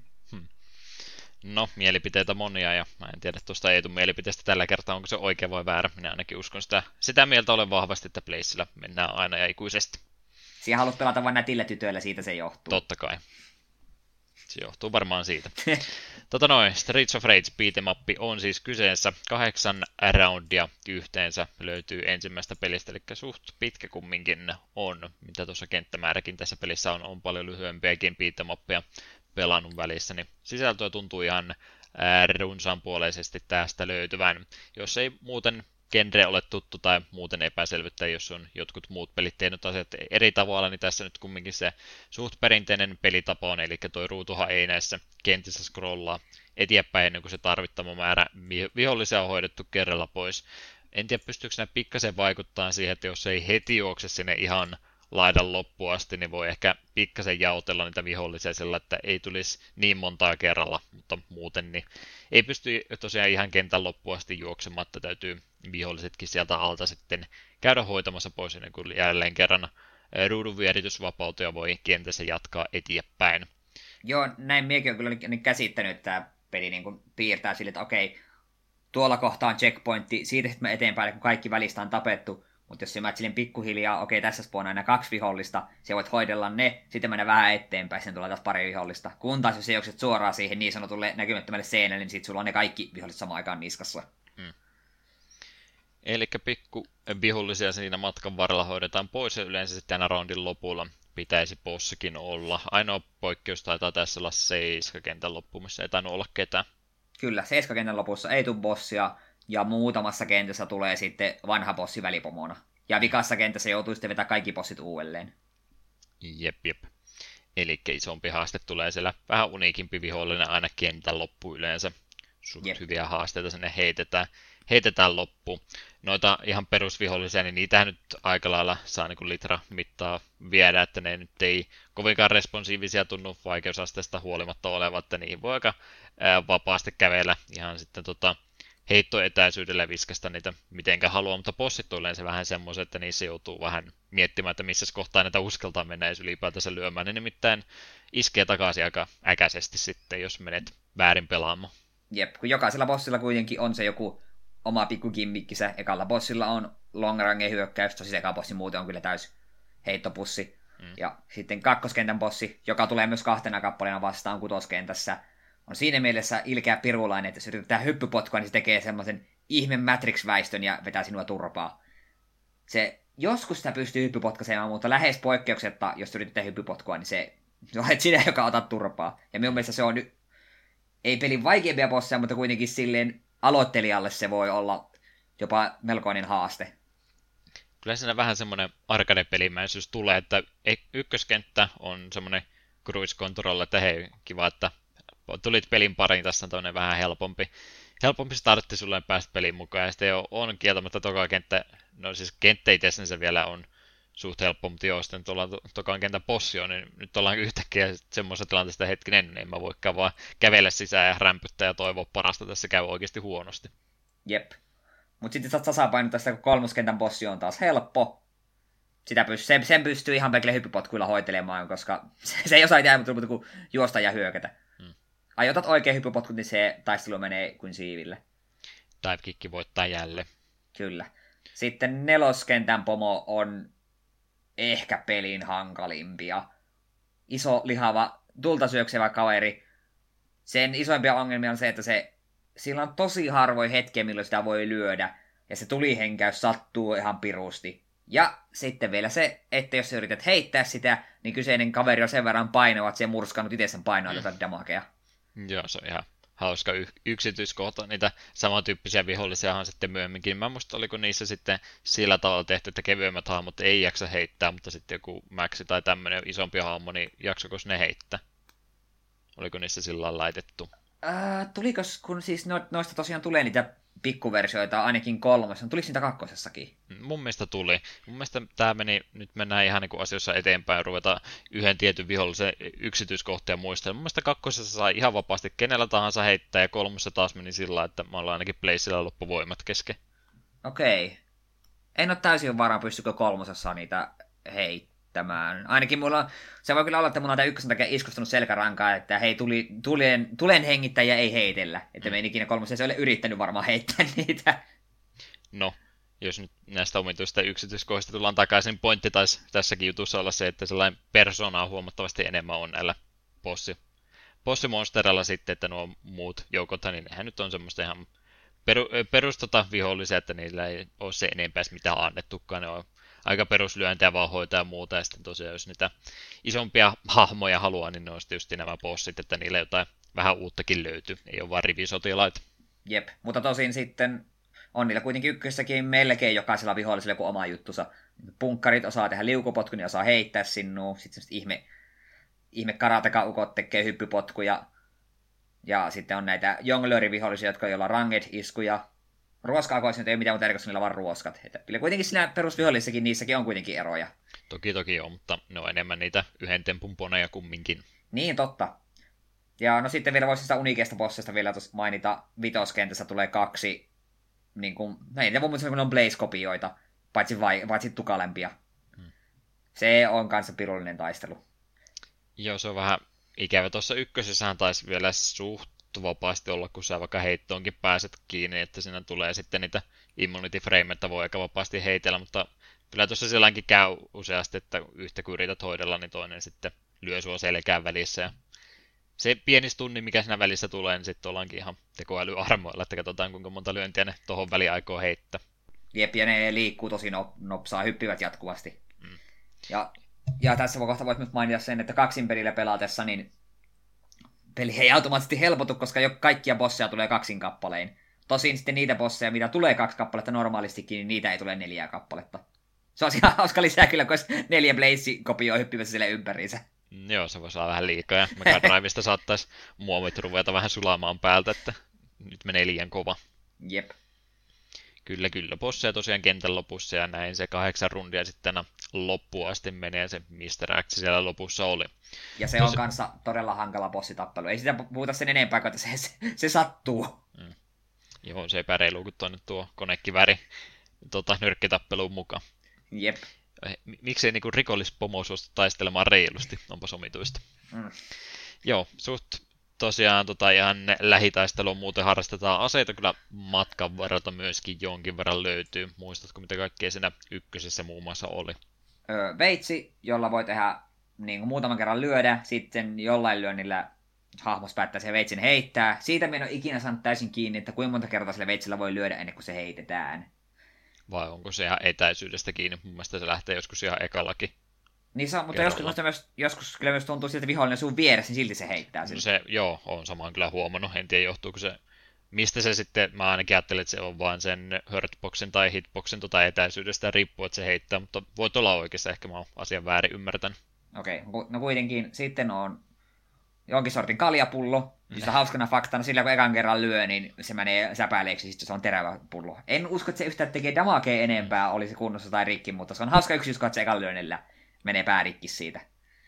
No, mielipiteitä monia, ja mä en tiedä tuosta Eetun mielipiteestä tällä kertaa, onko se oikea vai väärä. Minä ainakin uskon sitä mieltä olen vahvasti, että Blazella mennään aina ja ikuisesti. Siihen haluat pelata vain nätillä tytöillä, siitä se johtuu. Totta kai. Se johtuu varmaan siitä. Streets of Rage beat'em up on siis kyseessä 8 roundia yhteensä löytyy ensimmäistä pelistä, eli suht pitkä kumminkin on, mitä tuossa kenttämääräkin tässä pelissä on paljon lyhyempiäkin beat'em upia pelannut välissä, niin sisältöä tuntuu ihan runsaanpuoleisesti tästä löytyvän. Jos ei muuten genre ole tuttu tai muuten epäselvyttä, jos on jotkut muut pelit tehnyt asiat eri tavalla, niin tässä nyt kumminkin se suht perinteinen pelitapa on, eli toi ruutuhan ei näissä kentissä scrollaa eteenpäin ennen kuin se tarvittava määrä vihollisia on hoidettu kerralla pois. En tiedä, pystyykö nämä pikkasen vaikuttaa siihen, että jos ei heti juokse sinne ihan laidan loppuun asti, niin voi ehkä pikkasen jaotella niitä vihollisia sillä, että ei tulisi niin montaa kerralla, mutta muuten niin ei pysty tosiaan ihan kentän loppuun asti juoksemaan, että täytyy vihollisetkin sieltä alta sitten käydä hoitamassa pois ennen kuin jälleen kerran ruudun vieritysvapautuja voi kentässä jatkaa eteenpäin. Joo, näin minäkin olen kyllä käsittänyt, että tämä peli niin kuin piirtää sille, että okei, tuolla kohtaa on checkpointti, siitä sitten eteenpäin, kun kaikki välistä on tapettu. Mutta jos sä määt silleen pikkuhiljaa, okei, tässä spoonaa aina 2 vihollista, sä voit hoidella ne, sitten mennä vähän eteenpäin, sen tulee taas pari vihollista. Kun taas jos sä juokset suoraan siihen niin sanotulle näkymättömälle seinälle, niin sit sulla on ne kaikki viholliset samaan aikaan niskassa. Eli pikku vihollisia siinä matkan varrella hoidetaan pois, ja yleensä sitten aina roundin lopulla pitäisi bossikin olla. Ainoa poikkeus taitaa tässä olla 7 kentän loppu, missä ei tainnut olla ketään. Kyllä, 7 kentän lopussa ei tule bossia, ja muutamassa kentässä tulee sitten vanha bossi välipomona. Ja vikassa kentässä joutuu sitten vetää kaikki bossit uudelleen. Jep. Eli isompi haaste tulee siellä, vähän uniikimpi vihollinen aina kentän loppu yleensä. Hyviä haasteita sinne heitetään loppuun. Noita ihan perusvihollisia, niin niitähän nyt aika lailla saa niin kuin litra-mittaa viedä, että ne nyt ei kovinkaan responsiivisia tunnu vaikeusasteesta huolimatta olevat, että niihin voi aika vapaasti kävellä ihan sitten heittoetäisyydellä viskasta niitä mitenkä haluaa, mutta bossit on yleensä vähän semmoiset, että niissä joutuu vähän miettimään, että missä kohtaa näitä uskaltaa mennä edes ylipäätänsä lyömään, niin nimittäin iskee takaisin aika äkäisesti sitten, jos menet väärin pelaamaan. Jep, kun jokaisella bossilla kuitenkin on se joku oma pikku gimmikkisä. Ekalla bossilla on long range hyökkäys, tosi eka bossi muuten on kyllä täys heittopussi. Ja sitten kakkoskentän bossi, joka tulee myös 2 kappaleena vastaan kutoskentässä, on siinä mielessä ilkeä pirulainen, että jos yritetään hyppypotkua, niin se tekee semmoisen ihme Matrix-väistön ja vetää sinua turpaa. Se joskus sitä pystyy hyppypotkaisemaan, mutta lähes poikkeuksetta, jos yritetään hyppypotkua, niin se olet sinä, joka otat turpaa. Ja minun mielestä se on ei pelin vaikeimpia bosseja, mutta kuitenkin silleen aloittelijalle se voi olla jopa melkoinen haaste. Kyllä siinä vähän semmoinen arcade-pelimäisyys tulee, että ykköskenttä on semmoinen cruise control, että hei, kiva, että tulit pelin pariin, tässä on tämmöinen vähän helpompi startti sulle päästä pelin mukaan, ja sitten on kieltämättä toka kenttä, no siis kenttä itsensä vielä on suht helppo, mutta joo, sitten tuolla tokan kentän bossi on, niin nyt ollaan yhtäkkiä semmoisessa tilanteessa hetkinen, niin en mä voikaan vaan kävellä sisään ja rämpyttää ja toivoa parasta, tässä käy oikeasti huonosti. Jep. Mutta sitten saat tasapainottaa sitä, kun kolmoskentän bossi on taas helppo. Sen pystyy ihan pelkillä hyppypotkuilla hoitelemaan, koska se ei osaa jää muuta kuin juosta ja hyökätä. Ajoitat oikein hyppypotkut, niin se taistelu menee kuin siiville. Dive-kikki voittaa jälleen. Kyllä. Sitten neloskentän pomo on ehkä pelin hankalimpia. Iso, lihava, tulta syöksevä kaveri. Sen isoimpia ongelmia on se, että sillä on tosi harvoin hetkiä, milloin sitä voi lyödä. Ja se tulihenkäys sattuu ihan pirusti. Ja sitten vielä se, että jos yrität heittää sitä, niin kyseinen kaveri on sen verran painava, että se murskannut itse sen painoa tätä damakea. Joo, se on ihan hauska yksityiskohta. Niitä samantyyppisiä vihollisia on sitten myöhemminkin. Mä muista, oliko niissä sitten sillä tavalla tehty, että kevyemmät hahmot ei jaksa heittää, mutta sitten joku Maxi tai tämmöinen isompi hahmo, niin jaksako ne heittää? Oliko niissä sillä lailla laitettu? Tuliko, kun siis noista tosiaan tulee niitä pikkuversioita, ainakin 3, tuliko niitä 2? Mun mielestä tuli. Mun mielestä tämä nyt mennään ihan niin kuin asioissa eteenpäin, ruveta yhden tietyn vihollisen yksityiskohtia muistelemaan. Mun mielestä 2 sai ihan vapaasti kenellä tahansa heittää, ja 3 taas meni sillä, että me ollaan ainakin Placeilla loppuvoimat kesken. Okei. En ole täysin varma, pystykö 3 niitä heittämään. Ainakin se voi kyllä olla, että mulla on tämän 1 takia iskustunut selkärankaa, että hei, tulen hengittäjä ei heitellä. Että me en ikinä 3 se ole yrittänyt varmaan heittää niitä. No, jos nyt näistä omituista yksityiskohdista tullaan takaisin, pointti taisi tässäkin jutussa olla se, että sellainen persoonaa huomattavasti enemmän on näillä bossimonsterilla sitten, että nuo muut joukot, niin nehän nyt on semmoista ihan vihollisia, että niillä ei ole se enempää mitään annettukaan, ne on aika peruslyöntejä vaan hoitaa ja muuta, ja sitten tosiaan jos niitä isompia hahmoja haluaa, niin ne on just nämä bossit, että niillä jotain vähän uuttakin löytyy, ei ole vaan rivisotilaita. Jep, mutta tosin sitten on niillä kuitenkin ykkössäkin melkein jokaisella vihollisella joku oma juttusa. Punkkarit osaa tehdä liukupotkun ja osaa heittää sinua, sitten ihme karateka-ukot tekee hyppypotkuja, ja sitten on näitä jonglöörivihollisia, jotka joilla ranged-iskuja. Ruoska-akoissa ei ole mitään muuta erikoista, niillä vaan ruoskat. Että kuitenkin siinä perusvihollissakin niissäkin on kuitenkin eroja. Toki on, mutta ne on enemmän niitä yhden tempun poneja kumminkin. Niin, totta. Ja no sitten vielä voisi sitä unikeista bossista vielä mainita. Vitoskentässä tulee 2, niin kuin, no ei niitä voi muuta, kun on Blaze-kopioita, paitsi tukalempia. Se on kanssa pirullinen taistelu. Joo, se on vähän ikävä. Tuossa ykkösessähän taisi vielä suht vapaasti olla, kun sä vaikka heittoonkin pääset kiinni, että siinä tulee sitten niitä immunity frameita, voi aika vapaasti heitellä, mutta kyllä tuossa silläkin käy useasti, että yhtä kun yrität hoidella, niin toinen sitten lyö sua selkään välissä, ja se pieni tunni, mikä siinä välissä tulee, niin sitten ollaankin ihan tekoälyarmoilla, että katsotaan kuinka monta lyöntiä ne tohon väliin aikoo heittää. Jep, ja ne liikkuu tosi nopsaa, hyppivät jatkuvasti. Ja tässä kohtaa voit nyt mainita sen, että kaksinpelillä pelatessa, niin peli ei automaattisesti helpotu, koska jo kaikkia bosseja tulee 2 kappalein. Tosin sitten niitä bosseja, mitä tulee 2 kappaletta normaalistikin, niin niitä ei tule 4 kappaletta. Se on ihan hauska lisää kyllä, kun olisi 4 Blaze-kopioa hyppimässä sille ympäriinsä. Joo, se voisi olla vähän liikaa, ja Mega Drivesta saattaisi muovit ruveta vähän sulamaan päältä, että nyt menee liian kova. Jep. Kyllä, bosseja tosiaan kentän lopussa, ja näin se 8 rundia sitten loppuun asti menee, se Mr. X siellä lopussa oli. Ja se on kanssa todella hankala bossitappelu. Ei sitä puhuta sen enempää, kun se sattuu. Joo, se epäreilu, kun tuo konekiväri nyrkkitappeluun mukaan. Jep. Miksei niinku rikollispomo suostu taistelemaan reilusti, onpas omituista. Joo, suht tosiaan ihan lähitaistelua muuten harrastetaan aseita, kyllä matkan varrelta myöskin jonkin verran löytyy. Muistatko, mitä kaikkea siinä ykkösessä muun muassa oli? Veitsi, jolla voi tehdä niin kuin muutaman kerran lyödä, sitten jollain lyönnillä hahmos päättää sen veitsin heittää. Siitä me en ole ikinä saanut täysin kiinni, että kuinka monta kertaa sillä veitsillä voi lyödä ennen kuin se heitetään. Vai onko se ihan etäisyydestä kiinni? Mun mielestä se lähtee joskus ihan ekallakin. Niin se on, mutta joskus kyllä myös tuntuu siltä, että vihollinen sun vieressä, niin silti se heittää sille. No se, joo, on samaan kyllä huomannut. En tiedä, johtuuko se, mistä se sitten, mä ainakin ajattelen, että se on vain sen hurtboxin tai hitboxin etäisyydestä riippuu, että se heittää, mutta voit olla oikeassa, ehkä mä oon asian väärin ymmärtänyt. Okei, no kuitenkin sitten on jonkin sortin kaljapullo. Just hauskana faktana, sillä kun ekan kerran lyö, niin se menee säpäileeksi, sitten se on terävä pullo. En usko, että se yhtään tekee damagea enempää, oli se kunnossa tai rikki, mutta se on hauska yksityiskohta, että se ekan lyönnillä menee päärikki siitä.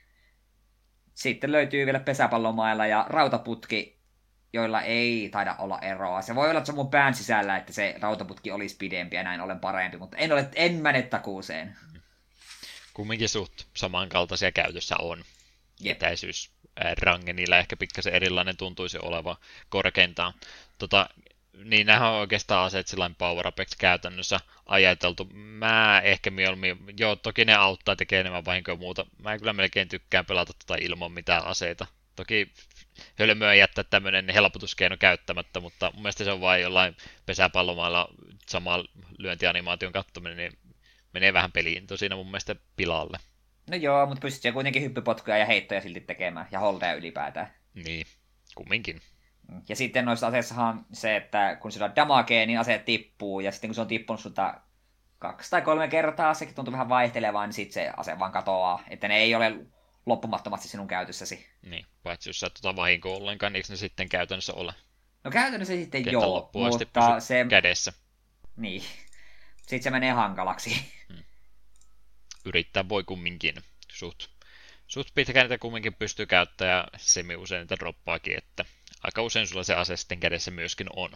Sitten löytyy vielä pesäpallomailla ja rautaputki, joilla ei taida olla eroa. Se voi olla, että se on mun pään sisällä, että se rautaputki olisi pidempi ja näin ollen parempi, mutta en mene takuuseen. Kumminkin suht samankaltaisia käytössä on. Jep. Etäisyys range, niillä ehkä pikkasen erilainen tuntuisi olevan korkeintaan. Niin nämä on oikeastaan aseet sillain power upeksi käytännössä ajateltu. Mä ehkä mieluummin, joo toki ne auttaa, tekee enemmän vahinkoa ja muuta. Mä kyllä melkein tykkään pelata ilman mitään aseita. Toki hölmöä jättää tämmöinen helpotuskeino käyttämättä, mutta mun mielestä se on vain jollain pesäpallomailla sama lyöntianimaation kattominen, niin menee vähän peliin tosiaan mun mielestä pilalle. No joo, mutta pystyt kuitenkin hyppypotkuja ja heittoja silti tekemään, ja holdeja ylipäätään. Niin, kumminkin. Ja sitten noissa aseissahan se, että kun sillä on damagea, niin aseet tippuu, ja sitten kun se on tippunut sulta 2 tai 3 kertaa, sekin tuntuu vähän vaihtelevaa, niin sitten se ase vaan katoaa, että ne ei ole loppumattomasti sinun käytössäsi. Niin, paitsi jos sä et vahinkoa ollenkaan, niin eikö ne sitten käytännössä ole? No käytännössä sitten Kentän joo, mutta se... kädessä. Niin, sitten se menee hankalaksi. Yrittää voi kumminkin. Suht pitkään niitä kumminkin pystyy käyttämään ja semi-usein niitä droppaakin, että aika usein sulla se ase sitten kädessä myöskin on.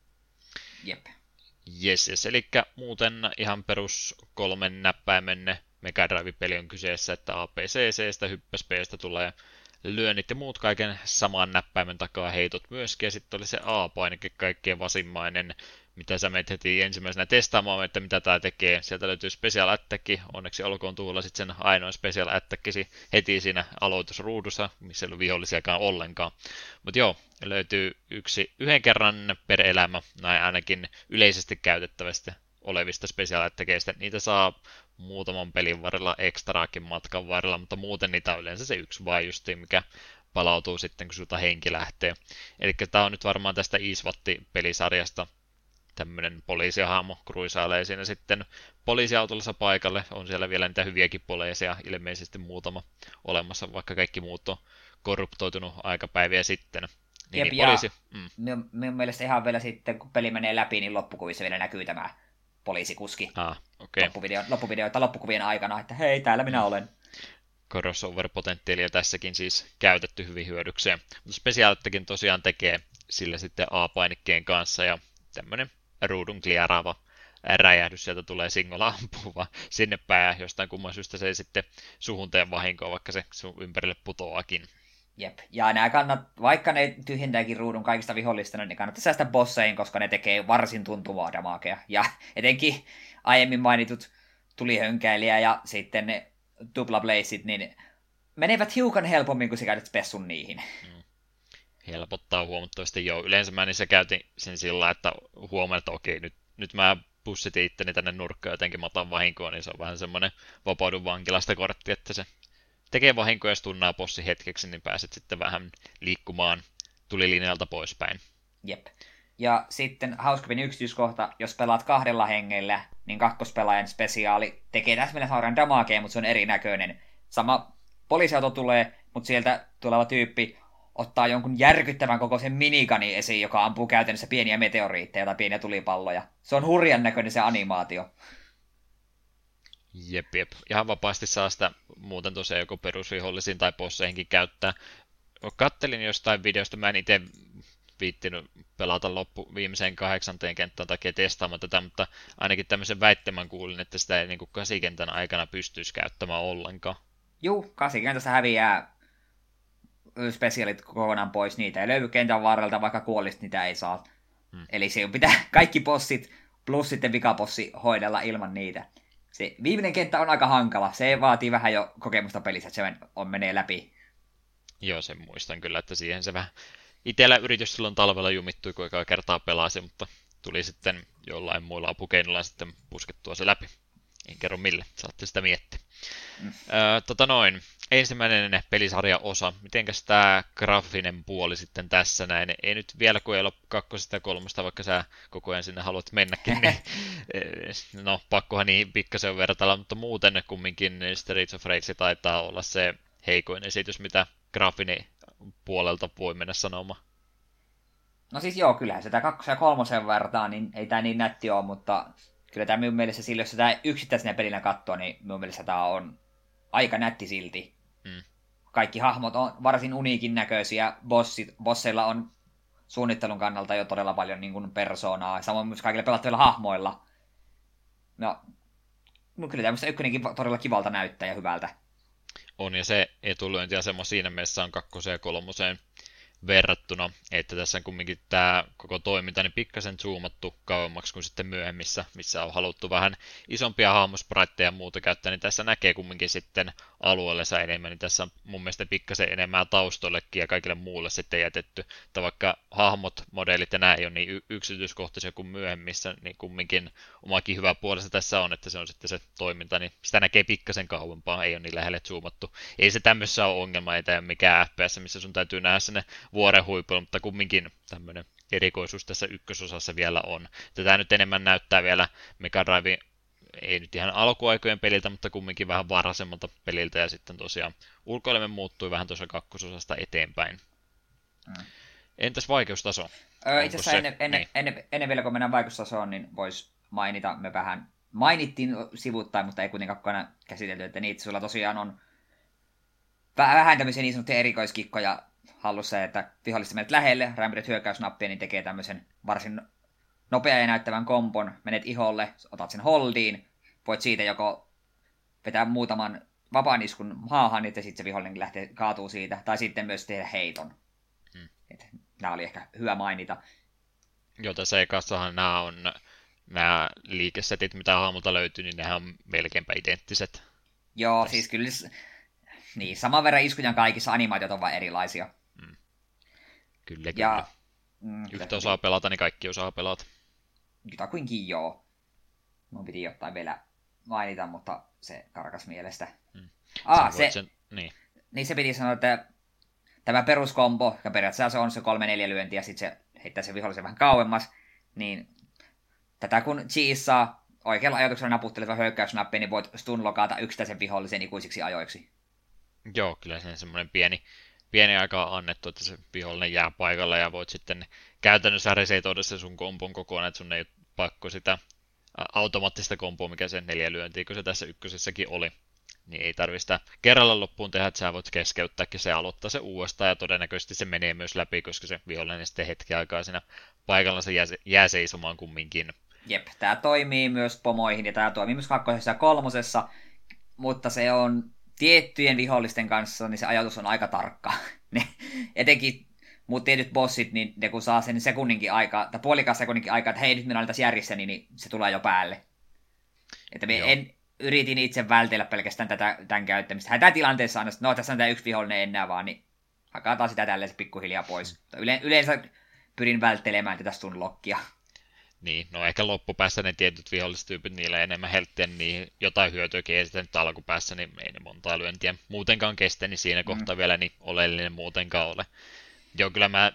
Jep. Yes, eli muuten ihan perus 3 näppäimen Mega Drive-peli on kyseessä, että APCCstä, hyppäspeestä tulee lyönnit ja muut kaiken saman näppäimen takaa heitot myöskin, ja sitten oli se A-painike kaikkein vasimmainen, mitä sä menet heti ensimmäisenä testaamaan, että mitä tää tekee. Sieltä löytyy Special Attack, onneksi olkoon tuolla sitten sen ainoa Special Attackisi heti siinä aloitusruudussa, missä ei ollut vihollisiakaan ollenkaan. Mutta joo, löytyy yhden kerran per elämä, näin ainakin yleisesti käytettävästi olevista Special Attackeista. Niitä saa muutaman pelin varrella ekstraakin matkan varrella, mutta muuten niitä on yleensä se yksi vaan justiin, mikä palautuu sitten, kun sulta henki lähtee. Eli tää on nyt varmaan tästä Easwatti-pelisarjasta tämmönen poliisihahmo kruisailee siinä sitten poliisiautolla paikalle. On siellä vielä niitä hyviäkin poliiseja, ilmeisesti muutama olemassa, vaikka kaikki muut on korruptoitunut aikapäiviä sitten. Jep, niin poliisi. Minun mielestä ihan vielä sitten, kun peli menee läpi, niin loppukuvissa vielä näkyy tämä poliisikuski okay. loppukuvien aikana, että hei, täällä minä olen. Crossover-potentiaalia tässäkin siis käytetty hyvin hyödykseen. Mutta Specialtekin tosiaan tekee sillä sitten A-painikkeen kanssa ja tämmönen ruudun kliaraava räjähdys sieltä tulee singolla ampuva sinne päin, jostain kumman syystä se ei sitten suhun tee vahinkoa, vaikka se sun ympärille putoakin. Jep, ja vaikka ne tyhjentääkin ruudun kaikista vihollista, niin ne kannattaa säästää bosseihin, koska ne tekee varsin tuntuvaa damagea. Ja etenkin aiemmin mainitut tulihönkäilijä ja sitten ne tuplablazeit, niin menevät hiukan helpommin, kun sä käytät spessun niihin. Helpottaa huomattavasti, joo. Yleensä mä niissä käytin sen sillä, että huomaan, että okei, nyt mä pussitin itteni tänne nurkkaan jotenkin, mä otan vahinkoa, niin se on vähän semmoinen vapaudun vankilasta kortti, että se tekee vahinkoa, jos tunnaa bossi hetkeksi, niin pääset sitten vähän liikkumaan tulilinjalta poispäin. Jep. Ja sitten hauskapin yksityiskohta, jos pelaat 2 hengellä, niin kakkospelaajan spesiaali tekee täsmälleen sairaan damagea, mutta se on erinäköinen. Sama poliisiauto tulee, mutta sieltä tuleva tyyppi ottaa jonkun järkyttävän kokoisen minigani esiin, joka ampuu käytännössä pieniä meteoriitteja tai pieniä tulipalloja. Se on hurjan näköinen se animaatio. Jep. Ihan vapaasti saa sitä muuten tosiaan joko perusvihollisiin tai bosseihinkin käyttää. Kattelin jostain videosta, mä en itse viittinyt pelata viimeiseen 8. kenttään takia testaamaan tätä, mutta ainakin tämmöisen väittämän kuulin, että sitä ei 8 kentän aikana pystyisi käyttämään ollenkaan. Juu, 8 kentässä häviää spesiaalit kokonaan pois, niitä ei löydy kentän varrelta, vaikka kuollisit niitä ei saa. Eli se pitää kaikki bossit plus sitten vikabossi hoidella ilman niitä. Se viimeinen kenttä on aika hankala, se vaatii vähän jo kokemusta pelissä, että se menee läpi. Joo, sen muistan kyllä, että siihen se vähän itellä yritys silloin talvella jumittui, kun ekaa kertaa pelasi, mutta tuli sitten jollain muilla apukeinoilla sitten puskettua se läpi. En kerro mille, saatte sitä miettiä. Ensimmäinen pelisarjaosa. Mitenkäs tämä graafinen puoli sitten tässä näin? Ei nyt vielä, kun ei ole 2. ja 3, vaikka sä koko ajan sinne haluat mennäkin, niin no pakkohan niin pikkasen vertailla, mutta muuten kumminkin Streets of Rage taitaa olla se heikoin esitys, mitä puolelta voi mennä sanomaan. No siis joo, kyllähän se 2 ja 3 vertaa, niin ei tämä niin nätti ole, mutta kyllä tämä minun mielestä sillä, jos sitä yksittäisenä pelinä katsoo, niin minun mielestä tämä on aika nätti silti. Mm. Kaikki hahmot on varsin uniikin näköisiä, bosseilla on suunnittelun kannalta jo todella paljon niin kuin persoonaa, samoin myös kaikilla pelattavilla hahmoilla. No, kyllä tämmöistä ykkönenkin todella kivalta näyttää ja hyvältä. On, ja se etulyöntiasema siinä mielessä on 2 ja 3 verrattuna, että tässä on kumminkin tämä koko toiminta niin pikkasen zoomattu kauemmaksi kuin sitten myöhemmissä, missä on haluttu vähän isompia hahmospraitteja ja muuta käyttää, niin tässä näkee kumminkin sitten alueellensa enemmän, niin tässä on mun mielestä pikkasen enemmän taustoillekin ja kaikille muulle sitten jätetty, että vaikka hahmot, modelit ja nämä ei ole niin yksityiskohtaisia kuin myöhemmissä, niin kumminkin omakin hyvä puolesta tässä on, että se on sitten se toiminta, niin sitä näkee pikkasen kauempaa, ei ole niin lähelle zoomattu. Ei se tämmöisessä ole ongelma, ei tämä mikään FPS, missä sun täytyy nähdä sinne vuoren huipulla, mutta kumminkin tämmöinen erikoisuus tässä ykkösosassa vielä on. Tämä nyt enemmän näyttää vielä Mega Drive, ei nyt ihan alkuaikojen peliltä, mutta kumminkin vähän varhaisemmalta peliltä, ja sitten tosiaan ulkoilemme muuttui vähän tuossa kakkososasta eteenpäin. Entäs vaikeustaso? Itse asiassa ennen vielä kun mennään vaikeustasoon, niin vois mainita, me vähän mainittiin sivuttain, mutta ei kuitenkaan kokonaan käsitelty, että niitä sulla tosiaan on vähän tämmöisiä niin sanottuja erikoiskikkoja hallussa, että vihollista menet lähelle, rämpytät hyökkäysnappia, niin tekee tämmöisen varsin nopea ja näyttävän kompon, menet iholle, otat sen holdiin, voit siitä joko vetää muutaman vapaan iskun maahan, niin sitten se vihollinen lähtee kaatuu siitä, tai sitten myös tehdä heiton. Nämä oli ehkä hyvä mainita. Joo, tässä ekassahan nämä liikesetit, mitä hahmolta löytyy, niin nehän on melkeinpä identtiset. Joo, tässä. Siis kyllä niin, saman verran iskuja kaikissa animaatiot on vain erilaisia. Kyllä, kyllä. Yhtä osaa pelata, niin kaikki osaa pelata. Jotakuinkin joo. Mun piti jotain vielä mainita, mutta se karkas mielestä. Niin se piti sanoa, että tämä peruskombo, joka periaatteessa se on se 3-4 lyöntiä, ja sitten se heittää sen vihollisen vähän kauemmas, niin tätä kun cheesaa oikealla ajatuksella naputteleva hyökkäysnappia, niin voit stunlokata yksittäisen vihollisen ikuisiksi ajoiksi. Joo, kyllä sen semmoinen pieni aika on annettu, että se vihollinen jää paikalla ja voit sitten käytännössä resetoida se sun kompon kokonaan, että sun ei ole pakko sitä automaattista kompoa, mikä sen 4 lyöntiä, kun se tässä ykkösessäkin oli. Niin ei tarvitse sitä kerralla loppuun tehdä, että sä voit keskeyttääkin se aloittaa se uudestaan ja todennäköisesti se menee myös läpi, koska se vihollinen sitten hetken aikaa siinä paikallansa jää seisomaan kumminkin. Jep, tää toimii myös pomoihin ja tää toimii myös 2. ja 3, mutta se on tiettyjen vihollisten kanssa, niin se ajatus on aika tarkka. Etenkin muut tietyt bossit, niin ne kun saa sen sekunninkin aikaa, tai puolikas sekunninkin aikaa, että hei nyt minä olen tässä järjissä, niin se tulee jo päälle. Että yritin itse vältellä pelkästään tämän käyttämistä. Hätätilanteessa aina, että no tässä on tämä yksi vihollinen enää vaan, niin hakataan sitä tälleen pikkuhiljaa pois. Yleensä pyrin välttelemään tätä stunlockia. Niin, no ehkä loppupäässä ne tietyt vihollistyypit, niillä enemmän helttiä, niin jotain hyötyäkin ei sitä nyt alkupäässä, niin ei ne montaa lyöntiä muutenkaan kestä, niin siinä kohtaa vielä niin oleellinen muutenkaan ole. Joo, kyllä mä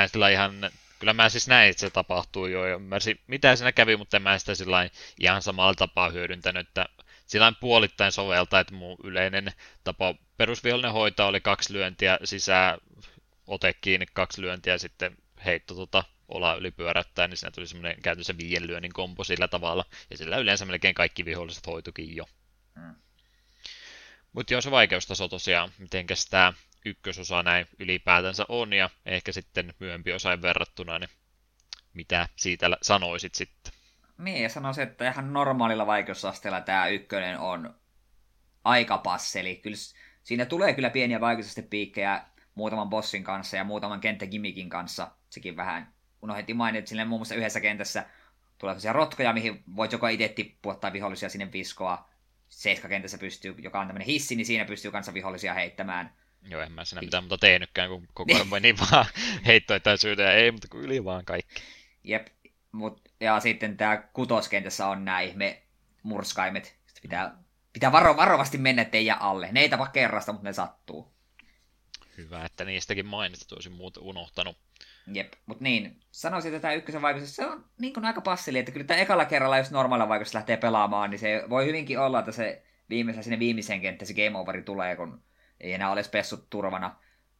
siis näin, että se tapahtuu jo, ja ymmärsin mitä siinä kävi, mutta en mä sitä ihan samalla tapaa hyödyntänyt, että sillain puolittain soveltaa, että mun yleinen tapa perusvihollinen hoitaa oli 2 lyöntiä sisään, ote kiinni 2 lyöntiä ja sitten heitto olaa yli pyörättäen, niin siinä tuli semmoinen käytössä 5 lyönnin kompo sillä tavalla, ja sillä yleensä melkein kaikki viholliset hoitukin jo. Mutta joo, se vaikeustaso tosiaan, mitenkäs tää ykkösosa näin ylipäätänsä on, ja ehkä sitten myöhempi osain verrattuna, niin mitä siitä sanoisit sitten? Niin, sanoisin, että ihan normaalilla vaikeusasteella tämä ykkönen on aika passeli. Kyllä siinä tulee kyllä pieniä vaikeusastepiikkejä muutaman bossin kanssa ja muutaman kenttägimikin kanssa. Sekin vähän unohdettiin mainita, että muun muassa yhdessä kentässä tulee tosiaan rotkoja, mihin voit joko itse tippua tai vihollisia sinne viskoa. 7-kentässä pystyy, joka on tämmöinen hissi, niin siinä pystyy kanssa vihollisia heittämään. Joo, en mä siinä mitään muuta tehnytkään, kun koko ajan voi niin vaan heittoetäisyyttä ja ei, mutta kun yli vaan kaikki. Jep, ja sitten tää 6-kentässä on nämä ihme murskaimet. Pitää varovasti mennä, ettei jää alle. Ne ei tapa kerrasta, mutta ne sattuu. Hyvä, että niistäkin mainitsit, olisin muuta unohtanut. Jep, mutta niin, sanoisin, että tämä ykkösen vaikutus, se on niin kuin aika passeli, että kyllä tämä ekalla kerralla, jos normaalilla vaikutus lähtee pelaamaan, niin se voi hyvinkin olla, että se sinne viimeiseen kenttään se game overi tulee, kun ei enää ole spessut turvana.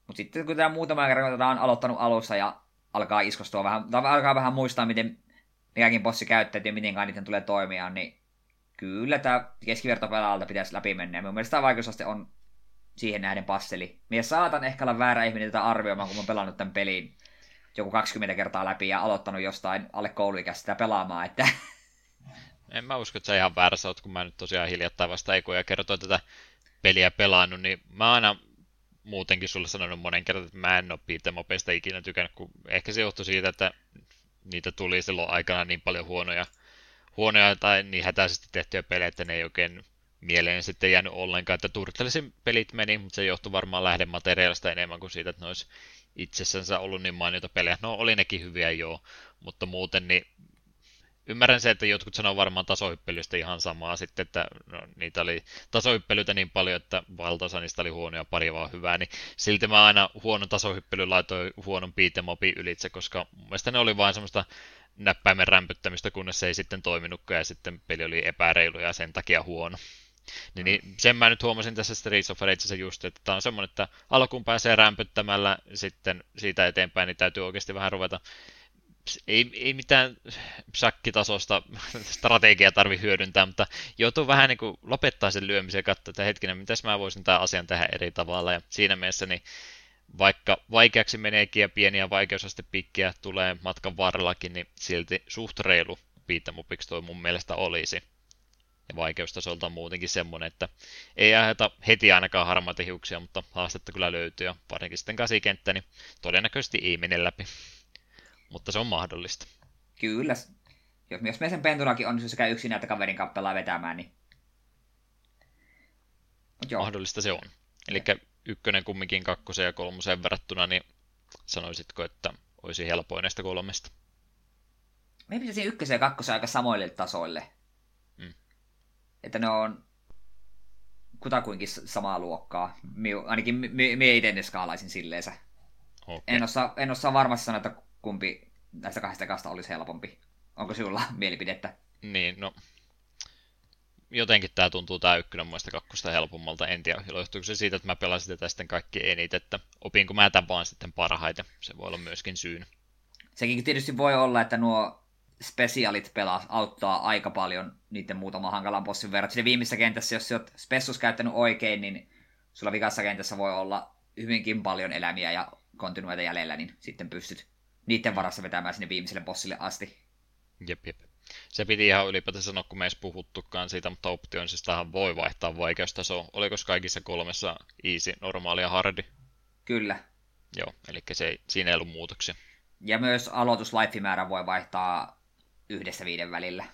Mutta sitten kun tämä muutama kerran on aloittanut alussa ja alkaa iskostua vähän, tai alkaa vähän muistaa, miten mikäkin bossi käyttäytyy ja miten niiden tulee toimia, niin kyllä tämä keskivertopelaalta pitäisi läpi mennä. Minun mielestä tämä vaikeusaste on siihen nähden passeli. Minä saatan ehkä olla väärä ihminen tätä arvioimaan, kun olen pelannut tämän pelin joku 20 kertaa läpi ja aloittanut jostain alle kouluikäistä sitä pelaamaan, että... En mä usko, että sä ihan väärässä oot, kun mä nyt tosiaan hiljattain vasta Eikoja kertoi tätä peliä pelannut, niin mä aina muutenkin sulle sanonut monen kerran, että mä en ole beat'em ikinä tykännyt, kun ehkä se johtui siitä, että niitä tuli silloin aikana niin paljon huonoja tai niin hätäisesti tehtyjä pelejä, että ne ei oikein mieleen sitten jäänyt ollenkaan, että Turtlesin pelit meni, mutta se johtui varmaan lähdemateriaalista enemmän kuin siitä, että ne olisi itsessänsä ollut niin mainioita pelejä. No oli nekin hyviä joo, mutta muuten niin ymmärrän se, että jotkut sanoo varmaan tasohyppelystä ihan samaa sitten, että no, niitä oli tasohyppelyitä niin paljon, että valtaosa niistä oli huonoja, pari vaan hyvää, niin silti mä aina huonon tasohyppely laitoin huonon beat'em ylitse, koska mun mielestä ne oli vain semmoista näppäimen rämpyttämistä, kunnes se ei sitten toiminutkaan ja sitten peli oli epäreilu ja sen takia huono. Niin sen mä nyt huomasin tässä Streets of Rageissa just, että tää on semmoinen, että alkuun pääsee rämpyttämällä, sitten siitä eteenpäin niin täytyy oikeasti vähän ruveta. Ei mitään shakkitasosta strategiaa tarvi hyödyntää, mutta joutuu vähän niin kuin lopettaa sen lyömisen ja katsoa, että hetkinen, mitäs mä voisin tämän asian tehdä eri tavalla. Ja siinä mielessä, niin vaikka vaikeaksi meneekin ja pieniä vaikeusaste-pikkiä tulee matkan varrellakin, niin silti suht reilu beat'em toi mun mielestä olisi. Ja vaikeustasolta on muutenkin semmoinen, että ei aiheuta heti ainakaan harmaita hiuksia, mutta haastetta kyllä löytyy. Ja varsinkin sitten 8-kenttä, niin todennäköisesti ei mene läpi. Mutta se on mahdollista. Kyllä. Jos me sen pentunakin on, niin sekä yksin näitä kaverin kappelaa vetämään, niin... Mahdollista se on. Eli ykkönen kumminkin 2 ja 3 verrattuna, niin sanoisitko, että olisi helpoin näistä 3? Me pitäisi 1 ja 2 aika samoille tasoille. Että ne on kutakuinkin samaa luokkaa. Ainakin me itse ne skaalaisin silleensä. Okay. En osaa varmasti sanoa, että kumpi näistä 2 olisi helpompi. Onko sinulla mielipidettä? Niin, no... Jotenkin tää tuntuu tää 1 mun mielestä 2 helpommalta. En tiedä, johtuuko se siitä, että mä pelasin tätä sitten kaikki eniten, että opinko mä tämän vaan sitten parhaiten. Se voi olla myöskin syyn. Sekin tietysti voi olla, että nuo spesialit auttaa aika paljon niiden muutaman hankalan bossin verran. Siinä viimeisessä kentässä, jos olet spessus käyttänyt oikein, niin sulla vikassa kentässä voi olla hyvinkin paljon elämiä ja kontinueita jäljellä, niin sitten pystyt niiden varassa vetämään sinne viimeiselle bossille asti. Jep. Se piti ihan ylipäätään sanoa, kun me ei edes puhuttukaan siitä, mutta optionsistahan voi vaihtaa vaikeustasoa. Oliko kaikissa 3 easy, normaali ja hardi? Kyllä. Joo, eli siinä ei ollut muutoksia. Ja myös aloituslife-määrän voi vaihtaa 1-5 välillä.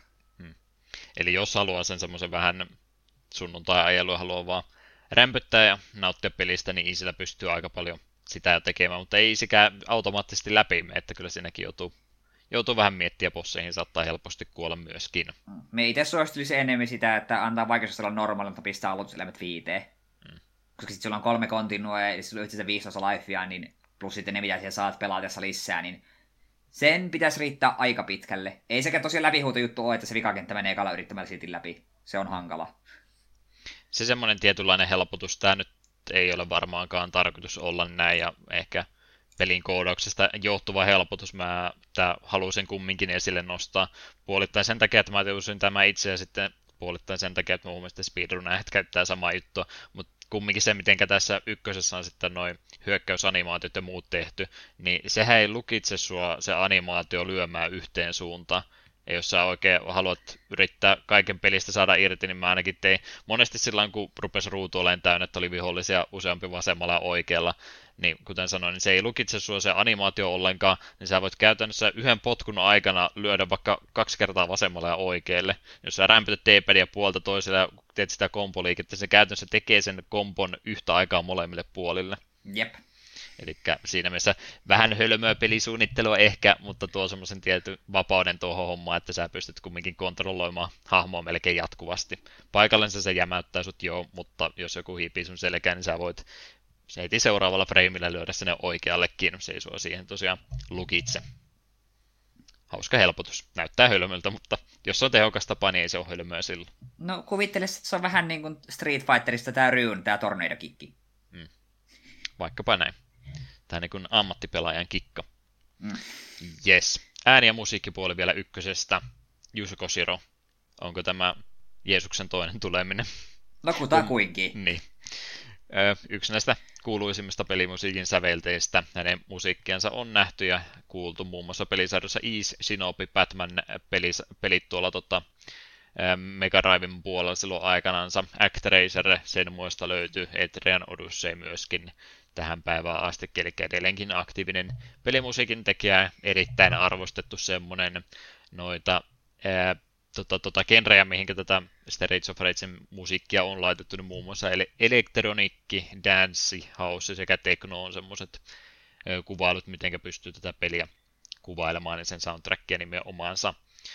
Eli jos haluaa sen semmoisen vähän sunnuntai-ajelua, haluaa vaan rämpöttää ja nauttia pelistä, niin Easyllä pystyy aika paljon sitä jo tekemään, mutta ei Easykään automaattisesti läpi, että kyllä siinäkin joutuu vähän miettiä bosseihin, saattaa helposti kuolla myöskin. Me itse suosittelisin enemmän sitä, että antaa vaikeus olla normaali, mutta pistää aloituselämät 5. Koska sitten sulla on 3 kontinua ja sulla on yhteensä 15 lifea, niin plus sitten ne, mitä siellä saat pelaatessa lisää, niin sen pitäisi riittää aika pitkälle. Ei sekä tosiaan läpihuutojuttu ole, että se vikakenttä menee ekalla yrittämällä silti läpi. Se on hankala. Se semmoinen tietynlainen helpotus, tämä nyt ei ole varmaankaan tarkoitus olla näin, ja ehkä pelin koodauksesta johtuva helpotus, mä halusin kumminkin esille nostaa puolittain sen takia, että mä teusin tämä itse, ja sitten puolittain sen takia, että mun mielestä speedrunajat käyttää samaa juttua, mutta kumminkin se, miten tässä ykkösessä on sitten noin hyökkäysanimaatiot ja muut tehty, niin sehän ei lukitse sua se animaatio lyömään yhteen suuntaan. Ja jos sä oikein haluat yrittää kaiken pelistä saada irti, niin mä ainakin tein monesti silloin, kun rupesi ruutu olemaan täynnä, että oli vihollisia useampi vasemmalla ja oikealla, niin kuten sanoin, niin se ei lukitse sua se animaatio ollenkaan, niin sä voit käytännössä yhden potkun aikana lyödä vaikka 2 kertaa vasemmalle ja oikealle. Jos sä rämpytät D-padia puolta toiselle ja teet sitä kompoliikettä, se käytännössä tekee sen kompon yhtä aikaa molemmille puolille. Jep. Eli siinä mielessä vähän hölmöä pelisuunnittelua ehkä, mutta tuo semmoisen tietyn vapauden tuohon hommaan, että sä pystyt kumminkin kontrolloimaan hahmoa melkein jatkuvasti. Paikallensa se jämäyttää sut joo, mutta jos joku hiipii sun selkään, niin sä voit heti seuraavalla frameillä lyödä sinne oikeallekin. Se ei sua siihen tosiaan lukitse. Hauska helpotus. Näyttää hölmöltä, mutta jos on tehokas tapa, niin ei se ole hölmöä silloin. No kuvittele, että se on vähän niin kuin Street Fighterista tää Rune, tää tornado-kikki. Vaikkapa näin. Tämä niin kuin ammattipelaajan kikka. Mm. Yes. Ääni- ja musiikkipuoli vielä ykkösestä. Yuzo Koshiro. Onko tämä Jeesuksen toinen tuleminen? No kutakuinkin. Niin. Yksi näistä kuuluisimmista pelimusiikin sävelteistä. Hänen musiikkiansa on nähty ja kuultu muun muassa pelisarjoissa Ease, Shinobi, Batman pelit tuolla Mega Driven puolella silloin aikanansa. ActRaiser, sen muista löytyy, Etrian Odyssey myöskin tähän päivään asti, eli edelleenkin aktiivinen pelimusiikin tekijä, erittäin arvostettu semmonen noita genrejä, mihinkä tätä Streets of Ragen musiikkia on laitettu, niin muun muassa elektronikki, dance, house sekä techno on semmoiset kuvailut, miten pystyy tätä peliä kuvailemaan ja sen soundtrackia nimenomaansa.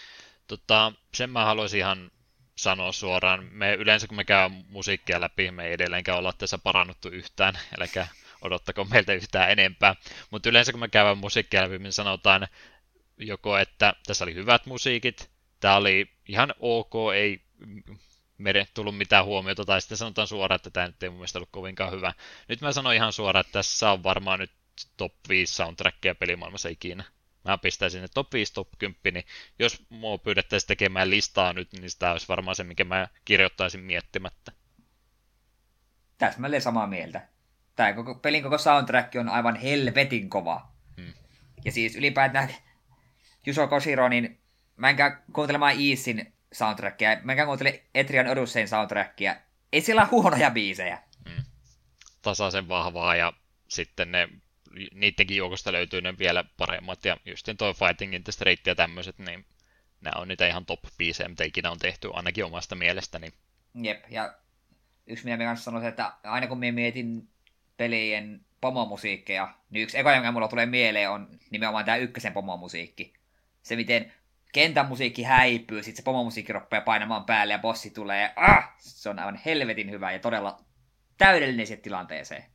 Sen mä haluaisin ihan sanoa suoraan. Me yleensä kun me käydään musiikkia läpi, me ei edelleenkään olla tässä parannuttu yhtään, elikkä odottako meiltä yhtään enempää. Mutta yleensä kun me käydään musiikkia läpi, me sanotaan joko, että tässä oli hyvät musiikit, tämä oli ihan ok, ei tullut mitään huomiota, tai sitten sanotaan suoraan, että tämä nyt ei mun mielestä ollut kovinkaan hyvä. Nyt mä sanon ihan suoraan, että tässä on varmaan nyt top 5 soundtrackia pelimaailmassa ikinä. Mä pistäisin ne top 5, top 10, niin jos mua pyydettäisiin tekemään listaa nyt, niin sitä olisi varmaan se, mikä mä kirjoittaisin miettimättä. Täsmälleen samaa mieltä. Tämä pelin koko soundtrack on aivan helvetin kova. Ja siis ylipäätään Yuzo Koshiro, niin mä enkä kuuntelemaan Easin soundtrackia, mä enkä kuuntele Etrian Odysseyn soundtrackia. Ei siellä ole huonoja biisejä. Tasaisen vahvaa ja sitten niidenkin joukosta löytyy ne vielä paremmat. Ja just toi Fightingin, Street ja tämmöiset, niin nämä on niitä ihan top-biisejä, mitä ikinä on tehty, ainakin omasta mielestäni. Jep, ja yksi minä kanssa sanoisin, että aina kun minä mietin pelien pomomusiikkeja, niin yksi eka, mikä mulla tulee mieleen, on nimenomaan tämä ykkösen pomomusiikki. Se, miten kentän musiikki häipyy, sitten se pomomusiikki rupeaa painamaan päälle ja bossi tulee. Se on aivan helvetin hyvä ja todella täydellinen siihen tilanteeseen.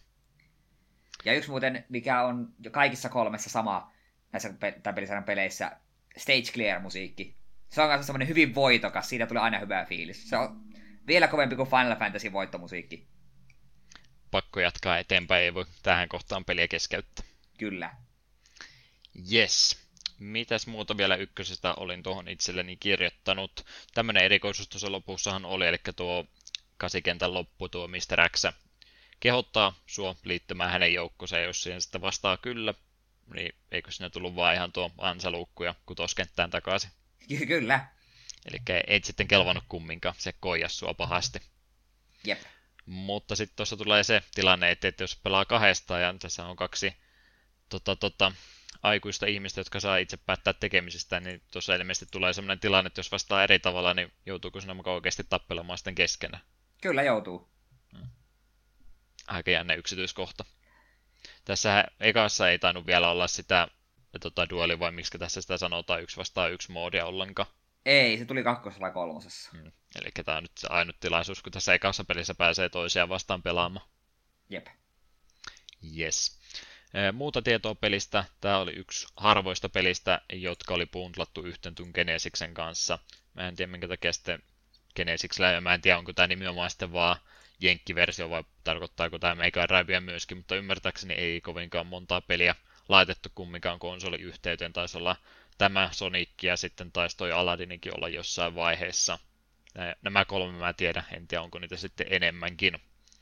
Ja yksi muuten, mikä on jo kaikissa kolmessa sama näissä pelisarjan peleissä, Stage Clear-musiikki. Se on kanssa semmoinen hyvin voitokas, siitä tulee aina hyvä fiilis. Se on vielä kovempi kuin Final Fantasy voittomusiikki. Pakko jatkaa eteenpäin, ei voi tähän kohtaan peliä keskeyttää. Kyllä. Yes. Mitäs muuta vielä ykkösestä olin tuohon itselleni kirjoittanut? Tämmönen erikoisuus tuossa lopussahan oli, eli tuo 8-kentän loppu, tuo Mr. X kehottaa sua liittymään hänen joukkoonsa, jos siihen sitten vastaa kyllä, niin eikö sinne tullut vaan ihan tuo ansaluukku ja kutoskenttään takaisin? Kyllä. Eli ei sitten kelvannut kumminkaan, se koijas sua pahasti. Jep. Mutta sitten tuossa tulee se tilanne, että jos pelaa kahdestaan, ja tässä on kaksi aikuista ihmistä, jotka saa itse päättää tekemisestä, niin tuossa ilmeisesti tulee sellainen tilanne, että jos vastaa eri tavalla, niin joutuuko sinä mukaan oikeasti tappelemaan sitten keskenään? Kyllä joutuu. Aika jännä yksityiskohta. Tässä ekassa ei tainnut vielä olla sitä dueli, vai miksi tässä sitä sanotaan 1 vastaan 1 moodia ollenkaan. Ei, se tuli 2. vai 3. Eli tämä on nyt se ainut tilaisuus, kun tässä ekassa pelissä pääsee toisiaan vastaan pelaamaan. Jep. Yes. Muuta tietoa pelistä. Tämä oli yksi harvoista pelistä, jotka oli bundlattu yhteen tuon Genesiksen kanssa. Mä en tiedä, minkä takia sitten Genesiksellä, ja mä en tiedä, onko tämä nimenomaan sitten vaan jenkkiversio vai tarkoittaako tämä Mega Drivea myöskin, mutta ymmärtääkseni ei kovinkaan montaa peliä laitettu kumminkaan konsoliyhteyteen. Taisi olla tämä Sonic ja sitten taisi toi Aladdinikin olla jossain vaiheessa. Nämä 3 mä tiedän, en tiedä onko niitä sitten enemmänkin.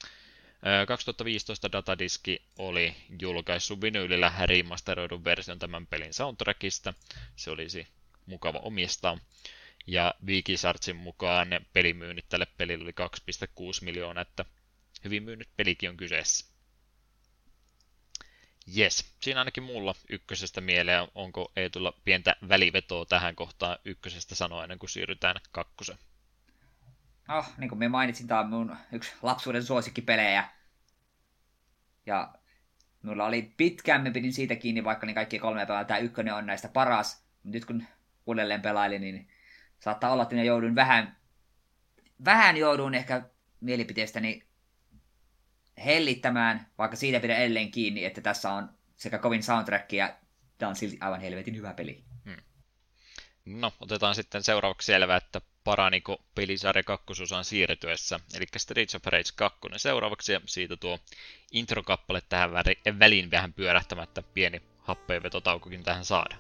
2015 Datadiski oli julkaissut vinyylillä remasteroidun version tämän pelin soundtrackista. Se olisi mukava omistaa. Ja Wikisartsin mukaan pelimyynnit tälle pelille oli 2,6 miljoonaa, että hyvin myynyt pelikin on kyseessä. Jes, siinä ainakin mulla ykkösestä mieleen. Onko Eetulla pientä välivetoa tähän kohtaan ykkösestä sanoa ennen kuin siirrytään 2? Niin kuin minä mainitsin, tämä on mun yksi lapsuuden suosikkipelejä. Ja minulla oli pitkään, me pidin siitä kiinni, vaikka niin kaikki 3 pelaa, tämä 1 on näistä paras. Nyt kun uudelleen pelailin, niin saattaa olla, että minä joudun vähän joudun ehkä mielipiteestäni hellittämään, vaikka siitä pidän edelleen kiinni, että tässä on sekä kovin soundtrack ja tämä on silti aivan helvetin hyvä peli. No, otetaan sitten seuraavaksi selvää, että paraniko pelisarja kakkososaan siirtyessä. Eli Streets of Rage 2 seuraavaksi, ja siitä tuo introkappale tähän väliin vähän pyörähtämättä, pieni happeenvetotaukokin tähän saada.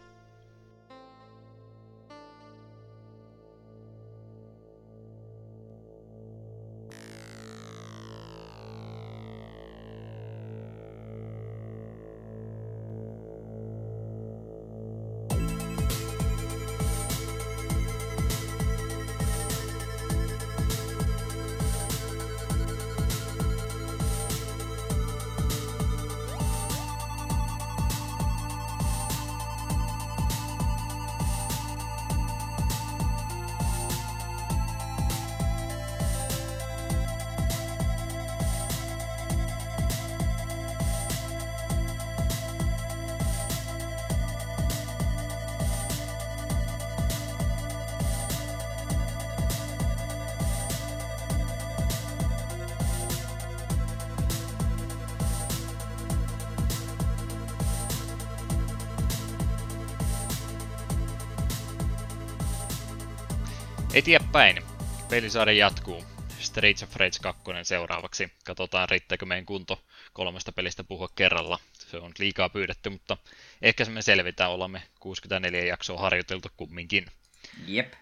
Eteenpäin. Pelisarja jatkuu. Streets of Rage 2 seuraavaksi. Katsotaan, riittääkö meidän kunto 3 pelistä puhua kerralla. Se on liikaa pyydetty, mutta ehkä se me selvitään. Olemme 64 jaksoa harjoiteltu kumminkin. Jep.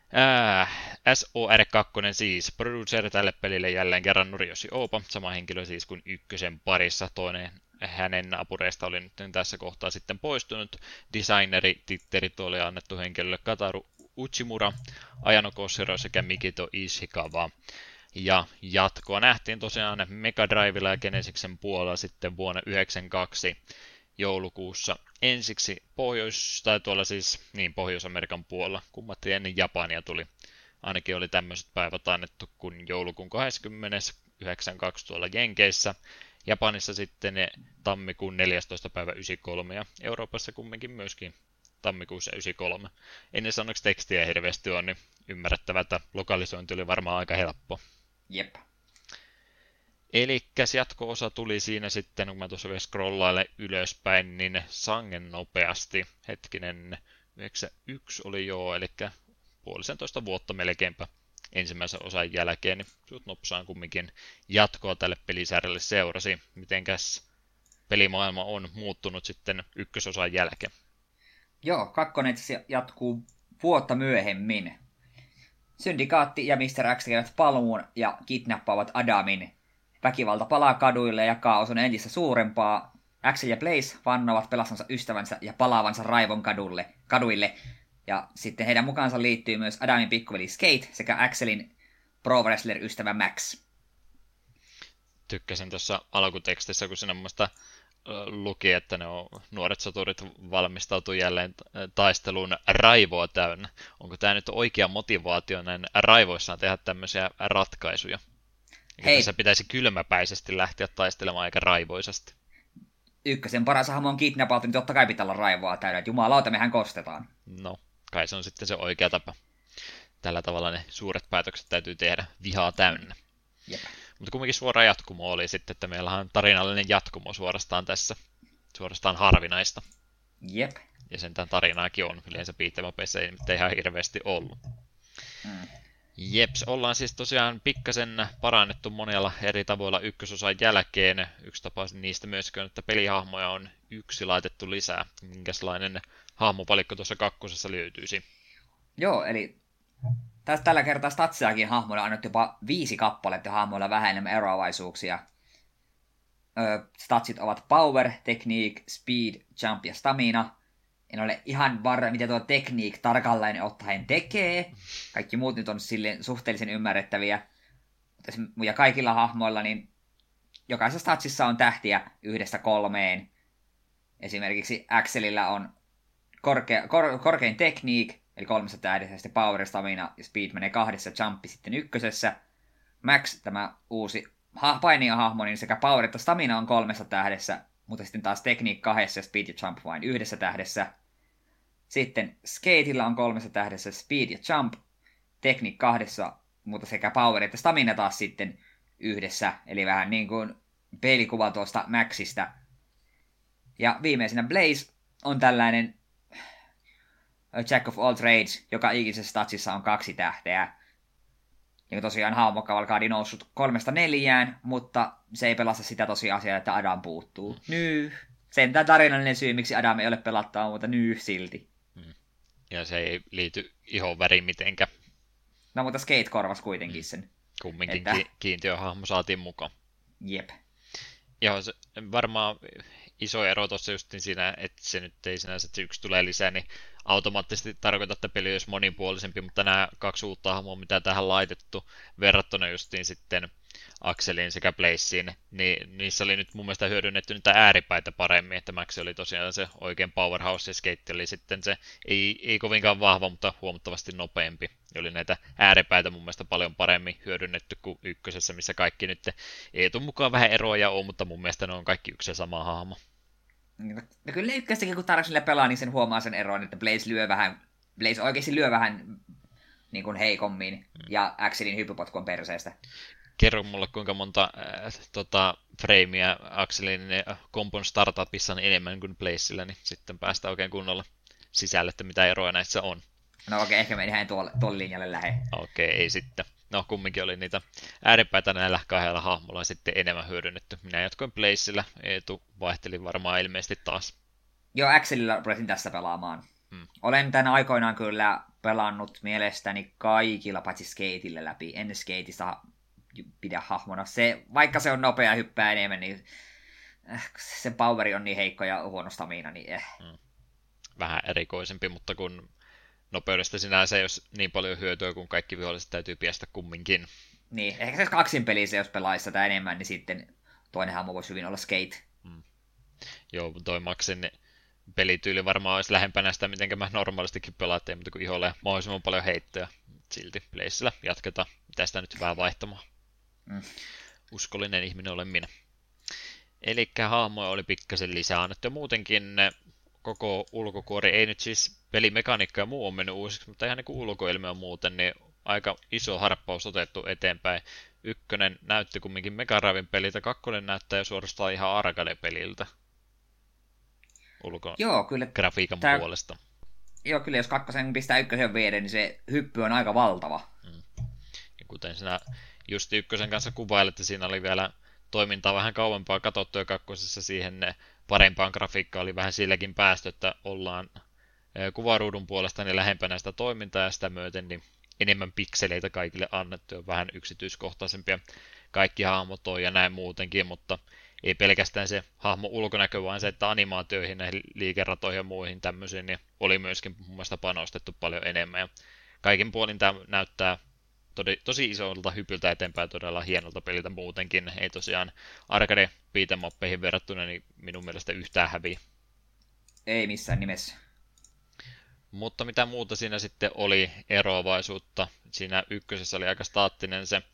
SOR2 siis. Producer tälle pelille jälleen kerran Nurioshi Opa. Sama henkilö siis kuin ykkösen parissa. Toinen hänen apureista oli nyt tässä kohtaa sitten poistunut. Designeri, titterit oli annettu henkilölle Kataru Uchimura, Ayano Koshiro sekä Mikito Ishikawa. Ja jatkoa nähtiin tosiaan Mega Drivella ja Genesiksen puolella sitten vuonna 1992 joulukuussa ensiksi Pohjois-Amerikan puolella, kummattiin ennen Japania tuli. Ainakin oli tämmöiset päivät annettu kuin joulukuun 20.92 tuolla Jenkeissä. Japanissa sitten tammikuun 14. päivä 93 ja Euroopassa kumminkin myöskin tammikuussa 93. Ennen sanoiksi tekstiä hirveästi on, niin ymmärrettävää, että lokalisointi oli varmaan aika helppo. Jep. Elikkäs jatko-osa tuli siinä sitten, kun mä tuossa vielä scrollailen ylöspäin, niin sangen nopeasti. Hetkinen, 91 oli joo, eli 1,5 vuotta melkeinpä ensimmäisen osan jälkeen, niin sut nopsaan kumminkin jatkoa tälle pelisarjalle seurasi. Mitenkäs pelimaailma on muuttunut sitten ykkösosan jälkeen? Joo, kakkonen jatkuu vuotta myöhemmin. Syndikaatti ja Mr. X tekevät paluun ja kidnappaavat Adamin. Väkivalta palaa kaduille ja kaos on entistä suurempaa. Axel ja Blaze vannovat pelastansa ystävänsä ja palaavansa raivon kaduille. Ja sitten heidän mukaansa liittyy myös Adamin pikkuveli Skate sekä Axelin pro wrestler-ystävä Max. Tykkäsin tuossa alkutekstissä, kun siinä muista luki, että ne on, nuoret soturit valmistautuu jälleen taisteluun raivoa täynnä. Onko tämä nyt oikea motivaatio näin raivoissaan tehdä tämmöisiä ratkaisuja? Hei. Tässä pitäisi kylmäpäisesti lähteä taistelemaan aika raivoisesti. Ykkösen paras hahmo on kidnappautunut, niin totta kai pitää olla raivoa täynnä. Jumalauta, mehän kostetaan. No, kai se on sitten se oikea tapa. Tällä tavalla ne suuret päätökset täytyy tehdä vihaa täynnä. Jep. Mutta kumminkin suora jatkumo oli sitten, että meillä on tarinallinen jatkumo suorastaan tässä. Suorastaan harvinaista. Jep. Ja sentään tarinaakin on. Yleensä beat'em-upissa ei nyt ihan hirveästi ollut. Jeps, ollaan siis tosiaan pikkasen parannettu monella eri tavoilla ykkösosan jälkeen. Yksi tapa niistä myöskin on, että pelihahmoja on yksi laitettu lisää. Minkälainen hahmopalikko tuossa kakkosessa löytyisi? Joo, eli tällä kertaa statsiakin hahmoilla on annettu jopa 5 kappaletta hahmoilla vähän enemmän eroavaisuuksia. Statsit ovat Power, Technique, Speed, Jump ja Stamina. En ole ihan varma, mitä tuo Technique tarkalleen ottaen tekee. Kaikki muut nyt on silleen suhteellisen ymmärrettäviä. Ja kaikilla hahmoilla, niin jokaisessa statsissa on tähtiä 1-3. Esimerkiksi Axelilla on korkein Technique, eli 3 tähdessä, sitten Power, Stamina ja Speed menee 2, Jump sitten 1. Max, tämä uusi painija-hahmo, niin sekä Power että Stamina on 3 tähdessä, mutta sitten taas Technique 2 ja Speed ja Jump vain 1 tähdessä. Sitten Skateilla on 3 tähdessä Speed ja Jump, Technique 2, mutta sekä Power että Stamina taas sitten 1, eli vähän niin kuin peilikuva tuosta Maxista. Ja viimeisenä Blaze on tällainen Jack of all trades, joka ikisessä statsissa on 2 tähteä. Ja tosiaan hahmokavalkaadi noussut 3-4, mutta se ei pelasta sitä tosiasiaa, että Adam puuttuu. Sentään tarinallinen syy, miksi Adam ei ole pelattava, mutta silti. Ja se ei liity ihon väriin mitenkään. No mutta Skate korvasi kuitenkin sen. Kumminkin kiintiöhahmo saatiin mukaan. Jep. Joo, se varmaan iso ero tuossa just siinä, että se nyt ei sinänsä, että se yksi tulee lisää, niin automaattisesti tarkoittaa, että peli olisi monipuolisempi, mutta nämä 2 uutta hahmoa, mitä tähän laitettu, verrattuna justiin sitten Axeliin sekä Blazeen, niin niissä oli nyt mun mielestä hyödynnetty niitä ääripäitä paremmin, että Max oli tosiaan se oikein powerhouse ja Skate oli sitten se, ei kovinkaan vahva, mutta huomattavasti nopeampi. Ja oli näitä ääripäitä mun mielestä paljon paremmin hyödynnetty kuin ykkösessä, missä kaikki nyt ei tule mukaan vähän eroja on, mutta mun mielestä ne on kaikki yksi ja sama hahmo. No kyllä ykköstäkin, kun tarkasti pelaa, niin sen huomaa sen eron, että Blaze oikeasti lyö vähän niin kuin heikommin, ja Axelin hyppypotku on perseestä. Kerro mulle, kuinka monta frameä Axelin kompon startupissa on enemmän kuin Blazella, niin sitten päästään oikein kunnolla sisälle, että mitä eroja näissä on. No okei, ehkä me ihan tuolle linjalle lähde. Okei, ei sitten. No kumminkin oli niitä ääripäitä näillä 2 hahmolla sitten enemmän hyödynnetty. Minä jatkoin Blazella, Eetu vaihteli varmaan ilmeisesti taas. Joo, Axelilla rupesin tässä pelaamaan. Olen tän aikoinaan kyllä pelannut mielestäni kaikilla paitsi Skateillä läpi. En Skateista pidä hahmona. Vaikka se on nopea ja hyppää enemmän, niin sen poweri on niin heikko ja huono stamina, niin Vähän erikoisempi, mutta kun nopeudesta sinänsä ei ole niin paljon hyötyä, kun kaikki viholliset täytyy piästä kumminkin. Niin, ehkä se kaksin pelissä, jos pelaisi sitä enemmän, niin sitten toinen hahmo voisi hyvin olla Skate. Joo, toi Maxin pelityyli varmaan olisi lähempänä sitä, miten mä normaalistikin pelaan, mutta kun iholle mahdollisimman paljon heittoja. Silti Blazella jatketaan. Mitä sitä nyt hyvää vaihtamaan. Uskollinen ihminen olen minä. Elikkä hahmoja oli pikkasen lisää annettu. Ja muutenkin koko ulkokuori ei nyt siis pelimekaniikka ja muu on mennyt uusiksi, mutta ihan niin kuin ulkoilme on muuten, niin aika iso harppaus otettu eteenpäin. Ykkönen näytti kumminkin Mega Driven peliltä, kakkonen näyttää jo suorastaan ihan arcade-peliltä. Joo, kyllä. Grafiikan puolesta. Joo, kyllä jos kakkosen pistää ykkösen viereen, niin se hyppy on aika valtava. Ja kuten sinä just ykkösen kanssa kuvailet, että siinä oli vielä toimintaa vähän kauempaa katsottu ja kakkosessa siihen parempaan grafiikkaan oli vähän silläkin päästö, että ollaan kuvaruudun puolesta niin lähempänä sitä toimintaa ja sitä myöten niin enemmän pikseleitä kaikille annettu ja vähän yksityiskohtaisempia kaikki hahmot on ja näin muutenkin, mutta ei pelkästään se hahmo ulkonäkö, vaan se, että animaatioihin, näihin liikeratoihin ja muihin tämmöisiin, niin oli myöskin mun mielestä panostettu paljon enemmän. Ja kaikin puolin tämä näyttää tosi isolta hypyltä eteenpäin, todella hienolta peliltä muutenkin. Ei tosiaan arcade beat'em verrattuna niin minun mielestä yhtään häviä. Ei missään nimessä. Mutta mitä muuta siinä sitten oli eroavaisuutta? Siinä ykkösessä oli aika staattinen se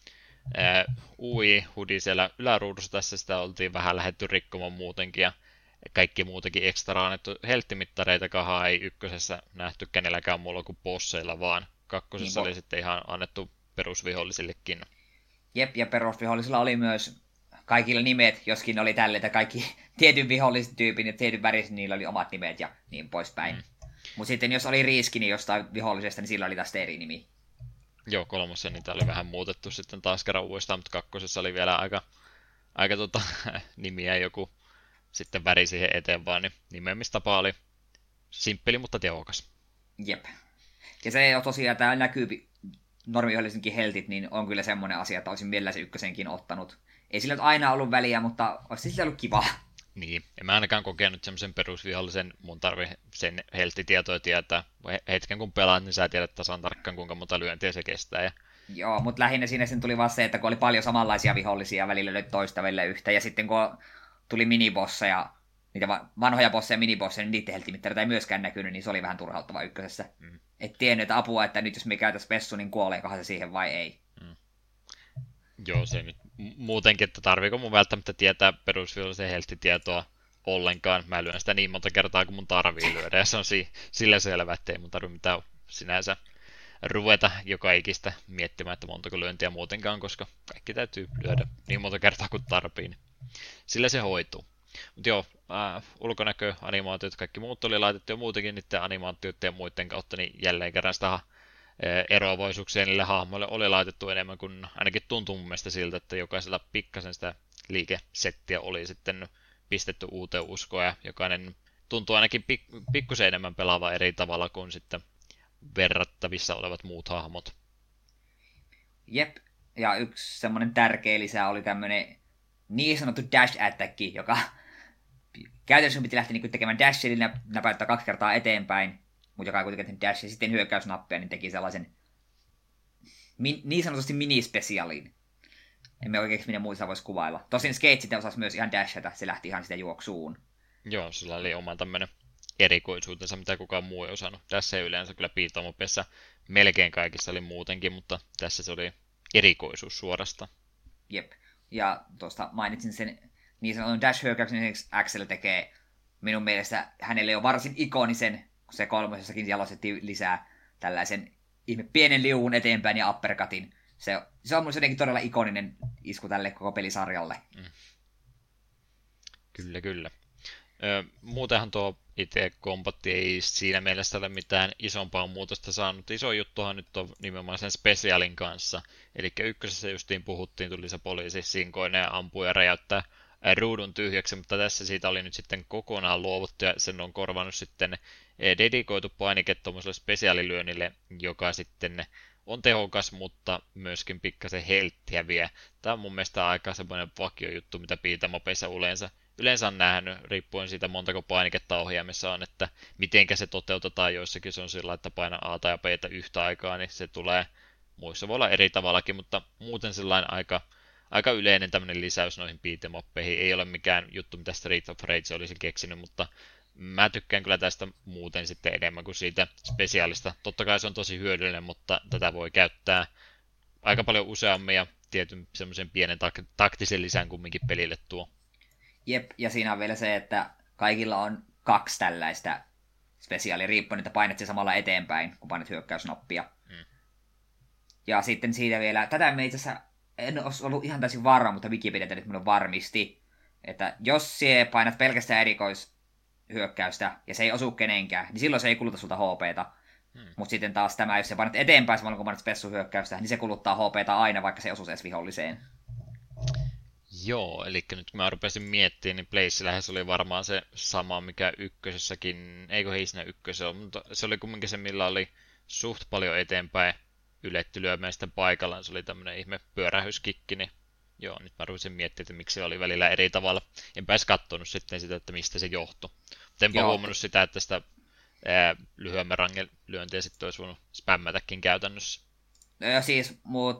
UI-hudi siellä yläruudussa, tässä sitä oltiin vähän lähdetty rikkomaan muutenkin ja kaikki muutenkin ekstra annettu helttimittareitakaan ei ykkösessä nähty kenelläkään muulla kuin bosseilla, vaan kakkosessa oli sitten ihan annettu perusvihollisillekin. Jep, ja perusvihollisilla oli myös kaikilla nimet, joskin oli tälle, että kaikki tietyn vihollistyypin ja tietyn värisin niillä oli omat nimet ja niin poispäin. Mutta sitten jos oli riski niin jostain vihollisesta, niin sillä oli taas eri nimi. Joo, kolmossa niitä oli vähän muutettu sitten taas kerran uudestaan, mutta kakkosessa oli vielä aika nimiä joku sitten väri siihen eteen vaan, niin nimeämistapa oli simppeli, mutta tehokas. Jep. Ja se on tosiaan, tämä näkyy normivihollisenkin heltit, niin on kyllä semmoinen asia, että olisin mielellänsä ykkösenkin ottanut. Ei sillä nyt aina ollut väliä, mutta olisi sillä ollut kiva. Niin, en mä ainakaan kokenut semmoisen perusvihollisen, mun tarvii sen helttitietoa tietää. Hetken kun pelaat, niin sä tiedät tasan tarkkaan kuinka monta lyöntiä se kestää. Ja... Joo, mutta lähinnä siinä sen tuli vaan se, että kun oli paljon samanlaisia vihollisia, välillä löi toista välillä yhtä, ja sitten kun tuli minibosseja, niitä vanhoja bosseja ja minibosseja, niin niiden helttimittareita ei myöskään näkynyt, niin se oli vähän turhauttava ykkösessä. Et tiennyt, että apua, että nyt jos me käytäisiin pessu, niin kuoleekohan se siihen vai ei. Joo, se nyt muutenkin, että tarviiko mun välttämättä tietää perusvihollisen helttitietoa ollenkaan. Mä lyön sitä niin monta kertaa, kun mun tarvii lyödä, ja se on sillä selvä, että ei mun tarvitse mitään sinänsä ruveta joka ikistä miettimään, että montako lyöntiä muutenkaan, koska kaikki täytyy lyödä niin monta kertaa kuin tarpeen. Sillä se hoituu. Mutta joo, ulkonäkö, animaatiot, kaikki muut oli laitettu jo muutenkin niiden animaatioiden ja muiden kautta, niin jälleen kerran sitä eroavaisuuksia niille hahmoille oli laitettu enemmän kuin ainakin tuntuu mun mielestä siltä, että jokaisella pikkasen sitä liikesettiä oli sitten pistetty uuteen uskoon ja jokainen tuntuu ainakin pikkusen enemmän pelaava eri tavalla kuin sitten verrattavissa olevat muut hahmot. Jep, ja yksi semmoinen tärkeä lisä oli tämmönen niin sanottu dash attack, joka käytännössä piti lähteä niin tekemään dash, eli näpäyttää 2 kertaa eteenpäin, mutta joka ei kuitenkin tehnyt dash, ja sitten hyökkäysnappia, niin teki sellaisen niin sanotusti minispesialin. Emme oikein minä muista voisi kuvailla. Tosin Skate sitten osasi myös ihan dashata, se lähti ihan sitä juoksuun. Joo, sillä oli oma tämmöinen erikoisuutensa, mitä kukaan muu ei osannut. Tässä ei yleensä kyllä piitomopessa melkein kaikissa oli muutenkin, mutta tässä se oli erikoisuus suorasta. Jep. Ja tuosta mainitsin sen niin sanotun dash-hyökkäyksen, Axel tekee minun mielestä hänelle jo varsin ikonisen, kun se kolmosessakin jalostettiin lisää tällaisen ihme pienen liuun eteenpäin ja uppercutin. Se on mun jotenkin todella ikoninen isku tälle koko pelisarjalle. Mm. Kyllä, kyllä. Muutenhan tuo itse kombatti ei siinä mielessä ole mitään isompaa muutosta saanut. Iso juttuhan nyt on nimenomaan sen spesiaalin kanssa. Eli ykkösessä justiin puhuttiin, tuli se poliisi sinkoinen ja ampuu ja räjäyttää ruudun tyhjäksi, mutta tässä siitä oli nyt sitten kokonaan luovuttu ja sen on korvannut sitten dedikoitu painike tuommoiselle spesiaalilyönnille, joka sitten on tehokas, mutta myöskin pikkasen helttiä vie. Tämä on mun mielestä aika semmoinen vakiojuttu, mitä beat'em-upeissa yleensä on nähnyt, riippuen siitä montako painiketta ohjaimessa on, että mitenkä se toteutetaan. Joissakin se on sillä, että paina A tai B yhtä aikaa, niin se tulee. Muissa voi olla eri tavallakin, mutta muuten sellainen aika yleinen tämmöinen lisäys noihin beat'em-uppeihin. Ei ole mikään juttu, mitä Street of Rage olisi keksinyt, mutta mä tykkään kyllä tästä muuten sitten enemmän kuin siitä spesiaalista. Totta kai se on tosi hyödyllinen, mutta tätä voi käyttää aika paljon useammin ja tietyn semmoisen pienen taktisen lisän kumminkin pelille tuo. Jep, ja siinä on vielä se, että kaikilla on 2 tällaista spesiaalia, riippuen, että painat se samalla eteenpäin, kun painat hyökkäysnoppia. Mm. Ja sitten siitä vielä, tätä me itse asiassa en olisi ollut ihan täysin varma, mutta Wikipedia nyt minulle varmisti, että jos sie painat pelkästään erikoishyökkäystä ja se ei osu kenenkään, niin silloin se ei kuluta sulta HP:ta. Mutta sitten taas tämä, jos se painat eteenpäin samalla kun painat spessuhyökkäystä, niin se kuluttaa HP:ta aina, vaikka se osuisi edes viholliseen. Joo, eli nyt kun mä rupesin miettimään, niin Blazeillähän se oli varmaan se sama, mikä ykkösessäkin, eikö hei siinä ykkösellä, mutta se oli kumminkin se, millä oli suht paljon eteenpäin yletty lyömään sitten paikallaan. Se oli tämmönen ihme pyörähyskikki, niin joo, nyt mä rupesin miettimään, että miksi se oli välillä eri tavalla. Enpä edes kattonut sitten sitä, että mistä se johtui. Mutta enpä huomannut sitä, että sitä lyhyemmän rangen lyöntiä sitten olisi voinut spämmätäkin käytännössä. No ja siis,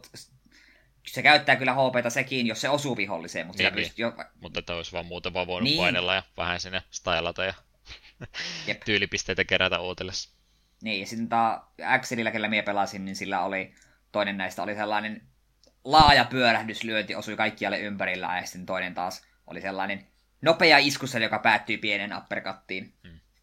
se käyttää kyllä HP:ta sekin, jos se osuu viholliseen, mutta niin. Mutta että olisi vaan muuten vaan voinut painella ja vähän sinne stylata ja tyylipisteitä kerätä ootellessa. Niin, ja sitten Axelillä, kellä minä pelasin, niin sillä oli toinen näistä oli sellainen laaja pyörähdyslyönti, osui kaikkialle ympärillä, ja sitten toinen taas oli sellainen nopea iskussa, joka päättyi pienen uppercuttiin.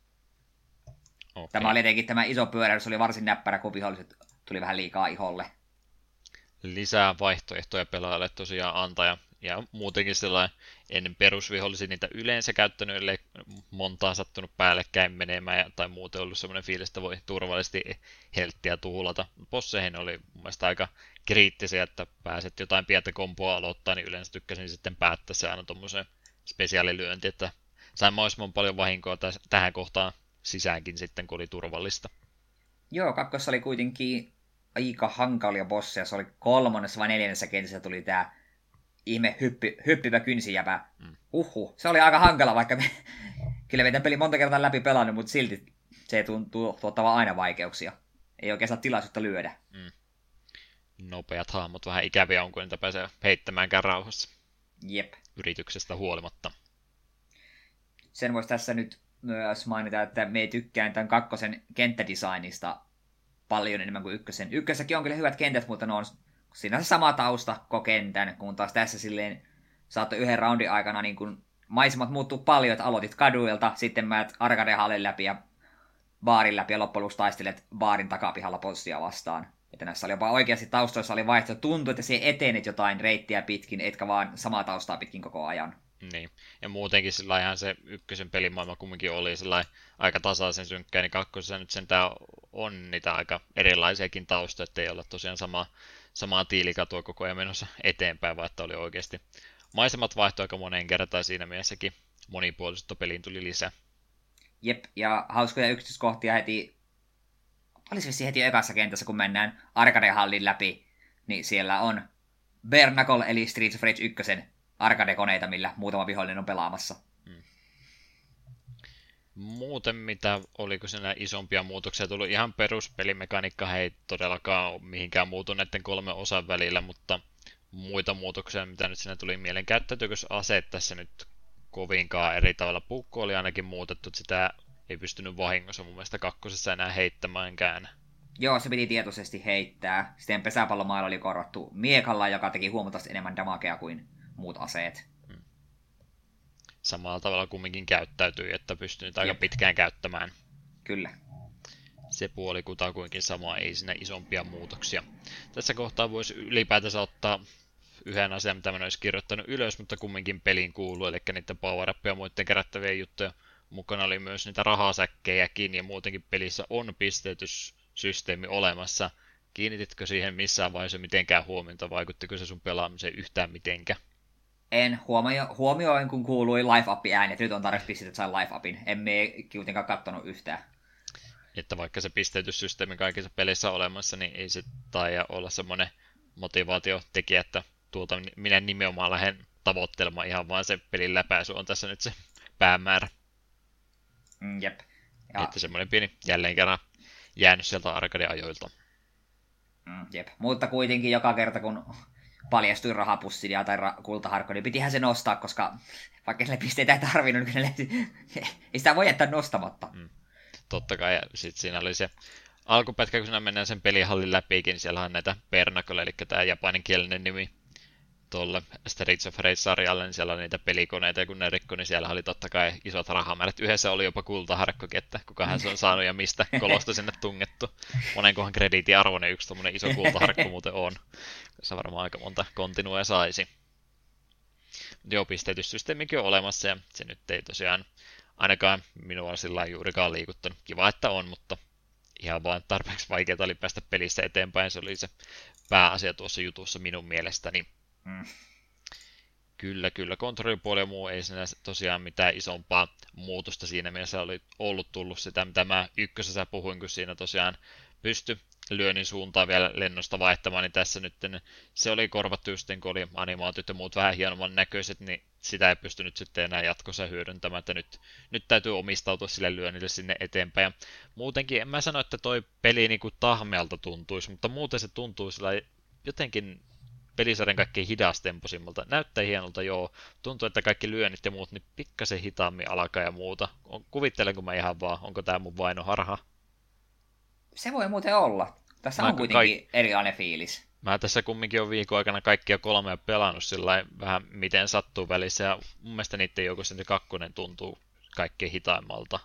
Okay. Tämä oli jotenkin, tämä iso pyörähdys oli varsin näppärä, kun viholliset tuli vähän liikaa iholle. Lisää vaihtoehtoja pelaajalle tosiaan antaa ja muutenkin sellainen ennen perusvihollisia niitä yleensä käyttänyt, ellei montaa sattunut päällekkäin menemään tai muuten ollut semmoinen fiilis, että voi turvallisesti helttiä tuhlata. Bosseihin oli mun mielestä aika kriittisiä, että pääset jotain pientä komboa aloittaa, niin yleensä tykkäsin sitten päättää se aina tommoseen spesiaalilyönti, että sain mahdollisimman paljon vahinkoa tähän kohtaan sisäänkin sitten, kun oli turvallista. Joo, kakkossa oli kuitenkin aika hankalia bosseja. Se oli 3. vai 4. kentässä tuli tää ihme hyppivä kynsijäpä. Se oli aika hankala, vaikka kyllä meitä peli monta kertaa läpi pelannut, mutta silti se tuntuu tuottavan aina vaikeuksia. Ei oikein saa tilaisuutta lyödä. Nopeat hahmot vähän ikäviä on, kun niitä pääsee heittämäänkään rauhassa. Jep. Yrityksestä huolimatta. Sen voisi tässä nyt myös mainita, että me ei tykkään tämän 2. kenttädesignista paljon enemmän kuin 1. Ykkössäkin on kyllä hyvät kentät, mutta ne on siinä se sama tausta kokentän, kun taas tässä silleen saattoi yhden roundin aikana niin kun maisemat muuttuu paljon, että aloitit kaduilta, sitten määt arcade-hallin läpi ja baarin läpi ja loppujen lopuksi taistelet baarin takapihalla bossia vastaan. Että näissä oli jopa oikeasti taustoissa oli vaihto. Tuntui, että se etenet jotain reittiä pitkin, etkä vaan samaa taustaa pitkin koko ajan. Niin. Ja muutenkin sillä ihan se ykkösen pelimaailma kumminkin oli sillä aika tasaisen synkkää, niin kakkosessa nyt sentään on niitä aika erilaisiakin taustoja, ettei olla tosiaan samaa tiilikatua koko ajan menossa eteenpäin, vaan että oli oikeasti maisemat vaihtoi aika moneen kertaan siinä mielessäkin monipuolisuutta peliin tuli lisää. Jep, ja hauskoja yksityiskohtia heti, olisi heti ekassa kentässä, kun mennään arcade-hallin läpi, niin siellä on Bernacle eli Streets of Rage 1 arcade-koneita, millä muutama vihollinen on pelaamassa. Muuten mitä, oliko siinä isompia muutoksia tullut? Ihan peruspelimekaniikka ei todellakaan ole mihinkään muutu näiden 3 osan välillä, mutta muita muutoksia, mitä nyt siinä tuli mieleen. Käyttäytyykö aseet tässä nyt kovinkaan eri tavalla? Puukko oli ainakin muutettu, että sitä ei pystynyt vahingossa mun mielestä kakkosessa enää heittämäänkään. Joo, se piti tietoisesti heittää. Sitten pesäpallomailla oli korvattu miekalla, joka teki huomattavasti enemmän damagea kuin muut aseet. Samalla tavalla kumminkin käyttäytyi, että pystyy nyt aika pitkään käyttämään. Kyllä. Se puoli kutakuinkin sama, ei siinä isompia muutoksia. Tässä kohtaa voisi ylipäätänsä ottaa yhden asian, mitä mä en olisi kirjoittanut ylös, mutta kumminkin peliin kuuluu, eli niiden power-appia ja muiden kerättäviä juttuja. Mukana oli myös niitä rahasäkkejäkin, ja muutenkin pelissä on pisteytyssysteemi olemassa. Kiinnititkö siihen missään vaiheessa mitenkään huomiota, vaikuttiko se sun pelaamiseen yhtään mitenkään? En huomioin, kun kuului life-uppi ääni, että nyt on tarvitse pistetä, että sain life-upin. Emme kuitenkaan kattonut yhtään. Että vaikka se pisteytyssysteemi kaikissa peleissä on olemassa, niin ei se taida olla semmoinen motivaatiotekijä, että tuolta minä nimenomaan lähden tavoittelemaan ihan vaan se pelin läpäisy on tässä nyt se päämäärä. Jep. Ja... Että semmoinen pieni jälleen kerran jäänyt sieltä arcade-ajoilta. Jep. Mutta kuitenkin joka kerta, kun paljastui rahapussidia tai kultaharkko, niin pitihän se nostaa, koska vaikka sille pisteitä ei tarvinnut, niin ei sitä voi jättää nostamatta. Totta kai, ja sitten siinä oli se alkupätkä, kun siinä mennään sen pelihallin läpikin, niin siellä on näitä Bernacle, eli tämä japaninkielinen nimi tuolle Streets of Rage-sarjalle, niin siellä oli niitä pelikoneita, ja kun ne rikkoi, niin siellä oli totta kai isot rahamäärät. Yhdessä oli jopa kultaharkkokin, että kukahan se on saanut ja mistä kolosta sinne tungettu. Monenkohan krediitin arvoinen yksi tommonen iso kultaharkko muuten on. Se varmaan aika monta kontinuea saisi. Joo, pisteytyssysteemikin on olemassa, ja se nyt ei tosiaan ainakaan minua sillä juurikaan liikuttanut. Kiva, että on, mutta ihan vaan tarpeeksi vaikeaa oli päästä pelissä eteenpäin. Se oli se pääasia tuossa jutussa minun mielestäni. Kyllä. Kontrollipuoli ja muu ei siinä tosiaan mitään isompaa muutosta siinä mielessä oli tullut sitä, mitä mä ykkösessä puhuin, kun siinä tosiaan pystyi lyönnin suuntaan vielä lennosta vaihtamaan, niin tässä nyt se oli korvattu just kun oli animaatiot ja muut vähän hienomman näköiset, niin sitä ei pystynyt sitten enää jatkossa hyödyntämään, että nyt täytyy omistautua sille lyönnille sinne eteenpäin. Ja muutenkin en mä sano, että toi peli niinku tahmealta tuntuisi, mutta muuten se tuntuu sillä jotenkin pelisarjan kaikkein hidastempoisimmalta. Näyttää hienolta, joo. Tuntuu, että kaikki lyönnit ja muut niin pikkasen hitaammin alkaa ja muuta. Kuvittelenko mä ihan vaan, onko tää mun vainoharha? Se voi muuten olla. Tässä on kuitenkin erilainen fiilis. Mä tässä kumminkin on viikon aikana kaikkia 3 pelannut sillä vähän miten sattuu välissä, ja mun mielestä niiden joukossa se 2 tuntuu kaikkein hitaimmalta.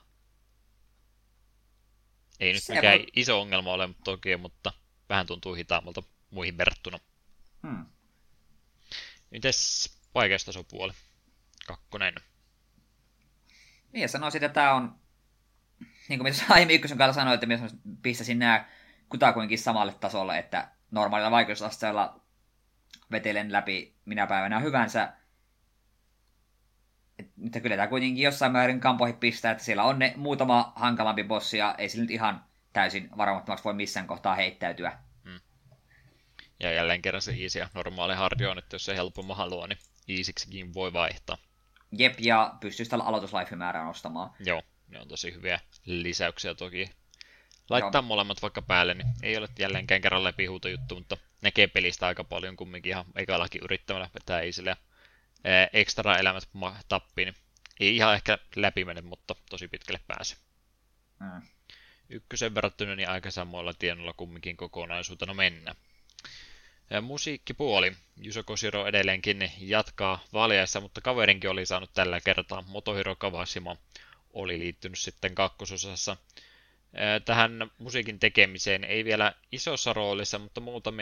Ei nyt mikään iso ongelma ole toki, mutta vähän tuntuu hitaammalta muihin verrattuna. Mites vaikeustasopuoli? 2. Niin, ja sanoisin, että tää on, niin kuin mitä aiemmin ykkösen kanssa sanoin, että minä pistäisin nämä kutakuinkin samalle tasolle, että normaalilla vaikeusasteella vetelen läpi minä päivänä hyvänsä. Mutta kyllä tämä kuitenkin jossain määrin kampoihin pistää, että siellä on ne muutama hankalampi bossi, ja ei sillä nyt ihan täysin varomattomaksi voi missään kohtaa heittäytyä. Ja jälleen kerran se easy ja normaali hardio on, että jos se helpomman haluaa, niin easyksikin voi vaihtaa. Jep, ja pystyy sitä aloituslife-määrää nostamaan. Joo, ne on tosi hyviä lisäyksiä toki. Laittaa molemmat vaikka päälle, niin ei ole jälleen kerran läpihuuto juttu, mutta näkee pelistä aika paljon kumminkin ihan ekallakin yrittämällä vetää easylle. Extra elämät tappiin, niin ei ihan ehkä läpi mene, mutta tosi pitkälle pääse. Ykkösen verrattuna niin aika samoilla tienoilla kumminkin kokonaisuutena mennä. Musiikkipuoli. Yuzo Koshiro edelleenkin jatkaa valjaissa, mutta kaverinkin oli saanut tällä kertaa. Motohiro Kawashima oli liittynyt sitten kakkososassa. Tähän musiikin tekemiseen ei vielä isossa roolissa, mutta muutamia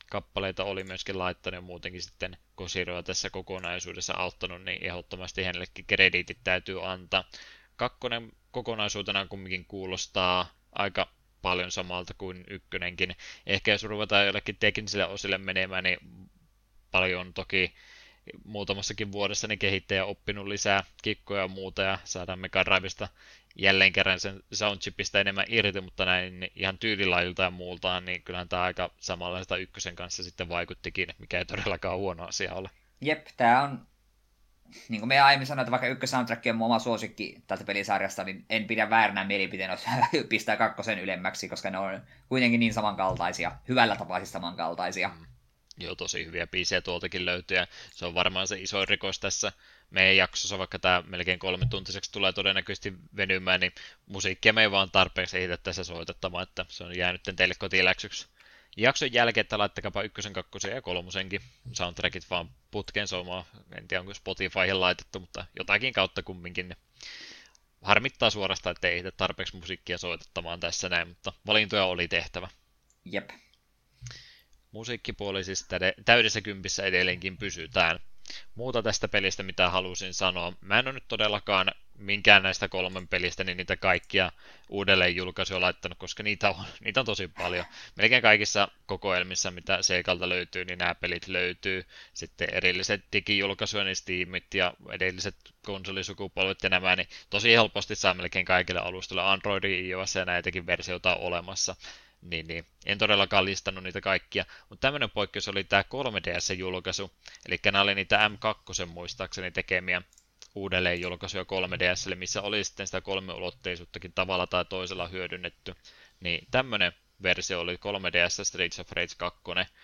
kappaleita oli myöskin laittanut ja muutenkin sitten Koshiroa tässä kokonaisuudessa auttanut, niin ehdottomasti hänellekin krediitit täytyy antaa. Kakkonen kokonaisuutena kumminkin kuulostaa aika paljon samalta kuin ykkönenkin. Ehkä jos ruvetaan jollekin teknisille osille menemään, niin paljon toki muutamassakin vuodessa niin kehittäjä oppinut lisää kikkoja ja muuta ja saadaan Mega Drivesta jälleen kerran sen soundchipistä enemmän irti, mutta näin ihan tyylilajilta ja muultaan, niin kyllähän tämä aika samanlaista ykkösen kanssa sitten vaikuttikin, mikä ei todellakaan huono asia ole. Jep, tämä on, niin kuin me aiemmin sanoin, että vaikka ykkössoundtrack on mun oma suosikki tältä pelisarjasta, niin en pidä vääränä mielipiteen, jos pistää kakkosen ylemmäksi, koska ne on kuitenkin niin samankaltaisia, hyvällä tapaa siis samankaltaisia. Joo, tosi hyviä biisejä tuoltakin löytyy, ja se on varmaan se iso rikos tässä meidän jaksossa, vaikka tämä melkein 3-tuntiseksi tulee todennäköisesti venymään, niin musiikkia me ei vaan tarpeeksi ehditä tässä soitettamaan, että se on jäänyt teille kotiläksyksi. Jakson jälkeen, että laittakaapa ykkösen, kakkosen ja kolmosenkin soundtrackit vaan putkeen soimaan. En tiedä, onko Spotifyhin laitettu, mutta jotakin kautta kumminkin. Harmittaa suorastaan, että ei ehditä tarpeeksi musiikkia soitettamaan tässä näin, mutta valintoja oli tehtävä. Jep. Musiikkipuoli siis täydessä kympissä edelleenkin pysytään. Muuta tästä pelistä, mitä halusin sanoa. Mä en ole nyt todellakaan minkään näistä 3 pelistä, niin niitä kaikkia uudelleen julkaisuja laittanut, koska niitä on tosi paljon. Melkein kaikissa kokoelmissa, mitä Seikalta löytyy, niin nämä pelit löytyy. Sitten erilliset digijulkaisuja, niin Steamit ja edelliset konsolisukupolvet ja nämä, niin tosi helposti saa melkein kaikille alustoille Androidin, iOS ja näitäkin versioita on olemassa. Niin. En todellakaan listannut niitä kaikkia, mutta tämmöinen poikkeus oli tämä 3DS-julkaisu, eli nämä oli niitä M2 muistaakseni tekemiä uudelleenjulkaisuja 3DSlle, missä oli sitten sitä 3-ulotteisuuttakin tavalla tai toisella hyödynnetty. Niin tämmöinen versio oli 3DS Streets of Rage 2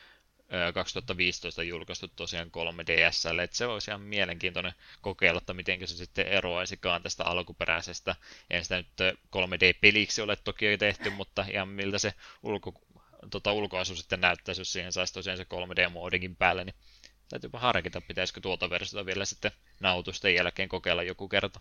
2015 julkaistu tosiaan 3DSlle, että se olisi ihan mielenkiintoinen kokeilla, että miten se sitten eroaisikaan tästä alkuperäisestä. En sitä nyt 3D-peliksi ole toki tehty, mutta ihan miltä se ulkoasu sitten näyttäisi, jos siihen saisi tosiaan se 3D-moodinkin päälle, niin täytyypä harkita, pitäisikö tuota versiota vielä sitten nautusten jälkeen kokeilla joku kerta.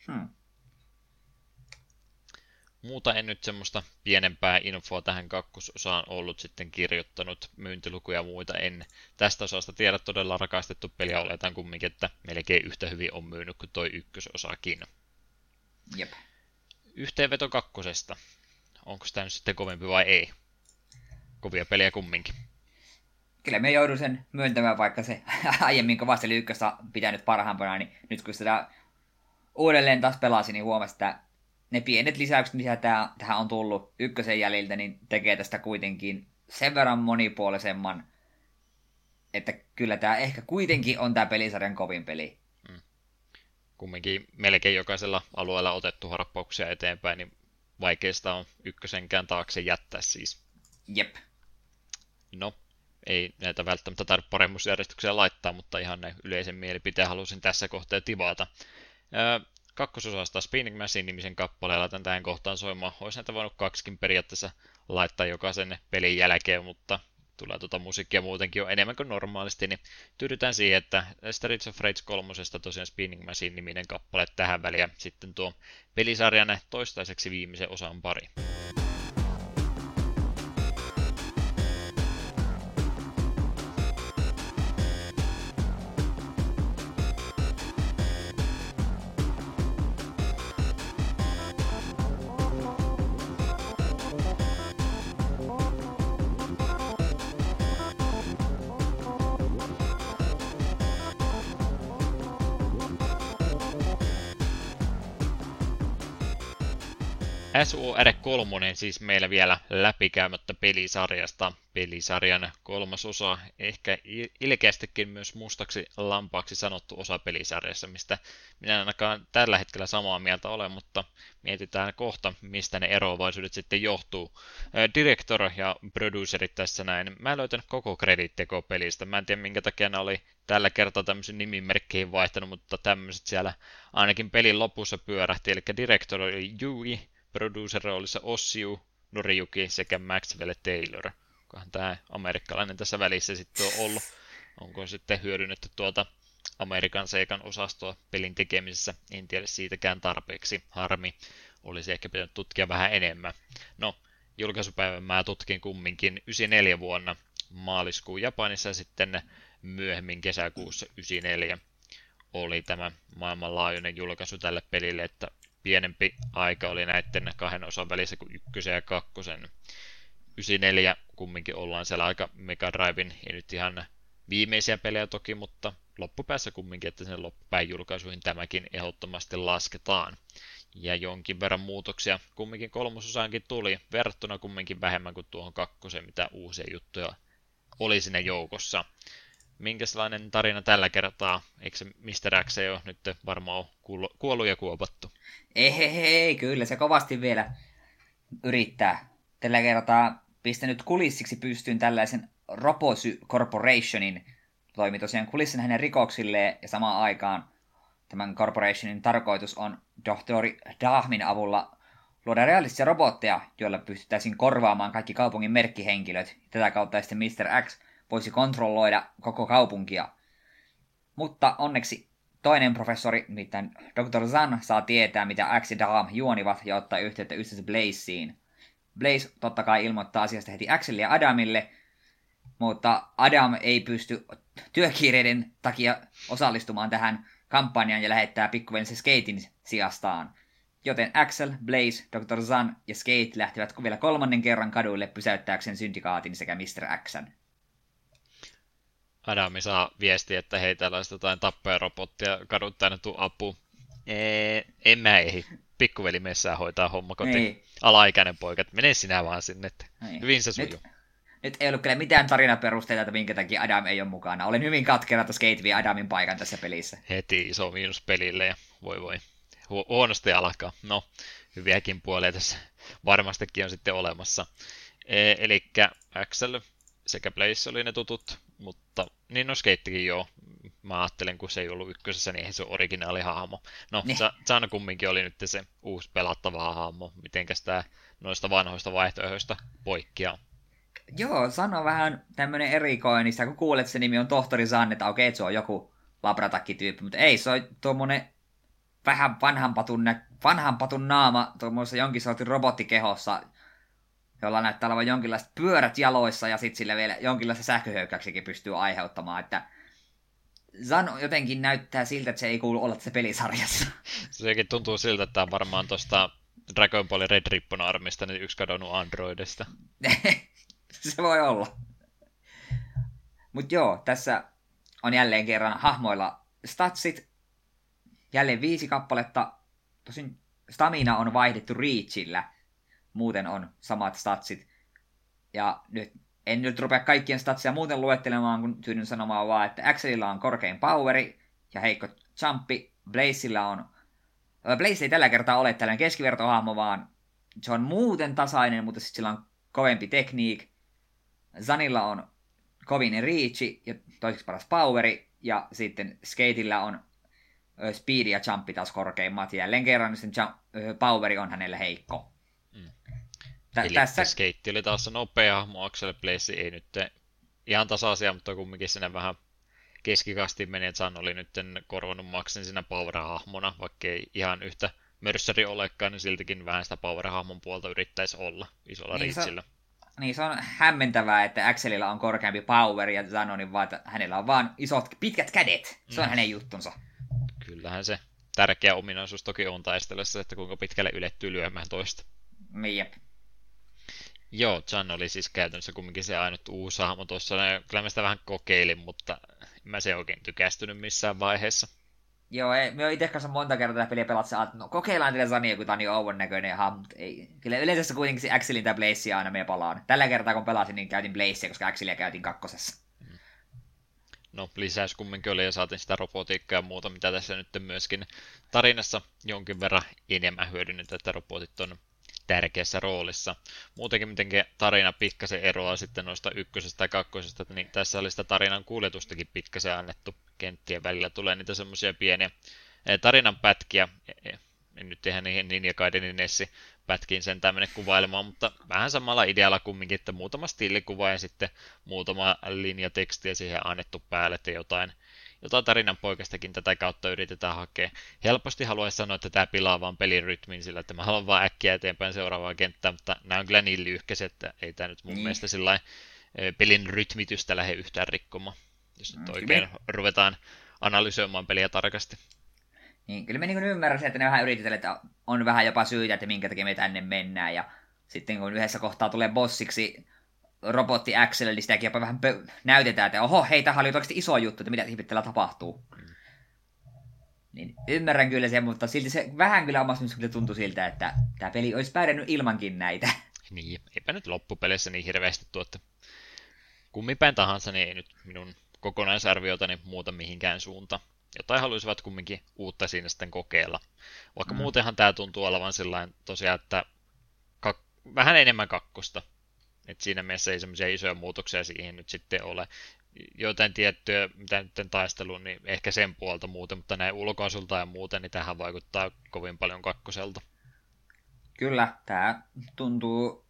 Muuta en nyt semmoista pienempää infoa tähän kakkososaan ollut sitten kirjoittanut, myyntilukuja ja muita en tästä osasta tiedä. Todella rakastettu peli ja oletan kumminkin, että melkein yhtä hyvin on myynyt kuin toi ykkösosakin. Jep. Yhteenveto kakkosesta. Onko sitä nyt sitten kovempi vai ei? Kovia pelejä kumminkin. Kyllä me joudun sen myöntämään, vaikka se aiemmin kovasti oli ykköstä pitänyt parhaampana, niin nyt kun sitä uudelleen taas pelasin, niin huomasin, että ne pienet lisäykset, mitä tähän on tullut ykkösen jäljiltä, niin tekee tästä kuitenkin sen verran monipuolisemman, että kyllä tämä ehkä kuitenkin on tämä pelisarjan kovin peli. Kumminkin melkein jokaisella alueella otettu harppauksia eteenpäin, niin vaikeista on ykkösenkään taakse jättää siis. Jep. No, ei näitä välttämättä tarvitse paremmuusjärjestykseen laittaa, mutta ihan näin yleisen mielipiteen halusin tässä kohtaa tivata. Kakkososasta Spinning Machine-nimisen kappaleen laitan tähän kohtaan soimaan. Olisi näitä voinut 2 periaatteessa laittaa jokaisen pelin jälkeen, mutta tulee musiikkia muutenkin jo enemmän kuin normaalisti, niin tyydytään siihen, että Streets of Rage 3. tosiaan Spinning Machine-niminen kappale tähän väliin, ja sitten tuo pelisarjan toistaiseksi viimeisen osan pari. SOR3 siis meillä vielä läpikäymättä pelisarjasta. Pelisarjan 3. osa, ehkä ilkeästikin myös mustaksi lampaaksi sanottu osa pelisarjassa, mistä minä ainakaan tällä hetkellä samaa mieltä olen, mutta mietitään kohta, mistä ne eroavaisuudet sitten johtuu. Director ja producerit tässä näin. Mä en löytänyt koko krediitteko pelistä. Mä en tiedä minkä takia ne oli tällä kertaa tämmöisen nimimerkkeihin vaihtanut, mutta tämmöiset siellä ainakin pelin lopussa pyörähti. Eli director oli Yui, producer-roolissa Ossiu, Noriyuki sekä Maxwell Taylor. Onkohan tämä amerikkalainen tässä välissä sitten on ollut? Onko sitten hyödynnetty tuolta Amerikan Seikan osastoa pelin tekemisessä? En tiedä siitäkään tarpeeksi. Harmi. Olisi ehkä pitänyt tutkia vähän enemmän. No, julkaisupäivän mä tutkin kumminkin 94 vuonna. maaliskuun Japanissa ja sitten myöhemmin kesäkuussa 94 oli tämä maailmanlaajuinen julkaisu tälle pelille, että pienempi aika oli näiden kahden osan välissä kuin ykkösen ja kakkosen. 94 kumminkin ollaan siellä aika Mega Driven, ei nyt ihan viimeisiä pelejä toki, mutta loppupäässä kumminkin, että sen loppupäin julkaisuihin tämäkin ehdottomasti lasketaan. Ja jonkin verran muutoksia kumminkin kolmososaankin tuli, verrattuna kumminkin vähemmän kuin tuohon kakkoseen, mitä uusia juttuja oli siinä joukossa. Minkälainen tarina tällä kertaa? Eikö se Mr. X ei ole nyt varmaan ole kuollut ja kuopattu? Ei, kyllä se kovasti vielä yrittää. Tällä kertaa pistänyt kulissiksi pystyyn tällaisen Robosy Corporationin. Toimi tosiaan kulissina hänen rikoksilleen ja samaan aikaan tämän Corporationin tarkoitus on tohtori Dahmin avulla luoda realistisia robotteja, joilla pystyttäisiin korvaamaan kaikki kaupungin merkkihenkilöt. Tätä kautta sitten Mr. X voisi kontrolloida koko kaupunkia. Mutta onneksi toinen professori, nimittäin Dr. Zan, saa tietää, mitä X ja Dahm juonivat ja ottaa yhteyttä ystävänsä Blazeen. Blaze totta kai ilmoittaa asiasta heti Axelle ja Adamille, mutta Adam ei pysty työkiireiden takia osallistumaan tähän kampanjaan ja lähettää pikkuvelinsä Skatein sijastaan. Joten Axel, Blaze, Dr. Zan ja Skate lähtevät vielä kolmannen kerran kaduille pysäyttääkseen syndikaatin sekä Mr. Xn. Adami saa viestiä, että hei, tällaista jotain tappajarobottia kadut tänne tuu apu. En mä ehdi. Pikkuveli messään hoitaa homma kotiin. Niin. Alaikäinen poika, että mene sinä vaan sinne. Että niin. Hyvin se sujuu. Nyt ei ollut kyllä mitään tarinaperusteita, että minkä takia Adam ei ole mukana. Olen hyvin katkera, että Skate vie Adamin paikan tässä pelissä. Heti iso miinus pelille ja voi. Huonosti alkaa. No, hyviäkin puolia tässä varmastikin on sitten olemassa. Elikkä Axel sekä Blaze oli ne tutut, mutta niin no Skatekin joo. Mä ajattelen, kun se ei ollut ykkösessä, niin eihän se ole originaalihahmo. No, Zan kumminkin oli nyt se uusi pelattava hahmo. Mitenkäs tää noista vanhoista vaihtoehdoista poikkeaa? Joo, Zan on vähän tämmönen erikoinen, kun kuulet, että se nimi on tohtori Zan, että okei, se on joku labratakkityyppi, mutta ei, se on tuommoinen vähän vanhan patun naama tuommoisessa jonkin sortin robottikehossa, jolla näyttää olevan jonkinlaiset pyörät jaloissa ja sitten sillä vielä jonkinlaista sähköhyökkäyksiäkin pystyy aiheuttamaan, että Zan jotenkin näyttää siltä, että se ei kuulu olla tässä pelisarjassa. Sekin tuntuu siltä, että tämä on varmaan tuosta Dragon Ball Red Ribbon Armista niin yksi kadonnut androidista. Se voi olla. Mutta joo, tässä on jälleen kerran hahmoilla statsit. Jälleen 5 kappaletta. Tosin stamina on vaihdettu Reachillä. Muuten on samat statsit. Ja en nyt rupea kaikkien statsia muuten luettelemaan, kun tyydyn sanomaan vaan, että Axelilla on korkein poweri ja heikko jumpi. Blaze ei tällä kertaa ole tällainen keskivertohahmo, vaan se on muuten tasainen, mutta sitten sillä on kovempi tekniik. Zanilla on kovin reachi ja toiseksi paras poweri, ja sitten Skateillä on speed ja jumpi taas korkeimmat. Jälleen kerran sen poweri on hänellä heikko. Eli tässä Skate oli taas nopea hahmo, Axel Blaze ei nyt ihan tasaisia, mutta kumminkin sinne vähän keskikastiin meni, että Zan oli nyt korvannut Maxin siinä power-hahmona, vaikka ei ihan yhtä mörssäri olekaan, niin siltikin vähän sitä power-hahmon puolta yrittäisi olla isolla reachillä. Niin, se on hämmentävää, että Axelilla on korkeampi power ja Zanonin vaan, että hänellä on vaan isot pitkät kädet. Se on hänen juttunsa. Kyllähän se tärkeä ominaisuus toki on taistelussa, että kuinka pitkälle ylettyy lyömään toista. Jep. Joo, Zan oli siis käytännössä kumminkin se ainut uusi hahmo tuossa. Kyllä mä sitä vähän kokeilin, mutta en mä se oikein tykästynyt missään vaiheessa. Joo, me on itse kanssa monta kertaa tätä peliä pelattu, että no kokeillaan tällä Zania, kun tää on niin Owen näköinen hahmo, mutta ei. Kyllä yleensä kuitenkin se Axelin tai Blazea aina me palaan. Tällä kertaa kun pelasin, niin käytin Blazea, koska Axelia käytin kakkosessa. No, lisäys kumminkin oli ja saatiin sitä robotiikkaa ja muuta, mitä tässä nyt myöskin tarinassa jonkin verran enemmän hyödynnetään, että robotit on tärkeässä roolissa. Muutenkin mitenkin tarina pikkasen eroaa sitten noista ykkösestä ja kakkosesta, niin tässä oli sitä tarinan kuljetustakin pikkasen annettu. Kenttien välillä tulee niitä semmoisia pieniä tarinan pätkiä. En nyt tehdä niihin Ninja Gaidenin Nessi pätkiin sen tämmöinen kuvailemaan, mutta vähän samalla idealla kumminkin, että muutama stiilikuva ja sitten muutama linja tekstiä siihen annettu päälle, että jotain tarinan poikastakin tätä kautta yritetään hakea. Helposti haluaisin sanoa, että tämä pilaa vaan pelin rytmin sillä, että mä haluan vaan äkkiä eteenpäin seuraavaan kenttään, mutta nämä on kyllä niin lyhkäiset, että ei tämä nyt mun mielestä sillain pelin rytmitystä lähde yhtään rikkomaan, jos nyt oikein Kyllä ruvetaan analysoimaan peliä tarkasti. niin, kyllä mä niin ymmärrän sen, että ne vähän yritetään, että on vähän jopa syitä, että minkä takia me tänne mennään. Ja sitten kun yhdessä kohtaa tulee bossiksi robotti Axel, niin sitäkin jopa vähän näytetään, että oho, hei, tämähän oli oikeasti iso juttu, että mitä ihmetellä tapahtuu. Niin ymmärrän kyllä sen, mutta silti se vähän kyllä omassa mielestä tuntui siltä, että tämä peli olisi pärjännyt ilmankin näitä. Niin, eipä nyt loppupeleissä niin hirveästi tuotte. Kummipäin tahansa, niin ei nyt minun kokonaisarviotani muuta mihinkään suuntaan. Jotain haluaisivat kumminkin uutta siinä sitten kokeilla. Vaikka muutenhan tämä tuntuu olevan sillain tosiaan, että vähän enemmän kakkosta. Et siinä mielessä ei semmoisia isoja muutoksia siihen nyt sitten ole. Jotain tiettyä, mitä nyt taisteluun, niin ehkä sen puolta muuten, mutta näin ulkoasulta ja muuten, niin tähän vaikuttaa kovin paljon kakkoselta. Kyllä, tämä tuntuu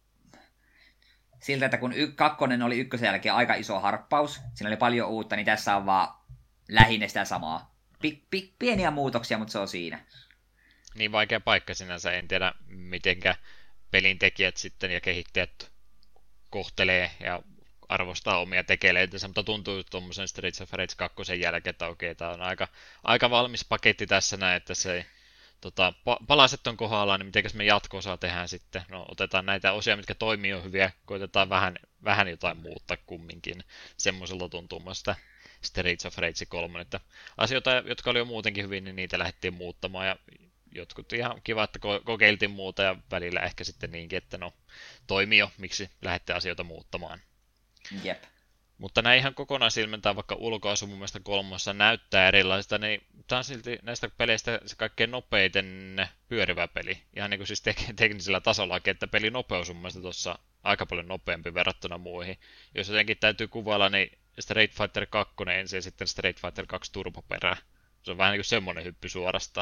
siltä, että kun kakkonen oli ykkösen jälkeen aika iso harppaus, siinä oli paljon uutta, niin tässä on vaan lähinnä sitä samaa. Pieniä muutoksia, mutta se on siinä. Niin vaikea paikka sinänsä, en tiedä mitenkä pelin tekijät sitten ja kehittäjät kohtelee ja arvostaa omia tekeleitänsä, mutta tuntuu tuommoisen Streets of Rage 2 jälkeen, että okei, tämä on aika valmis paketti tässä näin, että se ei, palaset on kohdallaan, niin mitenkäs me jatko-osaa tehdään sitten. No otetaan näitä osia, mitkä toimii jo hyviä, koitetaan vähän jotain muuttaa kumminkin. Semmoiselta tuntuu myös sitä Streets of Rage 3, että asioita, jotka oli jo muutenkin hyvin, niin niitä lähdettiin muuttamaan ja jotkut ihan kiva, että kokeiltiin muuta ja välillä ehkä sitten niinkin, että no toimi jo, miksi lähdette asioita muuttamaan. Jep. Mutta näin ihan kokonaisilmentää, vaikka ulkoasu mun mielestä kolmossa näyttää erilaista, niin tämä on silti näistä peleistä se kaikkein nopeiten pyörivä peli. Ihan niin kuin siis teknisellä tasollakin, että pelin nopeus on mun mielestä tuossa aika paljon nopeampi verrattuna muihin. Jos jotenkin täytyy kuvailla, niin Street Fighter 2 ensin ja sitten Street Fighter 2 Turbo perään. Se on vähän niin kuin semmoinen hyppy suorastaan.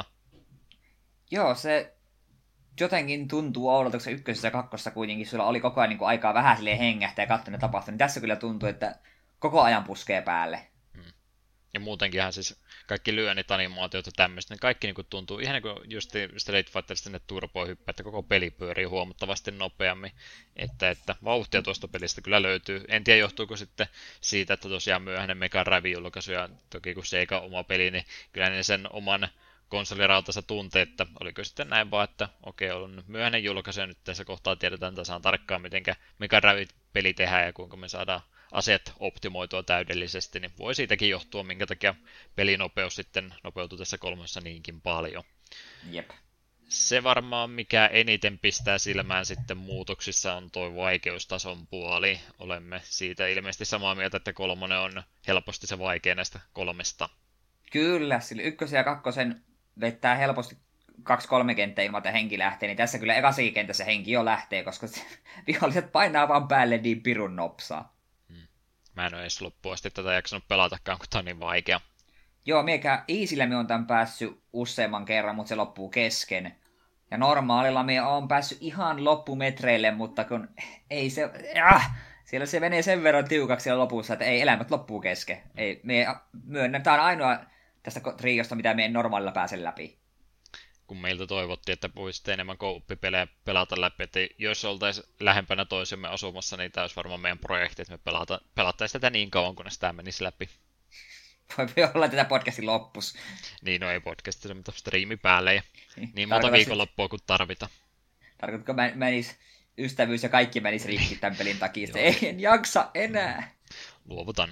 Joo, se jotenkin tuntuu oudolta, koska ykkösessä ja kakkossa kuitenkin sulla oli koko ajan niin kuin aikaa vähän silleen hengähtää ja katsoa ne tapahtuu. Niin tässä kyllä tuntuu, että koko ajan puskee päälle. Ja muutenkinhan siis kaikki lyönnit, animaatiot ja tämmöistä, niin kaikki niin tuntuu ihan niin kuin just Street Fighter sinne turboon hyppää, että koko peli pyörii huomattavasti nopeammin. Että vauhtia tuosta pelistä kyllä löytyy. En tiedä johtuuko sitten siitä, että tosiaan myöhäinen Mega Drive-julkaisu ja toki kun Sega oma peli, niin kyllä ne sen oman konsolirautansa tuntee, että oliko sitten näin vaan, että okei, on myöhäinen julkaisu ja nyt tässä kohtaa tiedetään tasan tarkkaan, miten Mega Drive-peli tehdään ja kuinka me saadaan aseet optimoitua täydellisesti, niin voi siitäkin johtua, minkä takia pelinopeus sitten nopeutuu tässä kolmessa niinkin paljon. Jep. Se varmaan, mikä eniten pistää silmään sitten muutoksissa, on tuo vaikeustason puoli. Olemme siitä ilmeisesti samaa mieltä, että kolmonen on helposti se vaikea näistä kolmesta. Kyllä, sillä ykkösen ja kakkosen vettää helposti 2-3 kenttää ilman, että henki lähtee, niin tässä kyllä ekassakin kentässä henki jo lähtee, koska viholliset painaa vaan päälle niin pirun nopsaa. Mä en ole edes loppuun asti tätä jaksanut pelatakaan, kun tää on niin vaikea. Joo, miekä Easyllä me on tämän päässyt useamman kerran, mutta se loppuu kesken. Ja normaalilla me on päässyt ihan loppumetreille, mutta kun ei se... siellä se menee sen verran tiukaksi siellä lopussa, että ei elämät loppuu kesken. Ei, me myönnän, tämä on ainoa tästä triosta, mitä me en normaalilla pääse läpi. Kun meiltä toivottiin, että voisitte enemmän co-op-pelejä pelata läpi, että jos oltaisiin lähempänä toisemme asumassa, niin tämä olisi varmaan meidän projekti, että me pelattaisiin tätä niin kauan, kunnes tämä menisi läpi. Voi olla tätä podcastin loppus. Niin, no ei podcastissa, mutta striimi päälle ja niin monta viikonloppua kuin tarvitaan. Tarkoitatko menisi ystävyys ja kaikki menisi rikki tämän pelin takia, ei en jaksa enää. Luovutan.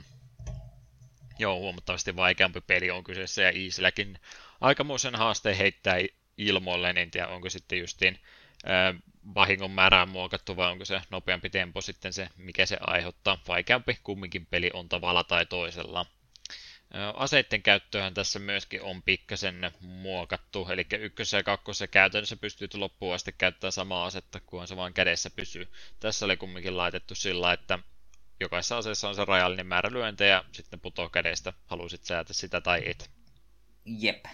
Joo, huomattavasti vaikeampi peli on kyseessä ja Easylläkin aikamoisen haasteen heittää ilmoille, en tiedä onko sitten justiin vahingon määrää muokattu vai onko se nopeampi tempo sitten se, mikä se aiheuttaa. Vaikeampi kumminkin peli on tavalla tai toisella. Aseiden käyttöhän tässä myöskin on pikkasen muokattu, eli ykkössä ja kakkossa käytännössä pystyy loppuun asti käyttämään samaa asetta, kunhan se vaan kädessä pysyy. Tässä oli kumminkin laitettu sillä, että jokaisessa aseessa on se rajallinen määrä lyöntejä ja sitten putoo kädestä, halusit säätä sitä tai et. Jep.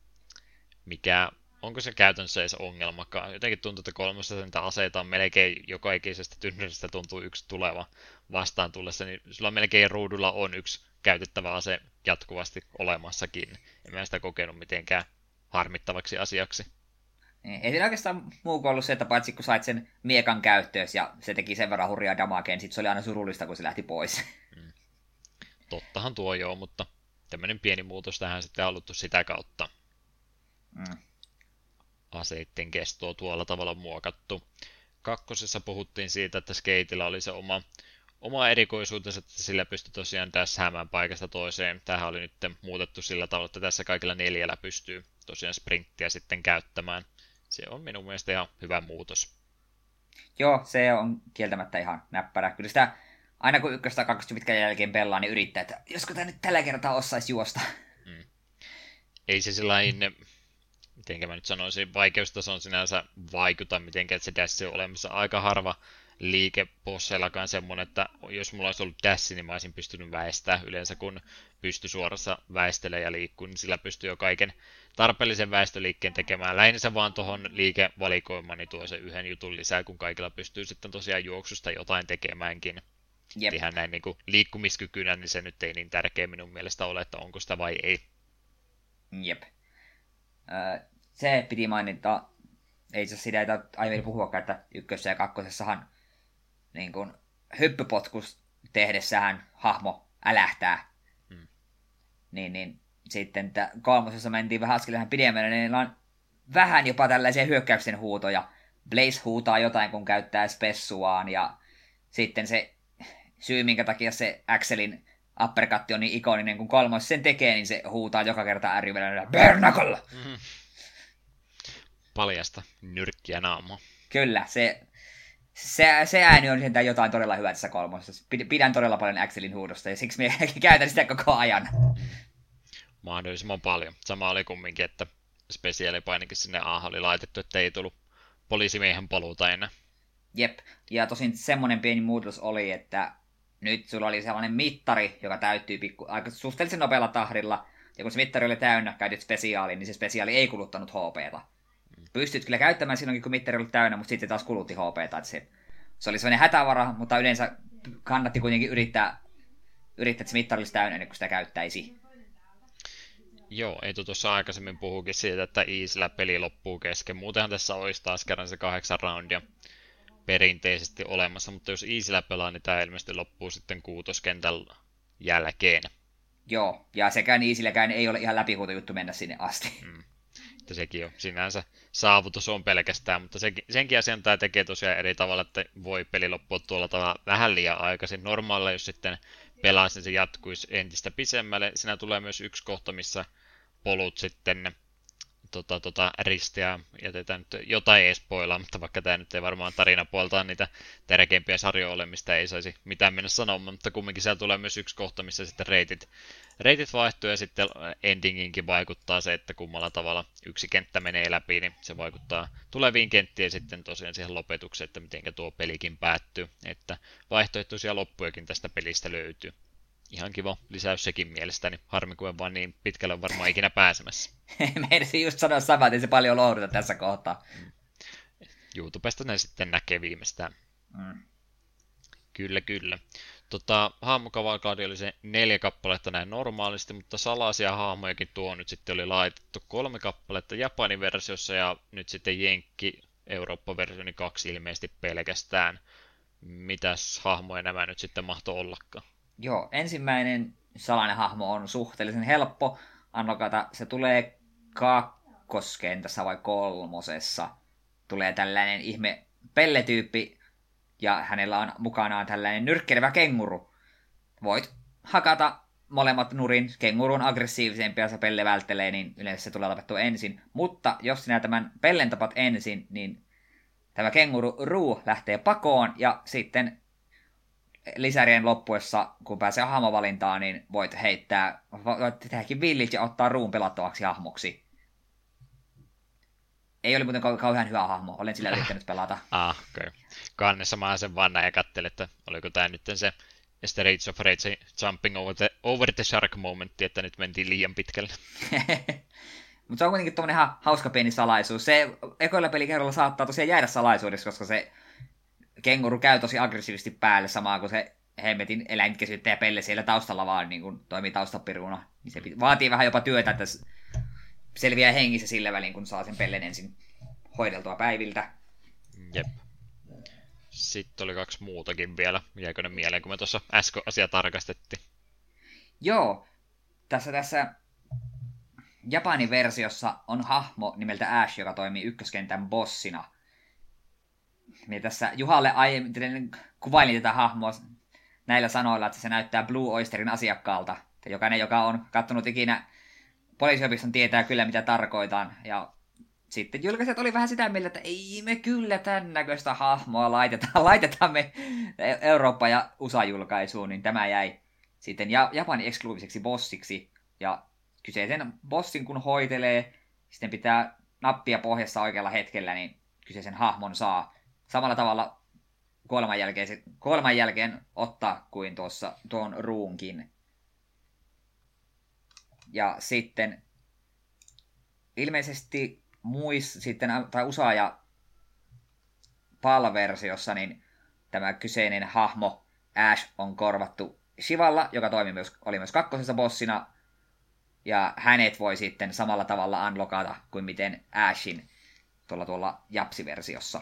Onko se käytännössä edes ongelmakaan? Jotenkin tuntuu, että kolmessa niitä aseita on melkein joka ikisestä tynnyristä tuntuu yksi tuleva vastaan tullessa, niin sulla melkein ruudulla on yksi käytettävä ase jatkuvasti olemassakin. En mä sitä kokenut mitenkään harmittavaksi asiaksi. Ei siinä oikeastaan muu kuin ollut se, että paitsi kun sait sen miekan käyttöön ja se teki sen verran hurjaa damakea, niin sit se oli aina surullista, kun se lähti pois. Tottahan tuo joo, mutta tämmöinen pieni muutos tähän sitten haluttu sitä kautta. Aseitten kestoa tuolla tavalla muokattu. Kakkosessa puhuttiin siitä, että Skateilla oli se oma erikoisuutensa, että sillä pystyi tosiaan dashäämään paikasta toiseen. Tähän oli nyt muutettu sillä tavalla, että tässä kaikilla 4 pystyy tosiaan sprinttiä sitten käyttämään. Se on minun mielestä ihan hyvä muutos. Joo, se on kieltämättä ihan näppärä. Kyllä sitä aina kun ykköstä ja kakkosta pitkän jälkeen pelaa, niin yrittää, että josko tämä nyt tällä kertaa osaisi juosta. Ei se sellainen, mitenkä mä nyt sanoisin, vaikeustason sinänsä vaikuta mitenkään, että se dash on olemassa. Aika harva liike bosseillakaan semmonen, että jos mulla olisi ollut dash, niin mä olisin pystynyt väistämään. Yleensä kun pystyy suorassa väistelemään ja liikkuu, niin sillä pystyy jo kaiken tarpeellisen väestöliikkeen tekemään. Lähinnä se vaan tuohon liikevalikoimaan, niin tuo se yhden jutun lisää, kun kaikilla pystyy sitten tosiaan juoksusta jotain tekemäänkin. Jep. Ihan näin niin kuin liikkumiskykynä, niin se nyt ei niin tärkeä minun mielestä ole, että onko sitä vai ei. Jep. Se piti mainita, ei se sitä ei aiemmin puhuakaan, että ykkössä ja kakkosessahan niin kun hyppypotkus tehdessähän hahmo älähtää. Niin sitten kolmosessa mentiin vähän askeleen pidemmälle, niin on vähän jopa tällaisia hyökkäyksen huutoja. Blaze huutaa jotain, kun käyttää spessuaan, ja sitten se syy, minkä takia se Axelin uppercut on niin ikoninen, kun kolmos sen tekee, niin se huutaa joka kerta ärjyvellä, Bernacle! Paljasta nyrkkiä naamua. Kyllä, se ääni on sentään jotain todella hyvää tässä kolmosessa. Pidän todella paljon Axelin huudosta, ja siksi minä käytän sitä koko ajan. Mahdollisimman paljon. Sama oli kumminkin, että spesiaalipainikin sinne A oli laitettu, että ei tullut poliisimiehen paluuta enää. Jep, ja tosin semmoinen pieni muutos oli, että nyt sulla oli sellainen mittari, joka täyttyy aika suhteellisen nopealla tahdilla, ja kun se mittari oli täynnä, käytit spesiaaliin, niin se spesiaali ei kuluttanut HP:ta. Pystyt kyllä käyttämään silloinkin, kun mittari oli täynnä, mutta sitten taas kulutti HP:ta. Se oli sellainen hätävara, mutta yleensä kannatti kuitenkin yrittää, että se mittari olisi täynnä ennen kuin sitä käyttäisi. Joo, Eetu tuossa aikaisemmin puhukin siitä, että Easyllä peli loppuu kesken. Muutenhan tässä olisi taas kerran se 8 roundia perinteisesti olemassa, mutta jos Easyllä pelaa, niin tämä ilmeisesti loppuu sitten 6. kentän jälkeen. Joo, ja sekään Easylläkään ei ole ihan läpihuutojuttu mennä sinne asti. Että sekin on sinänsä saavutus on pelkästään, mutta senkin asian tämä tekee tosiaan eri tavalla, että voi peli loppua tuolla tavalla vähän liian aikaisin. Normaalilla, jos sitten pelaisi, niin se jatkuisi entistä pisemmälle. Siinä tulee myös yksi kohta, missä polut sitten ristiä, jätetään nyt jotain ei spoilaa, mutta vaikka tämä nyt ei varmaan tarinapuoltaan niitä tärkeimpiä sarjoja ole, mistä ei saisi mitään mennä sanomaan, mutta kumminkin siellä tulee myös yksi kohta, missä sitten reitit vaihtuu ja sitten endinginkin vaikuttaa se, että kummalla tavalla yksi kenttä menee läpi, niin se vaikuttaa tuleviin kenttiin ja sitten tosiaan siihen lopetukseen, että miten tuo pelikin päättyy, että vaihtoehtoisia loppujakin tästä pelistä löytyy. Ihan kiva lisäys sekin mielestäni. Harmi, kun en vaan niin pitkälle on varmaan ikinä pääsemässä. Meidän just sanoa sama, että se paljon lohduta tässä kohtaa. YouTubesta ne sitten näkee viimeistään. Kyllä. Hahmokavalkaadi oli se 4 kappaletta näin normaalisti, mutta salaisia hahmojakin tuo nyt sitten oli laitettu 3 kappaletta Japanin versiossa ja nyt sitten Jenkki-Eurooppa-versioni 2 ilmeisesti pelkästään. Mitäs hahmoja nämä nyt sitten mahtoi ollakaan? Joo, ensimmäinen salainen hahmo on suhteellisen helppo unlockata. Se tulee kakkoskentässä vai 3. Tulee tällainen ihme pelletyyppi, ja hänellä on mukanaan tällainen nyrkkelevä kenguru. Voit hakata molemmat nurin. Kenguru on aggressiivisempi ja se pelle välttelee, niin yleensä se tulee tapettua ensin. Mutta jos sinä tämän pellen tapat ensin, niin tämä kenguru Ruu lähtee pakoon, ja sitten lisärien loppuessa, kun pääsee hahmovalintaan, niin voit tehdäkin villit ja ottaa Ruun pelattavaksi hahmoksi. Ei ole muuten kauhean hyvä hahmo, olen sillä yrittänyt pelata. Okay. Kannessa mä sen vaan näin ja katselin, että oliko tää nyt se Streets of Rage jumping over the shark momentti, että nyt mentiin liian pitkälle. Mutta se on kuitenkin tommonen ihan hauska pieni salaisuus. Se ekoilla pelikerralla saattaa tosiaan jäädä salaisuudessa, koska se kenguru käy tosi aggressiivisesti päälle, samaan kuin se hemmetin eläinkesyttäjä pelle siellä taustalla vaan niin kuin toimii taustapiruna. Niin se vaatii vähän jopa työtä, että selviää hengissä sillä välin, kun saa sen pellen ensin hoideltua päiviltä. Jep. Sitten oli 2 muutakin vielä. Jäikö ne mieleen, kun me tuossa äsken asia tarkastettiin? Joo, tässä Japanin versiossa on hahmo nimeltä Ash, joka toimii ykköskentän bossina. Minä tässä Juhalle aiemmin kuvailin tätä hahmoa näillä sanoilla, että se näyttää Blue Oysterin asiakkaalta. Ja jokainen, joka on katsonut ikinä poliisiopiston, tietää kyllä, mitä tarkoitan. Ja sitten julkaiset oli vähän sitä mieltä, että ei me kyllä tämän näköistä hahmoa laitetaan me Eurooppa- ja USA-julkaisuun, niin tämä jäi sitten Japanin eksklusiiviseksi bossiksi. Ja kyseisen bossin kun hoitelee, sitten pitää nappia pohjassa oikealla hetkellä, niin kyseisen hahmon saa samalla tavalla kuoleman jälkeen ottaa kuin tuon ruunkin. Ja sitten ilmeisesti USA- ja PAL-versiossa niin tämä kyseinen hahmo Ash on korvattu Shivalla, joka oli myös kakkosessa bossina. Ja hänet voi sitten samalla tavalla unlockata kuin miten Ashin tuolla Japsi-versiossa.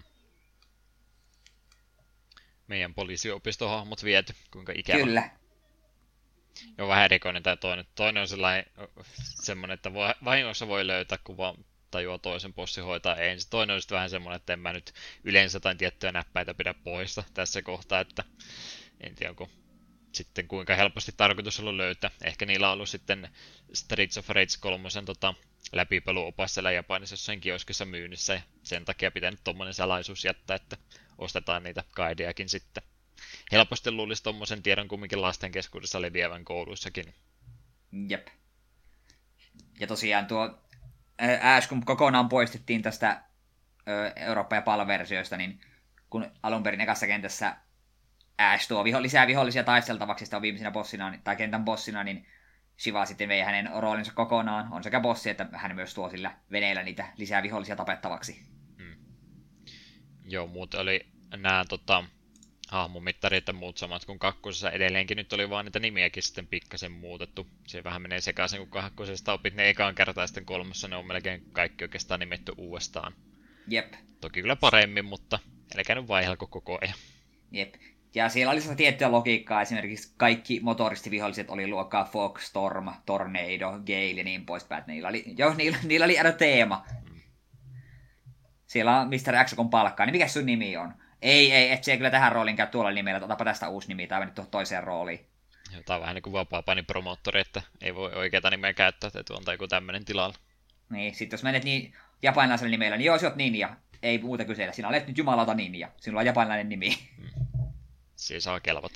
Meidän poliisiopistohahmot viety, kuinka ikävä. Kyllä. Joo, vähän erikoinen tämä toinen. Toinen on semmoinen, että vahingossa voi löytää, kun vaan tajuaa toisen bossin hoitaa ensin. Toinen on sitten vähän semmoinen, että en mä nyt yleensä jotain tiettyjä näppäitä pidä poissa tässä kohtaa, että en tiedä, onko sitten kuinka helposti tarkoitus ollut löytää. Ehkä niillä on ollut sitten Streets of Rage 3 läpipeluopas siellä Japanissa jossain kioskissa myynnissä, ja sen takia pitänyt tommonen salaisuus jättää, että ostetaan niitä guidejakin sitten. Helposti luulisi tommosen tiedon kumminkin lasten keskuudessa leviävän kouluissakin. Jep. Ja tosiaan tuo Ash, kun kokonaan poistettiin tästä Eurooppa- ja PAL-versioista, niin kun alun perin ekassa kentässä Ash tuo lisää vihollisia taisteltavaksi sitä on viimeisenä bossina, tai kentän bossina, niin Shiva sitten vei hänen roolinsa kokonaan. On sekä bossi, että hän myös tuo sillä veneellä niitä lisää vihollisia tapettavaksi. Joo, muuten oli nämä hahmomittarit ja muut samat kuin kakkosessa. Edelleenkin nyt oli vaan niitä nimiäkin sitten pikkasen muutettu. Se vähän menee sekaisin, kun kakkosesta opit ne ekaan kertaa, ja sitten kolmossa ne on melkein kaikki oikeastaan nimetty uudestaan. Jep. Toki kyllä paremmin, mutta älkää nyt vaihelko koko ajan. Jep. Ja siellä oli tiettyä logiikkaa, esimerkiksi kaikki motoristiviholliset oli luokkaa Fog, Storm, Tornado, Gale ja niin poispäin. Niillä oli aina teema. Siellä on Mr. X kun palkkaa, niin mikä sun nimi on? Ei, et se kyllä tähän rooliin käy tuolla nimellä, että otapa tästä uusi nimi, tai mennyt tuohon toiseen rooliin. Tämä on vähän niin kuin vapaa-painin promoottori, että ei voi oikeata nimeä käyttää, että on joku tämmöinen tilalla. Niin, sit jos menet niin japanilaisella nimellä, niin joo, sä oot ninja. Ei muuta kysellä, sinä olet nyt jumalauta ninja. Sinulla on japanilainen nimi. Siinä saa kelvata.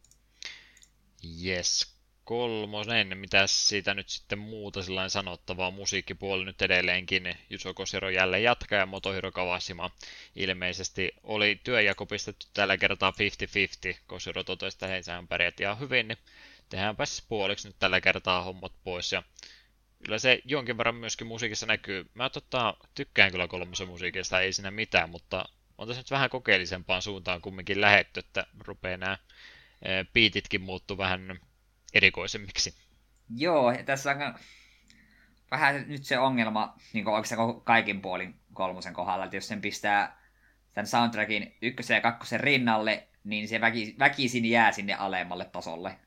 Jes, 3. Mitäs siitä nyt sitten muuta sellainen sanottavaa? Musiikkipuoli nyt edelleenkin. Yuzo Koshiro jälleen jatkaa ja Motohiro Kawashima ilmeisesti oli työnjako pistetty tällä kertaa 50-50. Koshiro totesi, että hei, sehän pärjät ihan hyvin, niin tehdäänpäs puoliksi nyt tällä kertaa hommat pois. Ja kyllä se jonkin verran myöskin musiikissa näkyy. Mä tykkään kyllä 3 musiikista, ei siinä mitään, mutta on tässä nyt vähän kokeellisempaan suuntaan kumminkin lähetty, että rupeaa nämä biititkin muuttuu vähän erikoisemmiksi. Joo, tässä on vähän nyt se ongelma niin oikeastaan kaikin puolin 3 kohdalla, että jos sen pistää tämän soundtrackin 1 ja 2 rinnalle, niin se väkisin jää sinne alemmalle tasolle.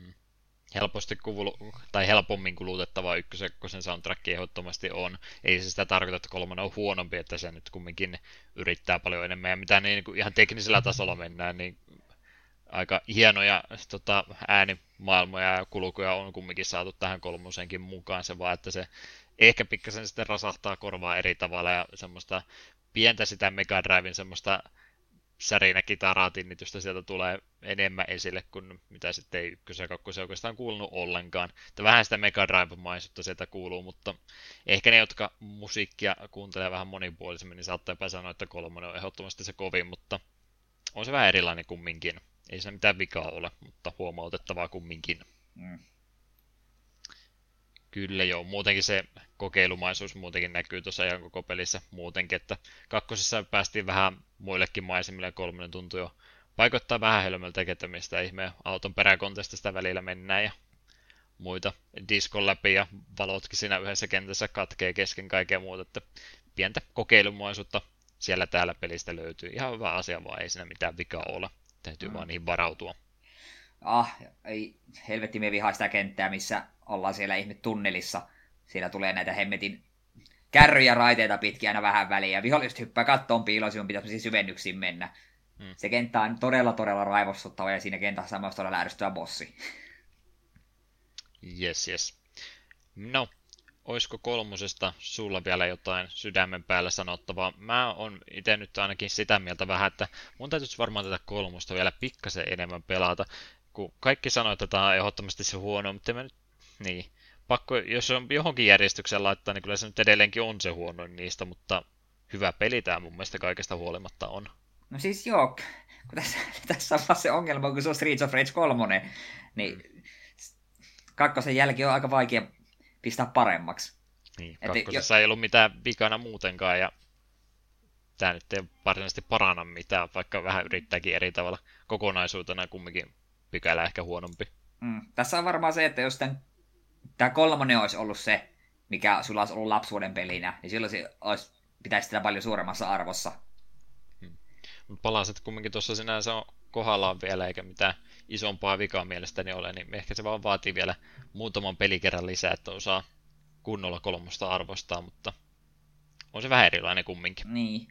Helpommin kulutettava 1 ja 2 soundtrack ehdottomasti on. Ei se sitä tarkoita, että 3 on huonompi, että se nyt kumminkin yrittää paljon enemmän. Ja mitä niin ihan teknisellä tasolla mennään, niin aika hienoja äänimaailmoja ja kulkuja on kumminkin saatu tähän 3 mukaan. Se vaan, että se ehkä pikkasen sitten rasahtaa korvaa eri tavalla ja semmoista pientä sitä Mega Driven semmoista särinä-kitaraa-tinnitystä sieltä tulee enemmän esille kuin mitä sitten ei 1 ja 2 oikeastaan kuulunut ollenkaan. Että vähän sitä Mega Drive-maisuutta sieltä kuuluu, mutta ehkä ne, jotka musiikkia kuuntelee vähän monipuolisemmin, niin saattaa jopa sanoa, että 3 on ehdottomasti se kovin, mutta on se vähän erilainen kumminkin. Ei se mitään vikaa ole, mutta huomautettavaa kumminkin. Kyllä joo, muutenkin se kokeilumaisuus muutenkin näkyy tuossa ihan koko pelissä muutenkin, että 2 päästiin vähän muillekin maisemille ja 3 tuntui jo paikoittaa vähän hölmöltä tekemistä ihmeen auton peräkontesta sitä välillä mennään ja muita diskon läpi ja valotkin siinä yhdessä kentässä katkee kesken kaikkea muuta, että pientä kokeilumaisuutta siellä täällä pelistä löytyy. Ihan hyvä asia, vaan ei siinä mitään vikaa olla. Täytyy vaan niihin varautua. Ei helvetti me vihaa sitä kenttää, missä ollaan siellä ihme tunnelissa. Siellä tulee näitä hemmetin kärryjä raiteita pitkin aina vähän väliin, ja viholliset hyppää kattoon piiloon, sinun pitäisi syvennyksiin mennä. Se kenttä on todella, todella raivostuttava, ja siinä kentässä on myös todella ärsyttävä bossi. Yes. No, oisko kolmosesta sulla vielä jotain sydämen päällä sanottavaa? Mä oon itse nyt ainakin sitä mieltä vähän, että mun täytyisi varmaan tätä kolmosta vielä pikkasen enemmän pelata, kun kaikki sanoo, että tämä on ehdottomasti se huono, mutta mä nyt, niin, pakko, jos on johonkin järjestykseen laittaa, niin kyllä se nyt edelleenkin on se huonoin niistä, mutta hyvä peli tämä mun mielestä kaikesta huolimatta on. No siis joo, kun tässä on vaan se ongelma, kun se on Streets of Rage 3, niin kakkosen jälkeen on aika vaikea pistää paremmaksi. Niin, kakkosessa ei ollut mitään vikana muutenkaan, ja tämä nyt ei varsinaisesti paranna mitään, vaikka vähän yrittääkin eri tavalla kokonaisuutena kumminkin pykälä ehkä huonompi. Tässä on varmaan se, että jos tämä 3 olisi ollut se, mikä sulla olisi ollut lapsuuden pelinä, niin silloin se pitäisi sitä paljon suuremmassa arvossa. Mutta palaset kumminkin tuossa sinänsä on kohdallaan vielä, eikä mitään isompaa vikaa mielestäni ole, niin ehkä se vaan vaatii vielä muutaman pelikerran lisää, että osaa kunnolla kolmosta arvostaa, mutta on se vähän erilainen kumminkin. Niin.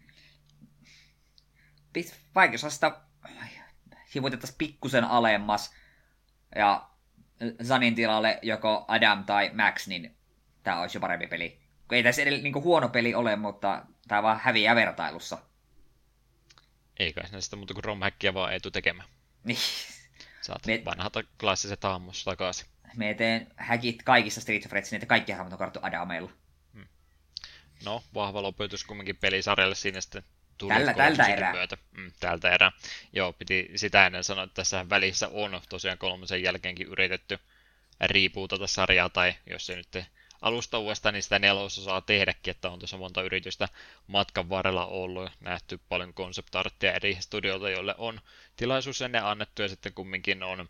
Vaikeusasta hivutettaisiin pikkusen alemmas, ja Zanin tilalle joko Adam tai Max, niin tämä olisi jo parempi peli. Ei tässä edelleen niin huono peli ole, mutta tämä vaan häviää vertailussa. Ei kai sitä muuta kuin romhäkkiä vaan ei tule tekemään. Niin. Saat vanhat klassiset hahmos takaisin. Me teen häkit kaikissa Streets of Rage, että kaikki hahmot on katsottu Adameilla. No, vahva lopetus kumminkin pelisarjalle siinä sitten tuli tältä erää. Myötä. Tältä erää. Joo, piti sitä ennen sanoa, että tässä välissä on tosiaan 3 jälkeenkin yritetty rebootata sarjaa, tai jos ei nyt alusta uudestaan, niin sitä 4 saa tehdäkin, että on tuossa monta yritystä matkan varrella ollut, nähty paljon concept-arttia eri studioilta, joille on tilaisuus ennen annettu, ja sitten kumminkin on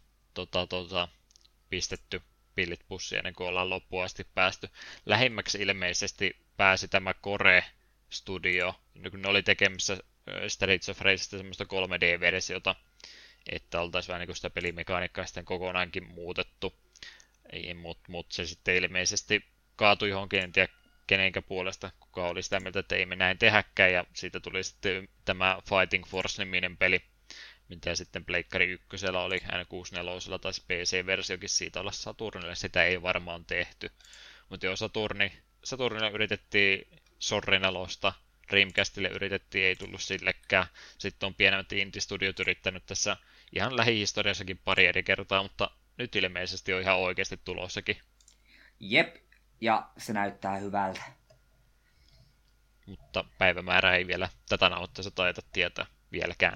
pistetty pillit pussiin ennen kuin ollaan loppuun asti päästy. Lähimmäksi ilmeisesti pääsi tämä Core-studio, kun ne oli tekemässä Streets of Ragesta semmoista 3D-versiota, että oltaisiin vähän niin kuin sitä pelimekaniikkaa sitten kokonaankin muutettu. Mutta se sitten ilmeisesti kaatui johonkin, en tiedä kenenkä puolesta, kuka oli sitä mieltä, että ei me näin tehäkään, ja siitä tuli sitten tämä Fighting Force-niminen peli, mitä sitten Pleikkari 1 oli, N64 taisi PC-versiokin siitä olla Saturnille, sitä ei varmaan tehty. Mutta joo, Saturnille yritettiin Sorry 4, Dreamcastille yritettiin, ei tullut sillekään. Sitten on pienemmät indie-studiot yrittänyt tässä ihan lähihistoriassakin pari eri kertaa, mutta nyt ilmeisesti on ihan oikeasti tulossakin. Jep, ja se näyttää hyvältä. Mutta päivämäärä ei vielä tätä nauhoitteessa taita tietää vieläkään.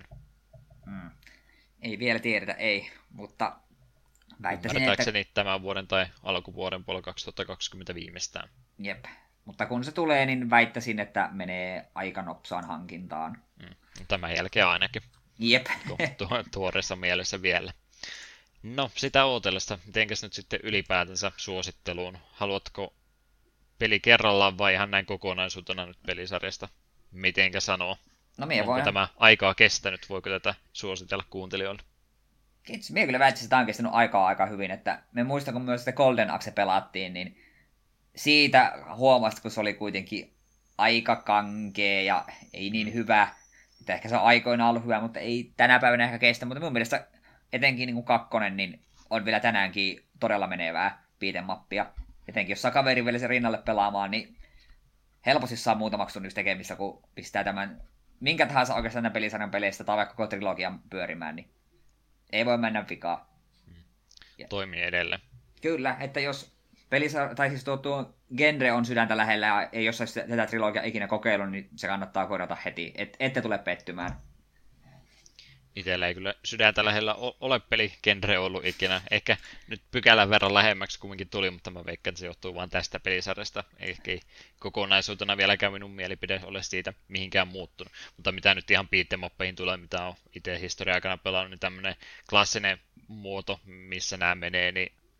Ei vielä tiedetä, ei, mutta väittäisin, että tämän vuoden tai alkuvuoden puolella 2020 viimeistään. Jep, mutta kun se tulee, niin väittäisin, että menee aika nopsaan hankintaan. Tämän jälkeen ainakin. Jep. Tuoreessa mielessä vielä. No, sitä ootellesta. Mitenkäs nyt sitten ylipäätänsä suositteluun? Haluatko peli kerrallaan vai ihan näin kokonaisuutena nyt pelisarjasta? Mitenkä sanoo? No, onko tämä aikaa kestänyt? Voiko tätä suositella kuuntelijoille? Kiitos. Minä kyllä väittäisin, että tämä on kestänyt aikaa aika hyvin. Että me muistan, kun myös sitä Golden Axe pelattiin, niin siitä huomasi, kun se oli kuitenkin aika kankea ja ei niin hyvä. Että ehkä se on aikoinaan ollut hyvä, mutta ei tänä päivänä ehkä kestä. Mutta mun mielestä etenkin niin kuin 2, niin on vielä tänäänkin todella menevää beat'em-mappia. Etenkin jos saa kaveri vielä sen rinnalle pelaamaan, niin helposti saa muutamaksi tunniksi tekemistä, kun pistää tämän minkä tahansa oikeastaan pelisarjan peleistä tai vaikka koko trilogian pyörimään, niin ei voi mennä vikaan. Toimii edelleen. Kyllä, että jos tai siis tuo genre on sydäntä lähellä ja ei jos olisi tätä trilogiaa ikinä kokeillut, niin se kannattaa korjata heti, ette tule pettymään. Itsellä ei kyllä sydäntä lähellä ole peligenre ollut ikinä. Ehkä nyt pykälän verran lähemmäksi kumminkin tuli, mutta mä veikkaan, että se johtuu vain tästä pelisarjasta. Ehkä ei kokonaisuutena vieläkään minun mielipide ole siitä mihinkään muuttunut. Mutta mitä nyt ihan beat'em-uppeihin tulee, mitä on itse historia-aikana pelannut, niin tämmöinen klassinen muoto, missä nämä menee, niin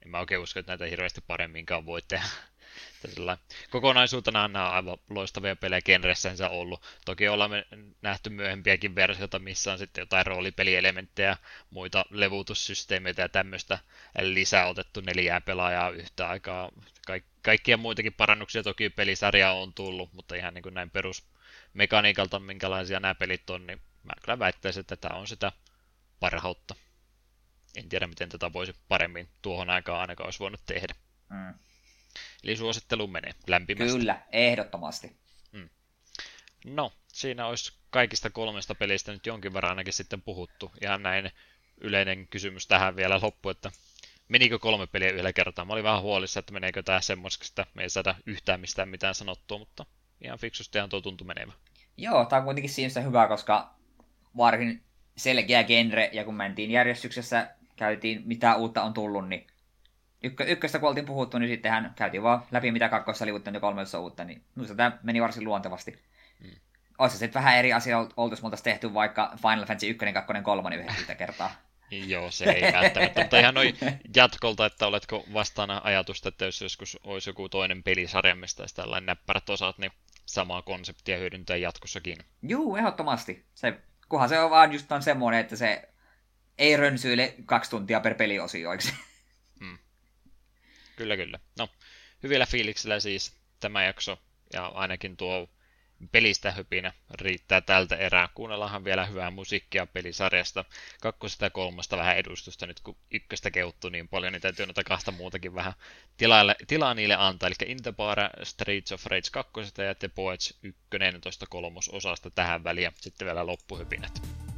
En mä oikein usko, että näitä hirveästi paremminkaan voi tehdä. Kokonaisuutena nämä on aivan loistavia pelejä genressänsä ollut. Toki ollaan nähty myöhempiäkin versioita, missä on sitten jotain roolipelielementtejä, muita levuutussysteemeitä ja tämmöistä lisää otettu 4 pelaajaa yhtä aikaa. Kaikkia muitakin parannuksia toki pelisarjaa on tullut, mutta ihan niin kuin näin perusmekaniikalta, minkälaisia nämä pelit on, niin mä kyllä väittäisin, että tämä on sitä parhautta. En tiedä, miten tätä voisi paremmin tuohon aikaan ainakaan olisi voinut tehdä. Eli suositteluun menee lämpimästi. Kyllä, ehdottomasti. No, siinä olisi kaikista 3 pelistä nyt jonkin verran ainakin sitten puhuttu. Ihan näin yleinen kysymys tähän vielä loppu, että menikö 3 peliä yhdellä kertaa? Mä olin vähän huolissa, että meneekö tää semmoiseksi, että me ei saada yhtään mistään mitään sanottua, mutta ihan fiksusti ihan tuo tuntui menevä. Joo, tää on kuitenkin siinä hyvä, koska varsin selkeä genre, ja kun mentiin järjestyksessä, käytiin mitä uutta on tullut, niin ykköstä kun oltiin puhuttu, niin sittenhän käytiin vaan läpi mitä kakkossa oli uutta ja 3 uutta, niin minusta tämä meni varsin luontevasti. Olisi se sitten vähän eri asia oltaisiin me tehty vaikka Final Fantasy 1, 2, 3 yhtä kertaa. Joo, se ei välttämättä, mutta ihan noin jatkolta, että oletko vastaana ajatusta, että jos joskus olisi joku toinen pelisarja, mistä olisi tällainen näppärät osat, niin samaa konseptia hyödyntää jatkossakin. Juu, ehdottomasti. Kunhan se on vaan just semmoinen, että se ei rönsyile 2 tuntia per peliosioiksi. Kyllä, kyllä. No, hyvillä fiiliksillä siis tämä jakso, ja ainakin tuo pelistä höpinä riittää tältä erää. Kuunnellaanhan vielä hyvää musiikkia pelisarjasta. 2. ja 3. vähän edustusta nyt, kun 1 kehuttu niin paljon, niin täytyy noita 2 muutakin vähän tilaa niille antaa. Eli In the Bar, Streets of Rage 2 ja The Poets 1, tuosta 3. osasta tähän väliin, ja sitten vielä loppuhypinät.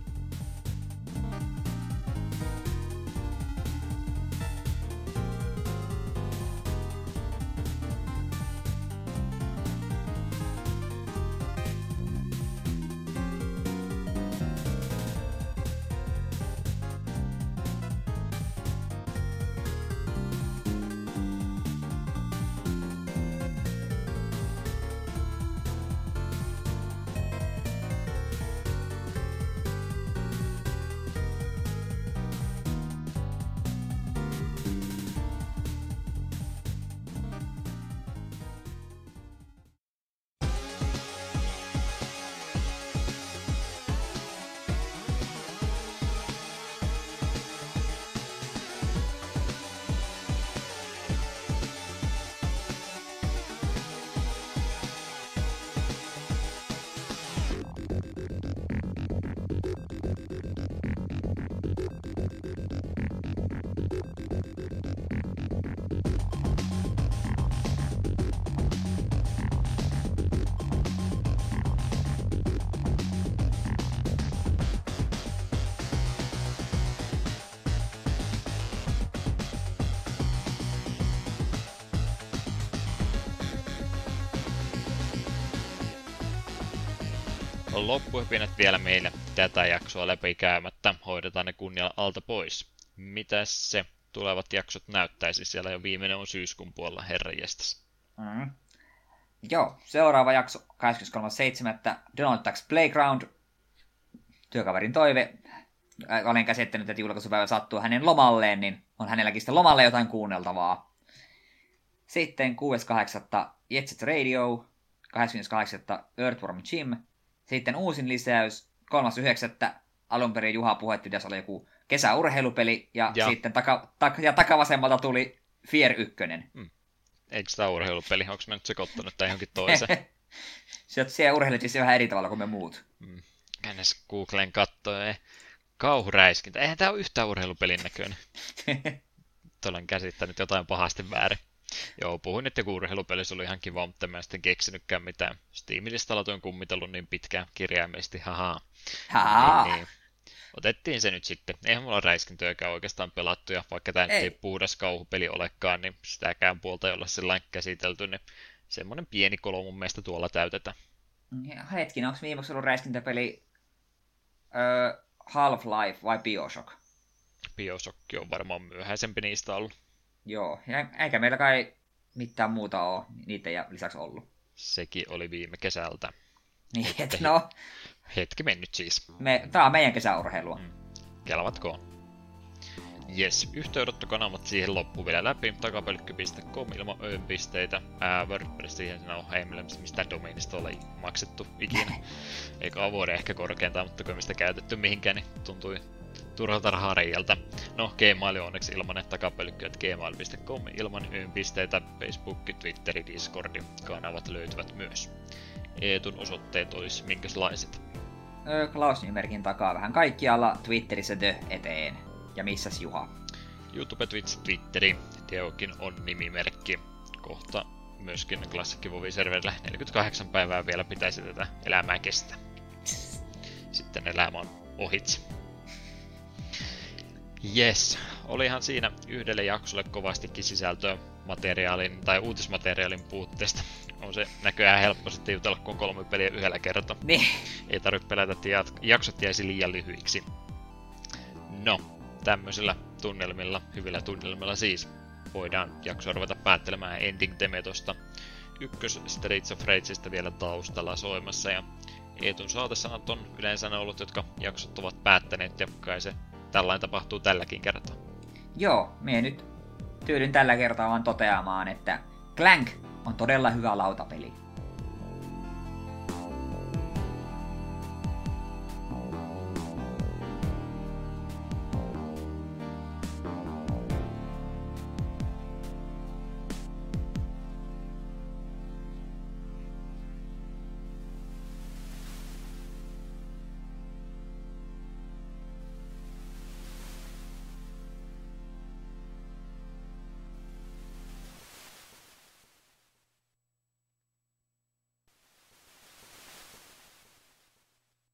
Loppuhypinät vielä meille tätä jaksoa läpi käymättä. Hoidetaan ne kunnialla alta pois. Mitäs se tulevat jaksot näyttäisi? Siellä jo viimeinen on syyskuun puolella, herranjestas. Joo, seuraava jakso 23.7. Donald Ducks Playground. Työkaverin toive. Olen käsittänyt, että julkaisupäivä sattuu hänen lomalleen, niin on hänelläkin sitten lomalle jotain kuunneltavaa. Sitten 6.8. Jet Set Radio. 28. Earthworm Jim. Sitten uusin lisäys, 3.9. alun perin Juha puhetti, pitäisi olla joku kesäurheilupeli, ja sitten takavasemmalta tuli Fear 1. Eikö tämä urheilupeli? Onko mä nyt sekoittanut tai johonkin toiseen? Siellä urheilet siis vähän eri tavalla kuin me muut. Kännäs Googlen kattoon. Kauhuräiskintä. Eihän tämä ole yhtään urheilupelin näköinen. Olen käsittänyt jotain pahasti väärin. Joo, puhuin, että joku urheilupelissä oli ihan kiva, mutta mä en sitten keksinytkään mitään. Steam-listalla tuon kummitellut niin pitkään kirjaimellisesti, haha. Niin. Otettiin se nyt sitten. Eihän mulla räiskintöjäkään oikeastaan pelattu, ja vaikka tämä ei puhdas kauhupeli olekaan, niin sitäkään puolta ei olla sellainen käsitelty, niin semmoinen pieni kolo mun mielestä tuolla täytetään. Hetkinen, onko viimeksi ollut räiskintäpeli Half-Life vai Bioshock? Bioshock on varmaan myöhäisempi niistä ollut. Joo, eikä meillä kai mitään muuta ole niiden lisäksi ollut. Sekin oli viime kesältä. Niin, no. Hetki mennyt siis. Tää on meidän kesäurheilua. Kelvatkoon. Jes, yhteydenottokanavat siihen loppuun vielä läpi. Takapölkky.com ilman öönpisteitä. WordPress siihen on heimmelemistä, mistä domainista ole maksettu ikinä. Eikä avoide ehkä korkeintaan, mutta kun mistä käytetty mihinkään, niin tuntui turhalta harjalta. No, Gmail on onneksi ilmanen, takapölkky@gmail.com ilman öönpisteitä. Facebook, Twitteri, Discordi kanavat löytyvät myös. Eetun osoitteet olisi minkälaiset? Klaus-nimimerkin takaa vähän kaikkialla, Twitterissä The eteen. Ja missäs Juha? YouTube, Twitch, Twitteri. Deokin on nimimerkki. Kohta myöskin Classic Vovi-serverillä 48 päivää vielä pitäisi tätä elämää kestää. Sitten elämä on ohitse. Jes, olihan siinä yhdelle jaksolle kovastikin sisältöä materiaalin tai uutismateriaalin puutteesta. On se näköjään helppo sitten jutella, kun on 3 peliä yhdellä kertaa. Niin. Ei tarvitse pelätä, että jaksot jäisi liian lyhyiksi. No, tämmöisillä tunnelmilla, hyvillä tunnelmilla siis, voidaan jaksoa ruveta päättelemään ending-temetosta. Ykkös Streets of Rageista vielä taustalla soimassa, ja Eetun saatesanat on yleensä ne ollut, jotka jaksot ovat päättäneet, ja kai se tällainen tapahtuu tälläkin kertaa. Joo, mie nyt tyydyn tällä kertaa vaan toteamaan, että Clank on todella hyvä lautapeli.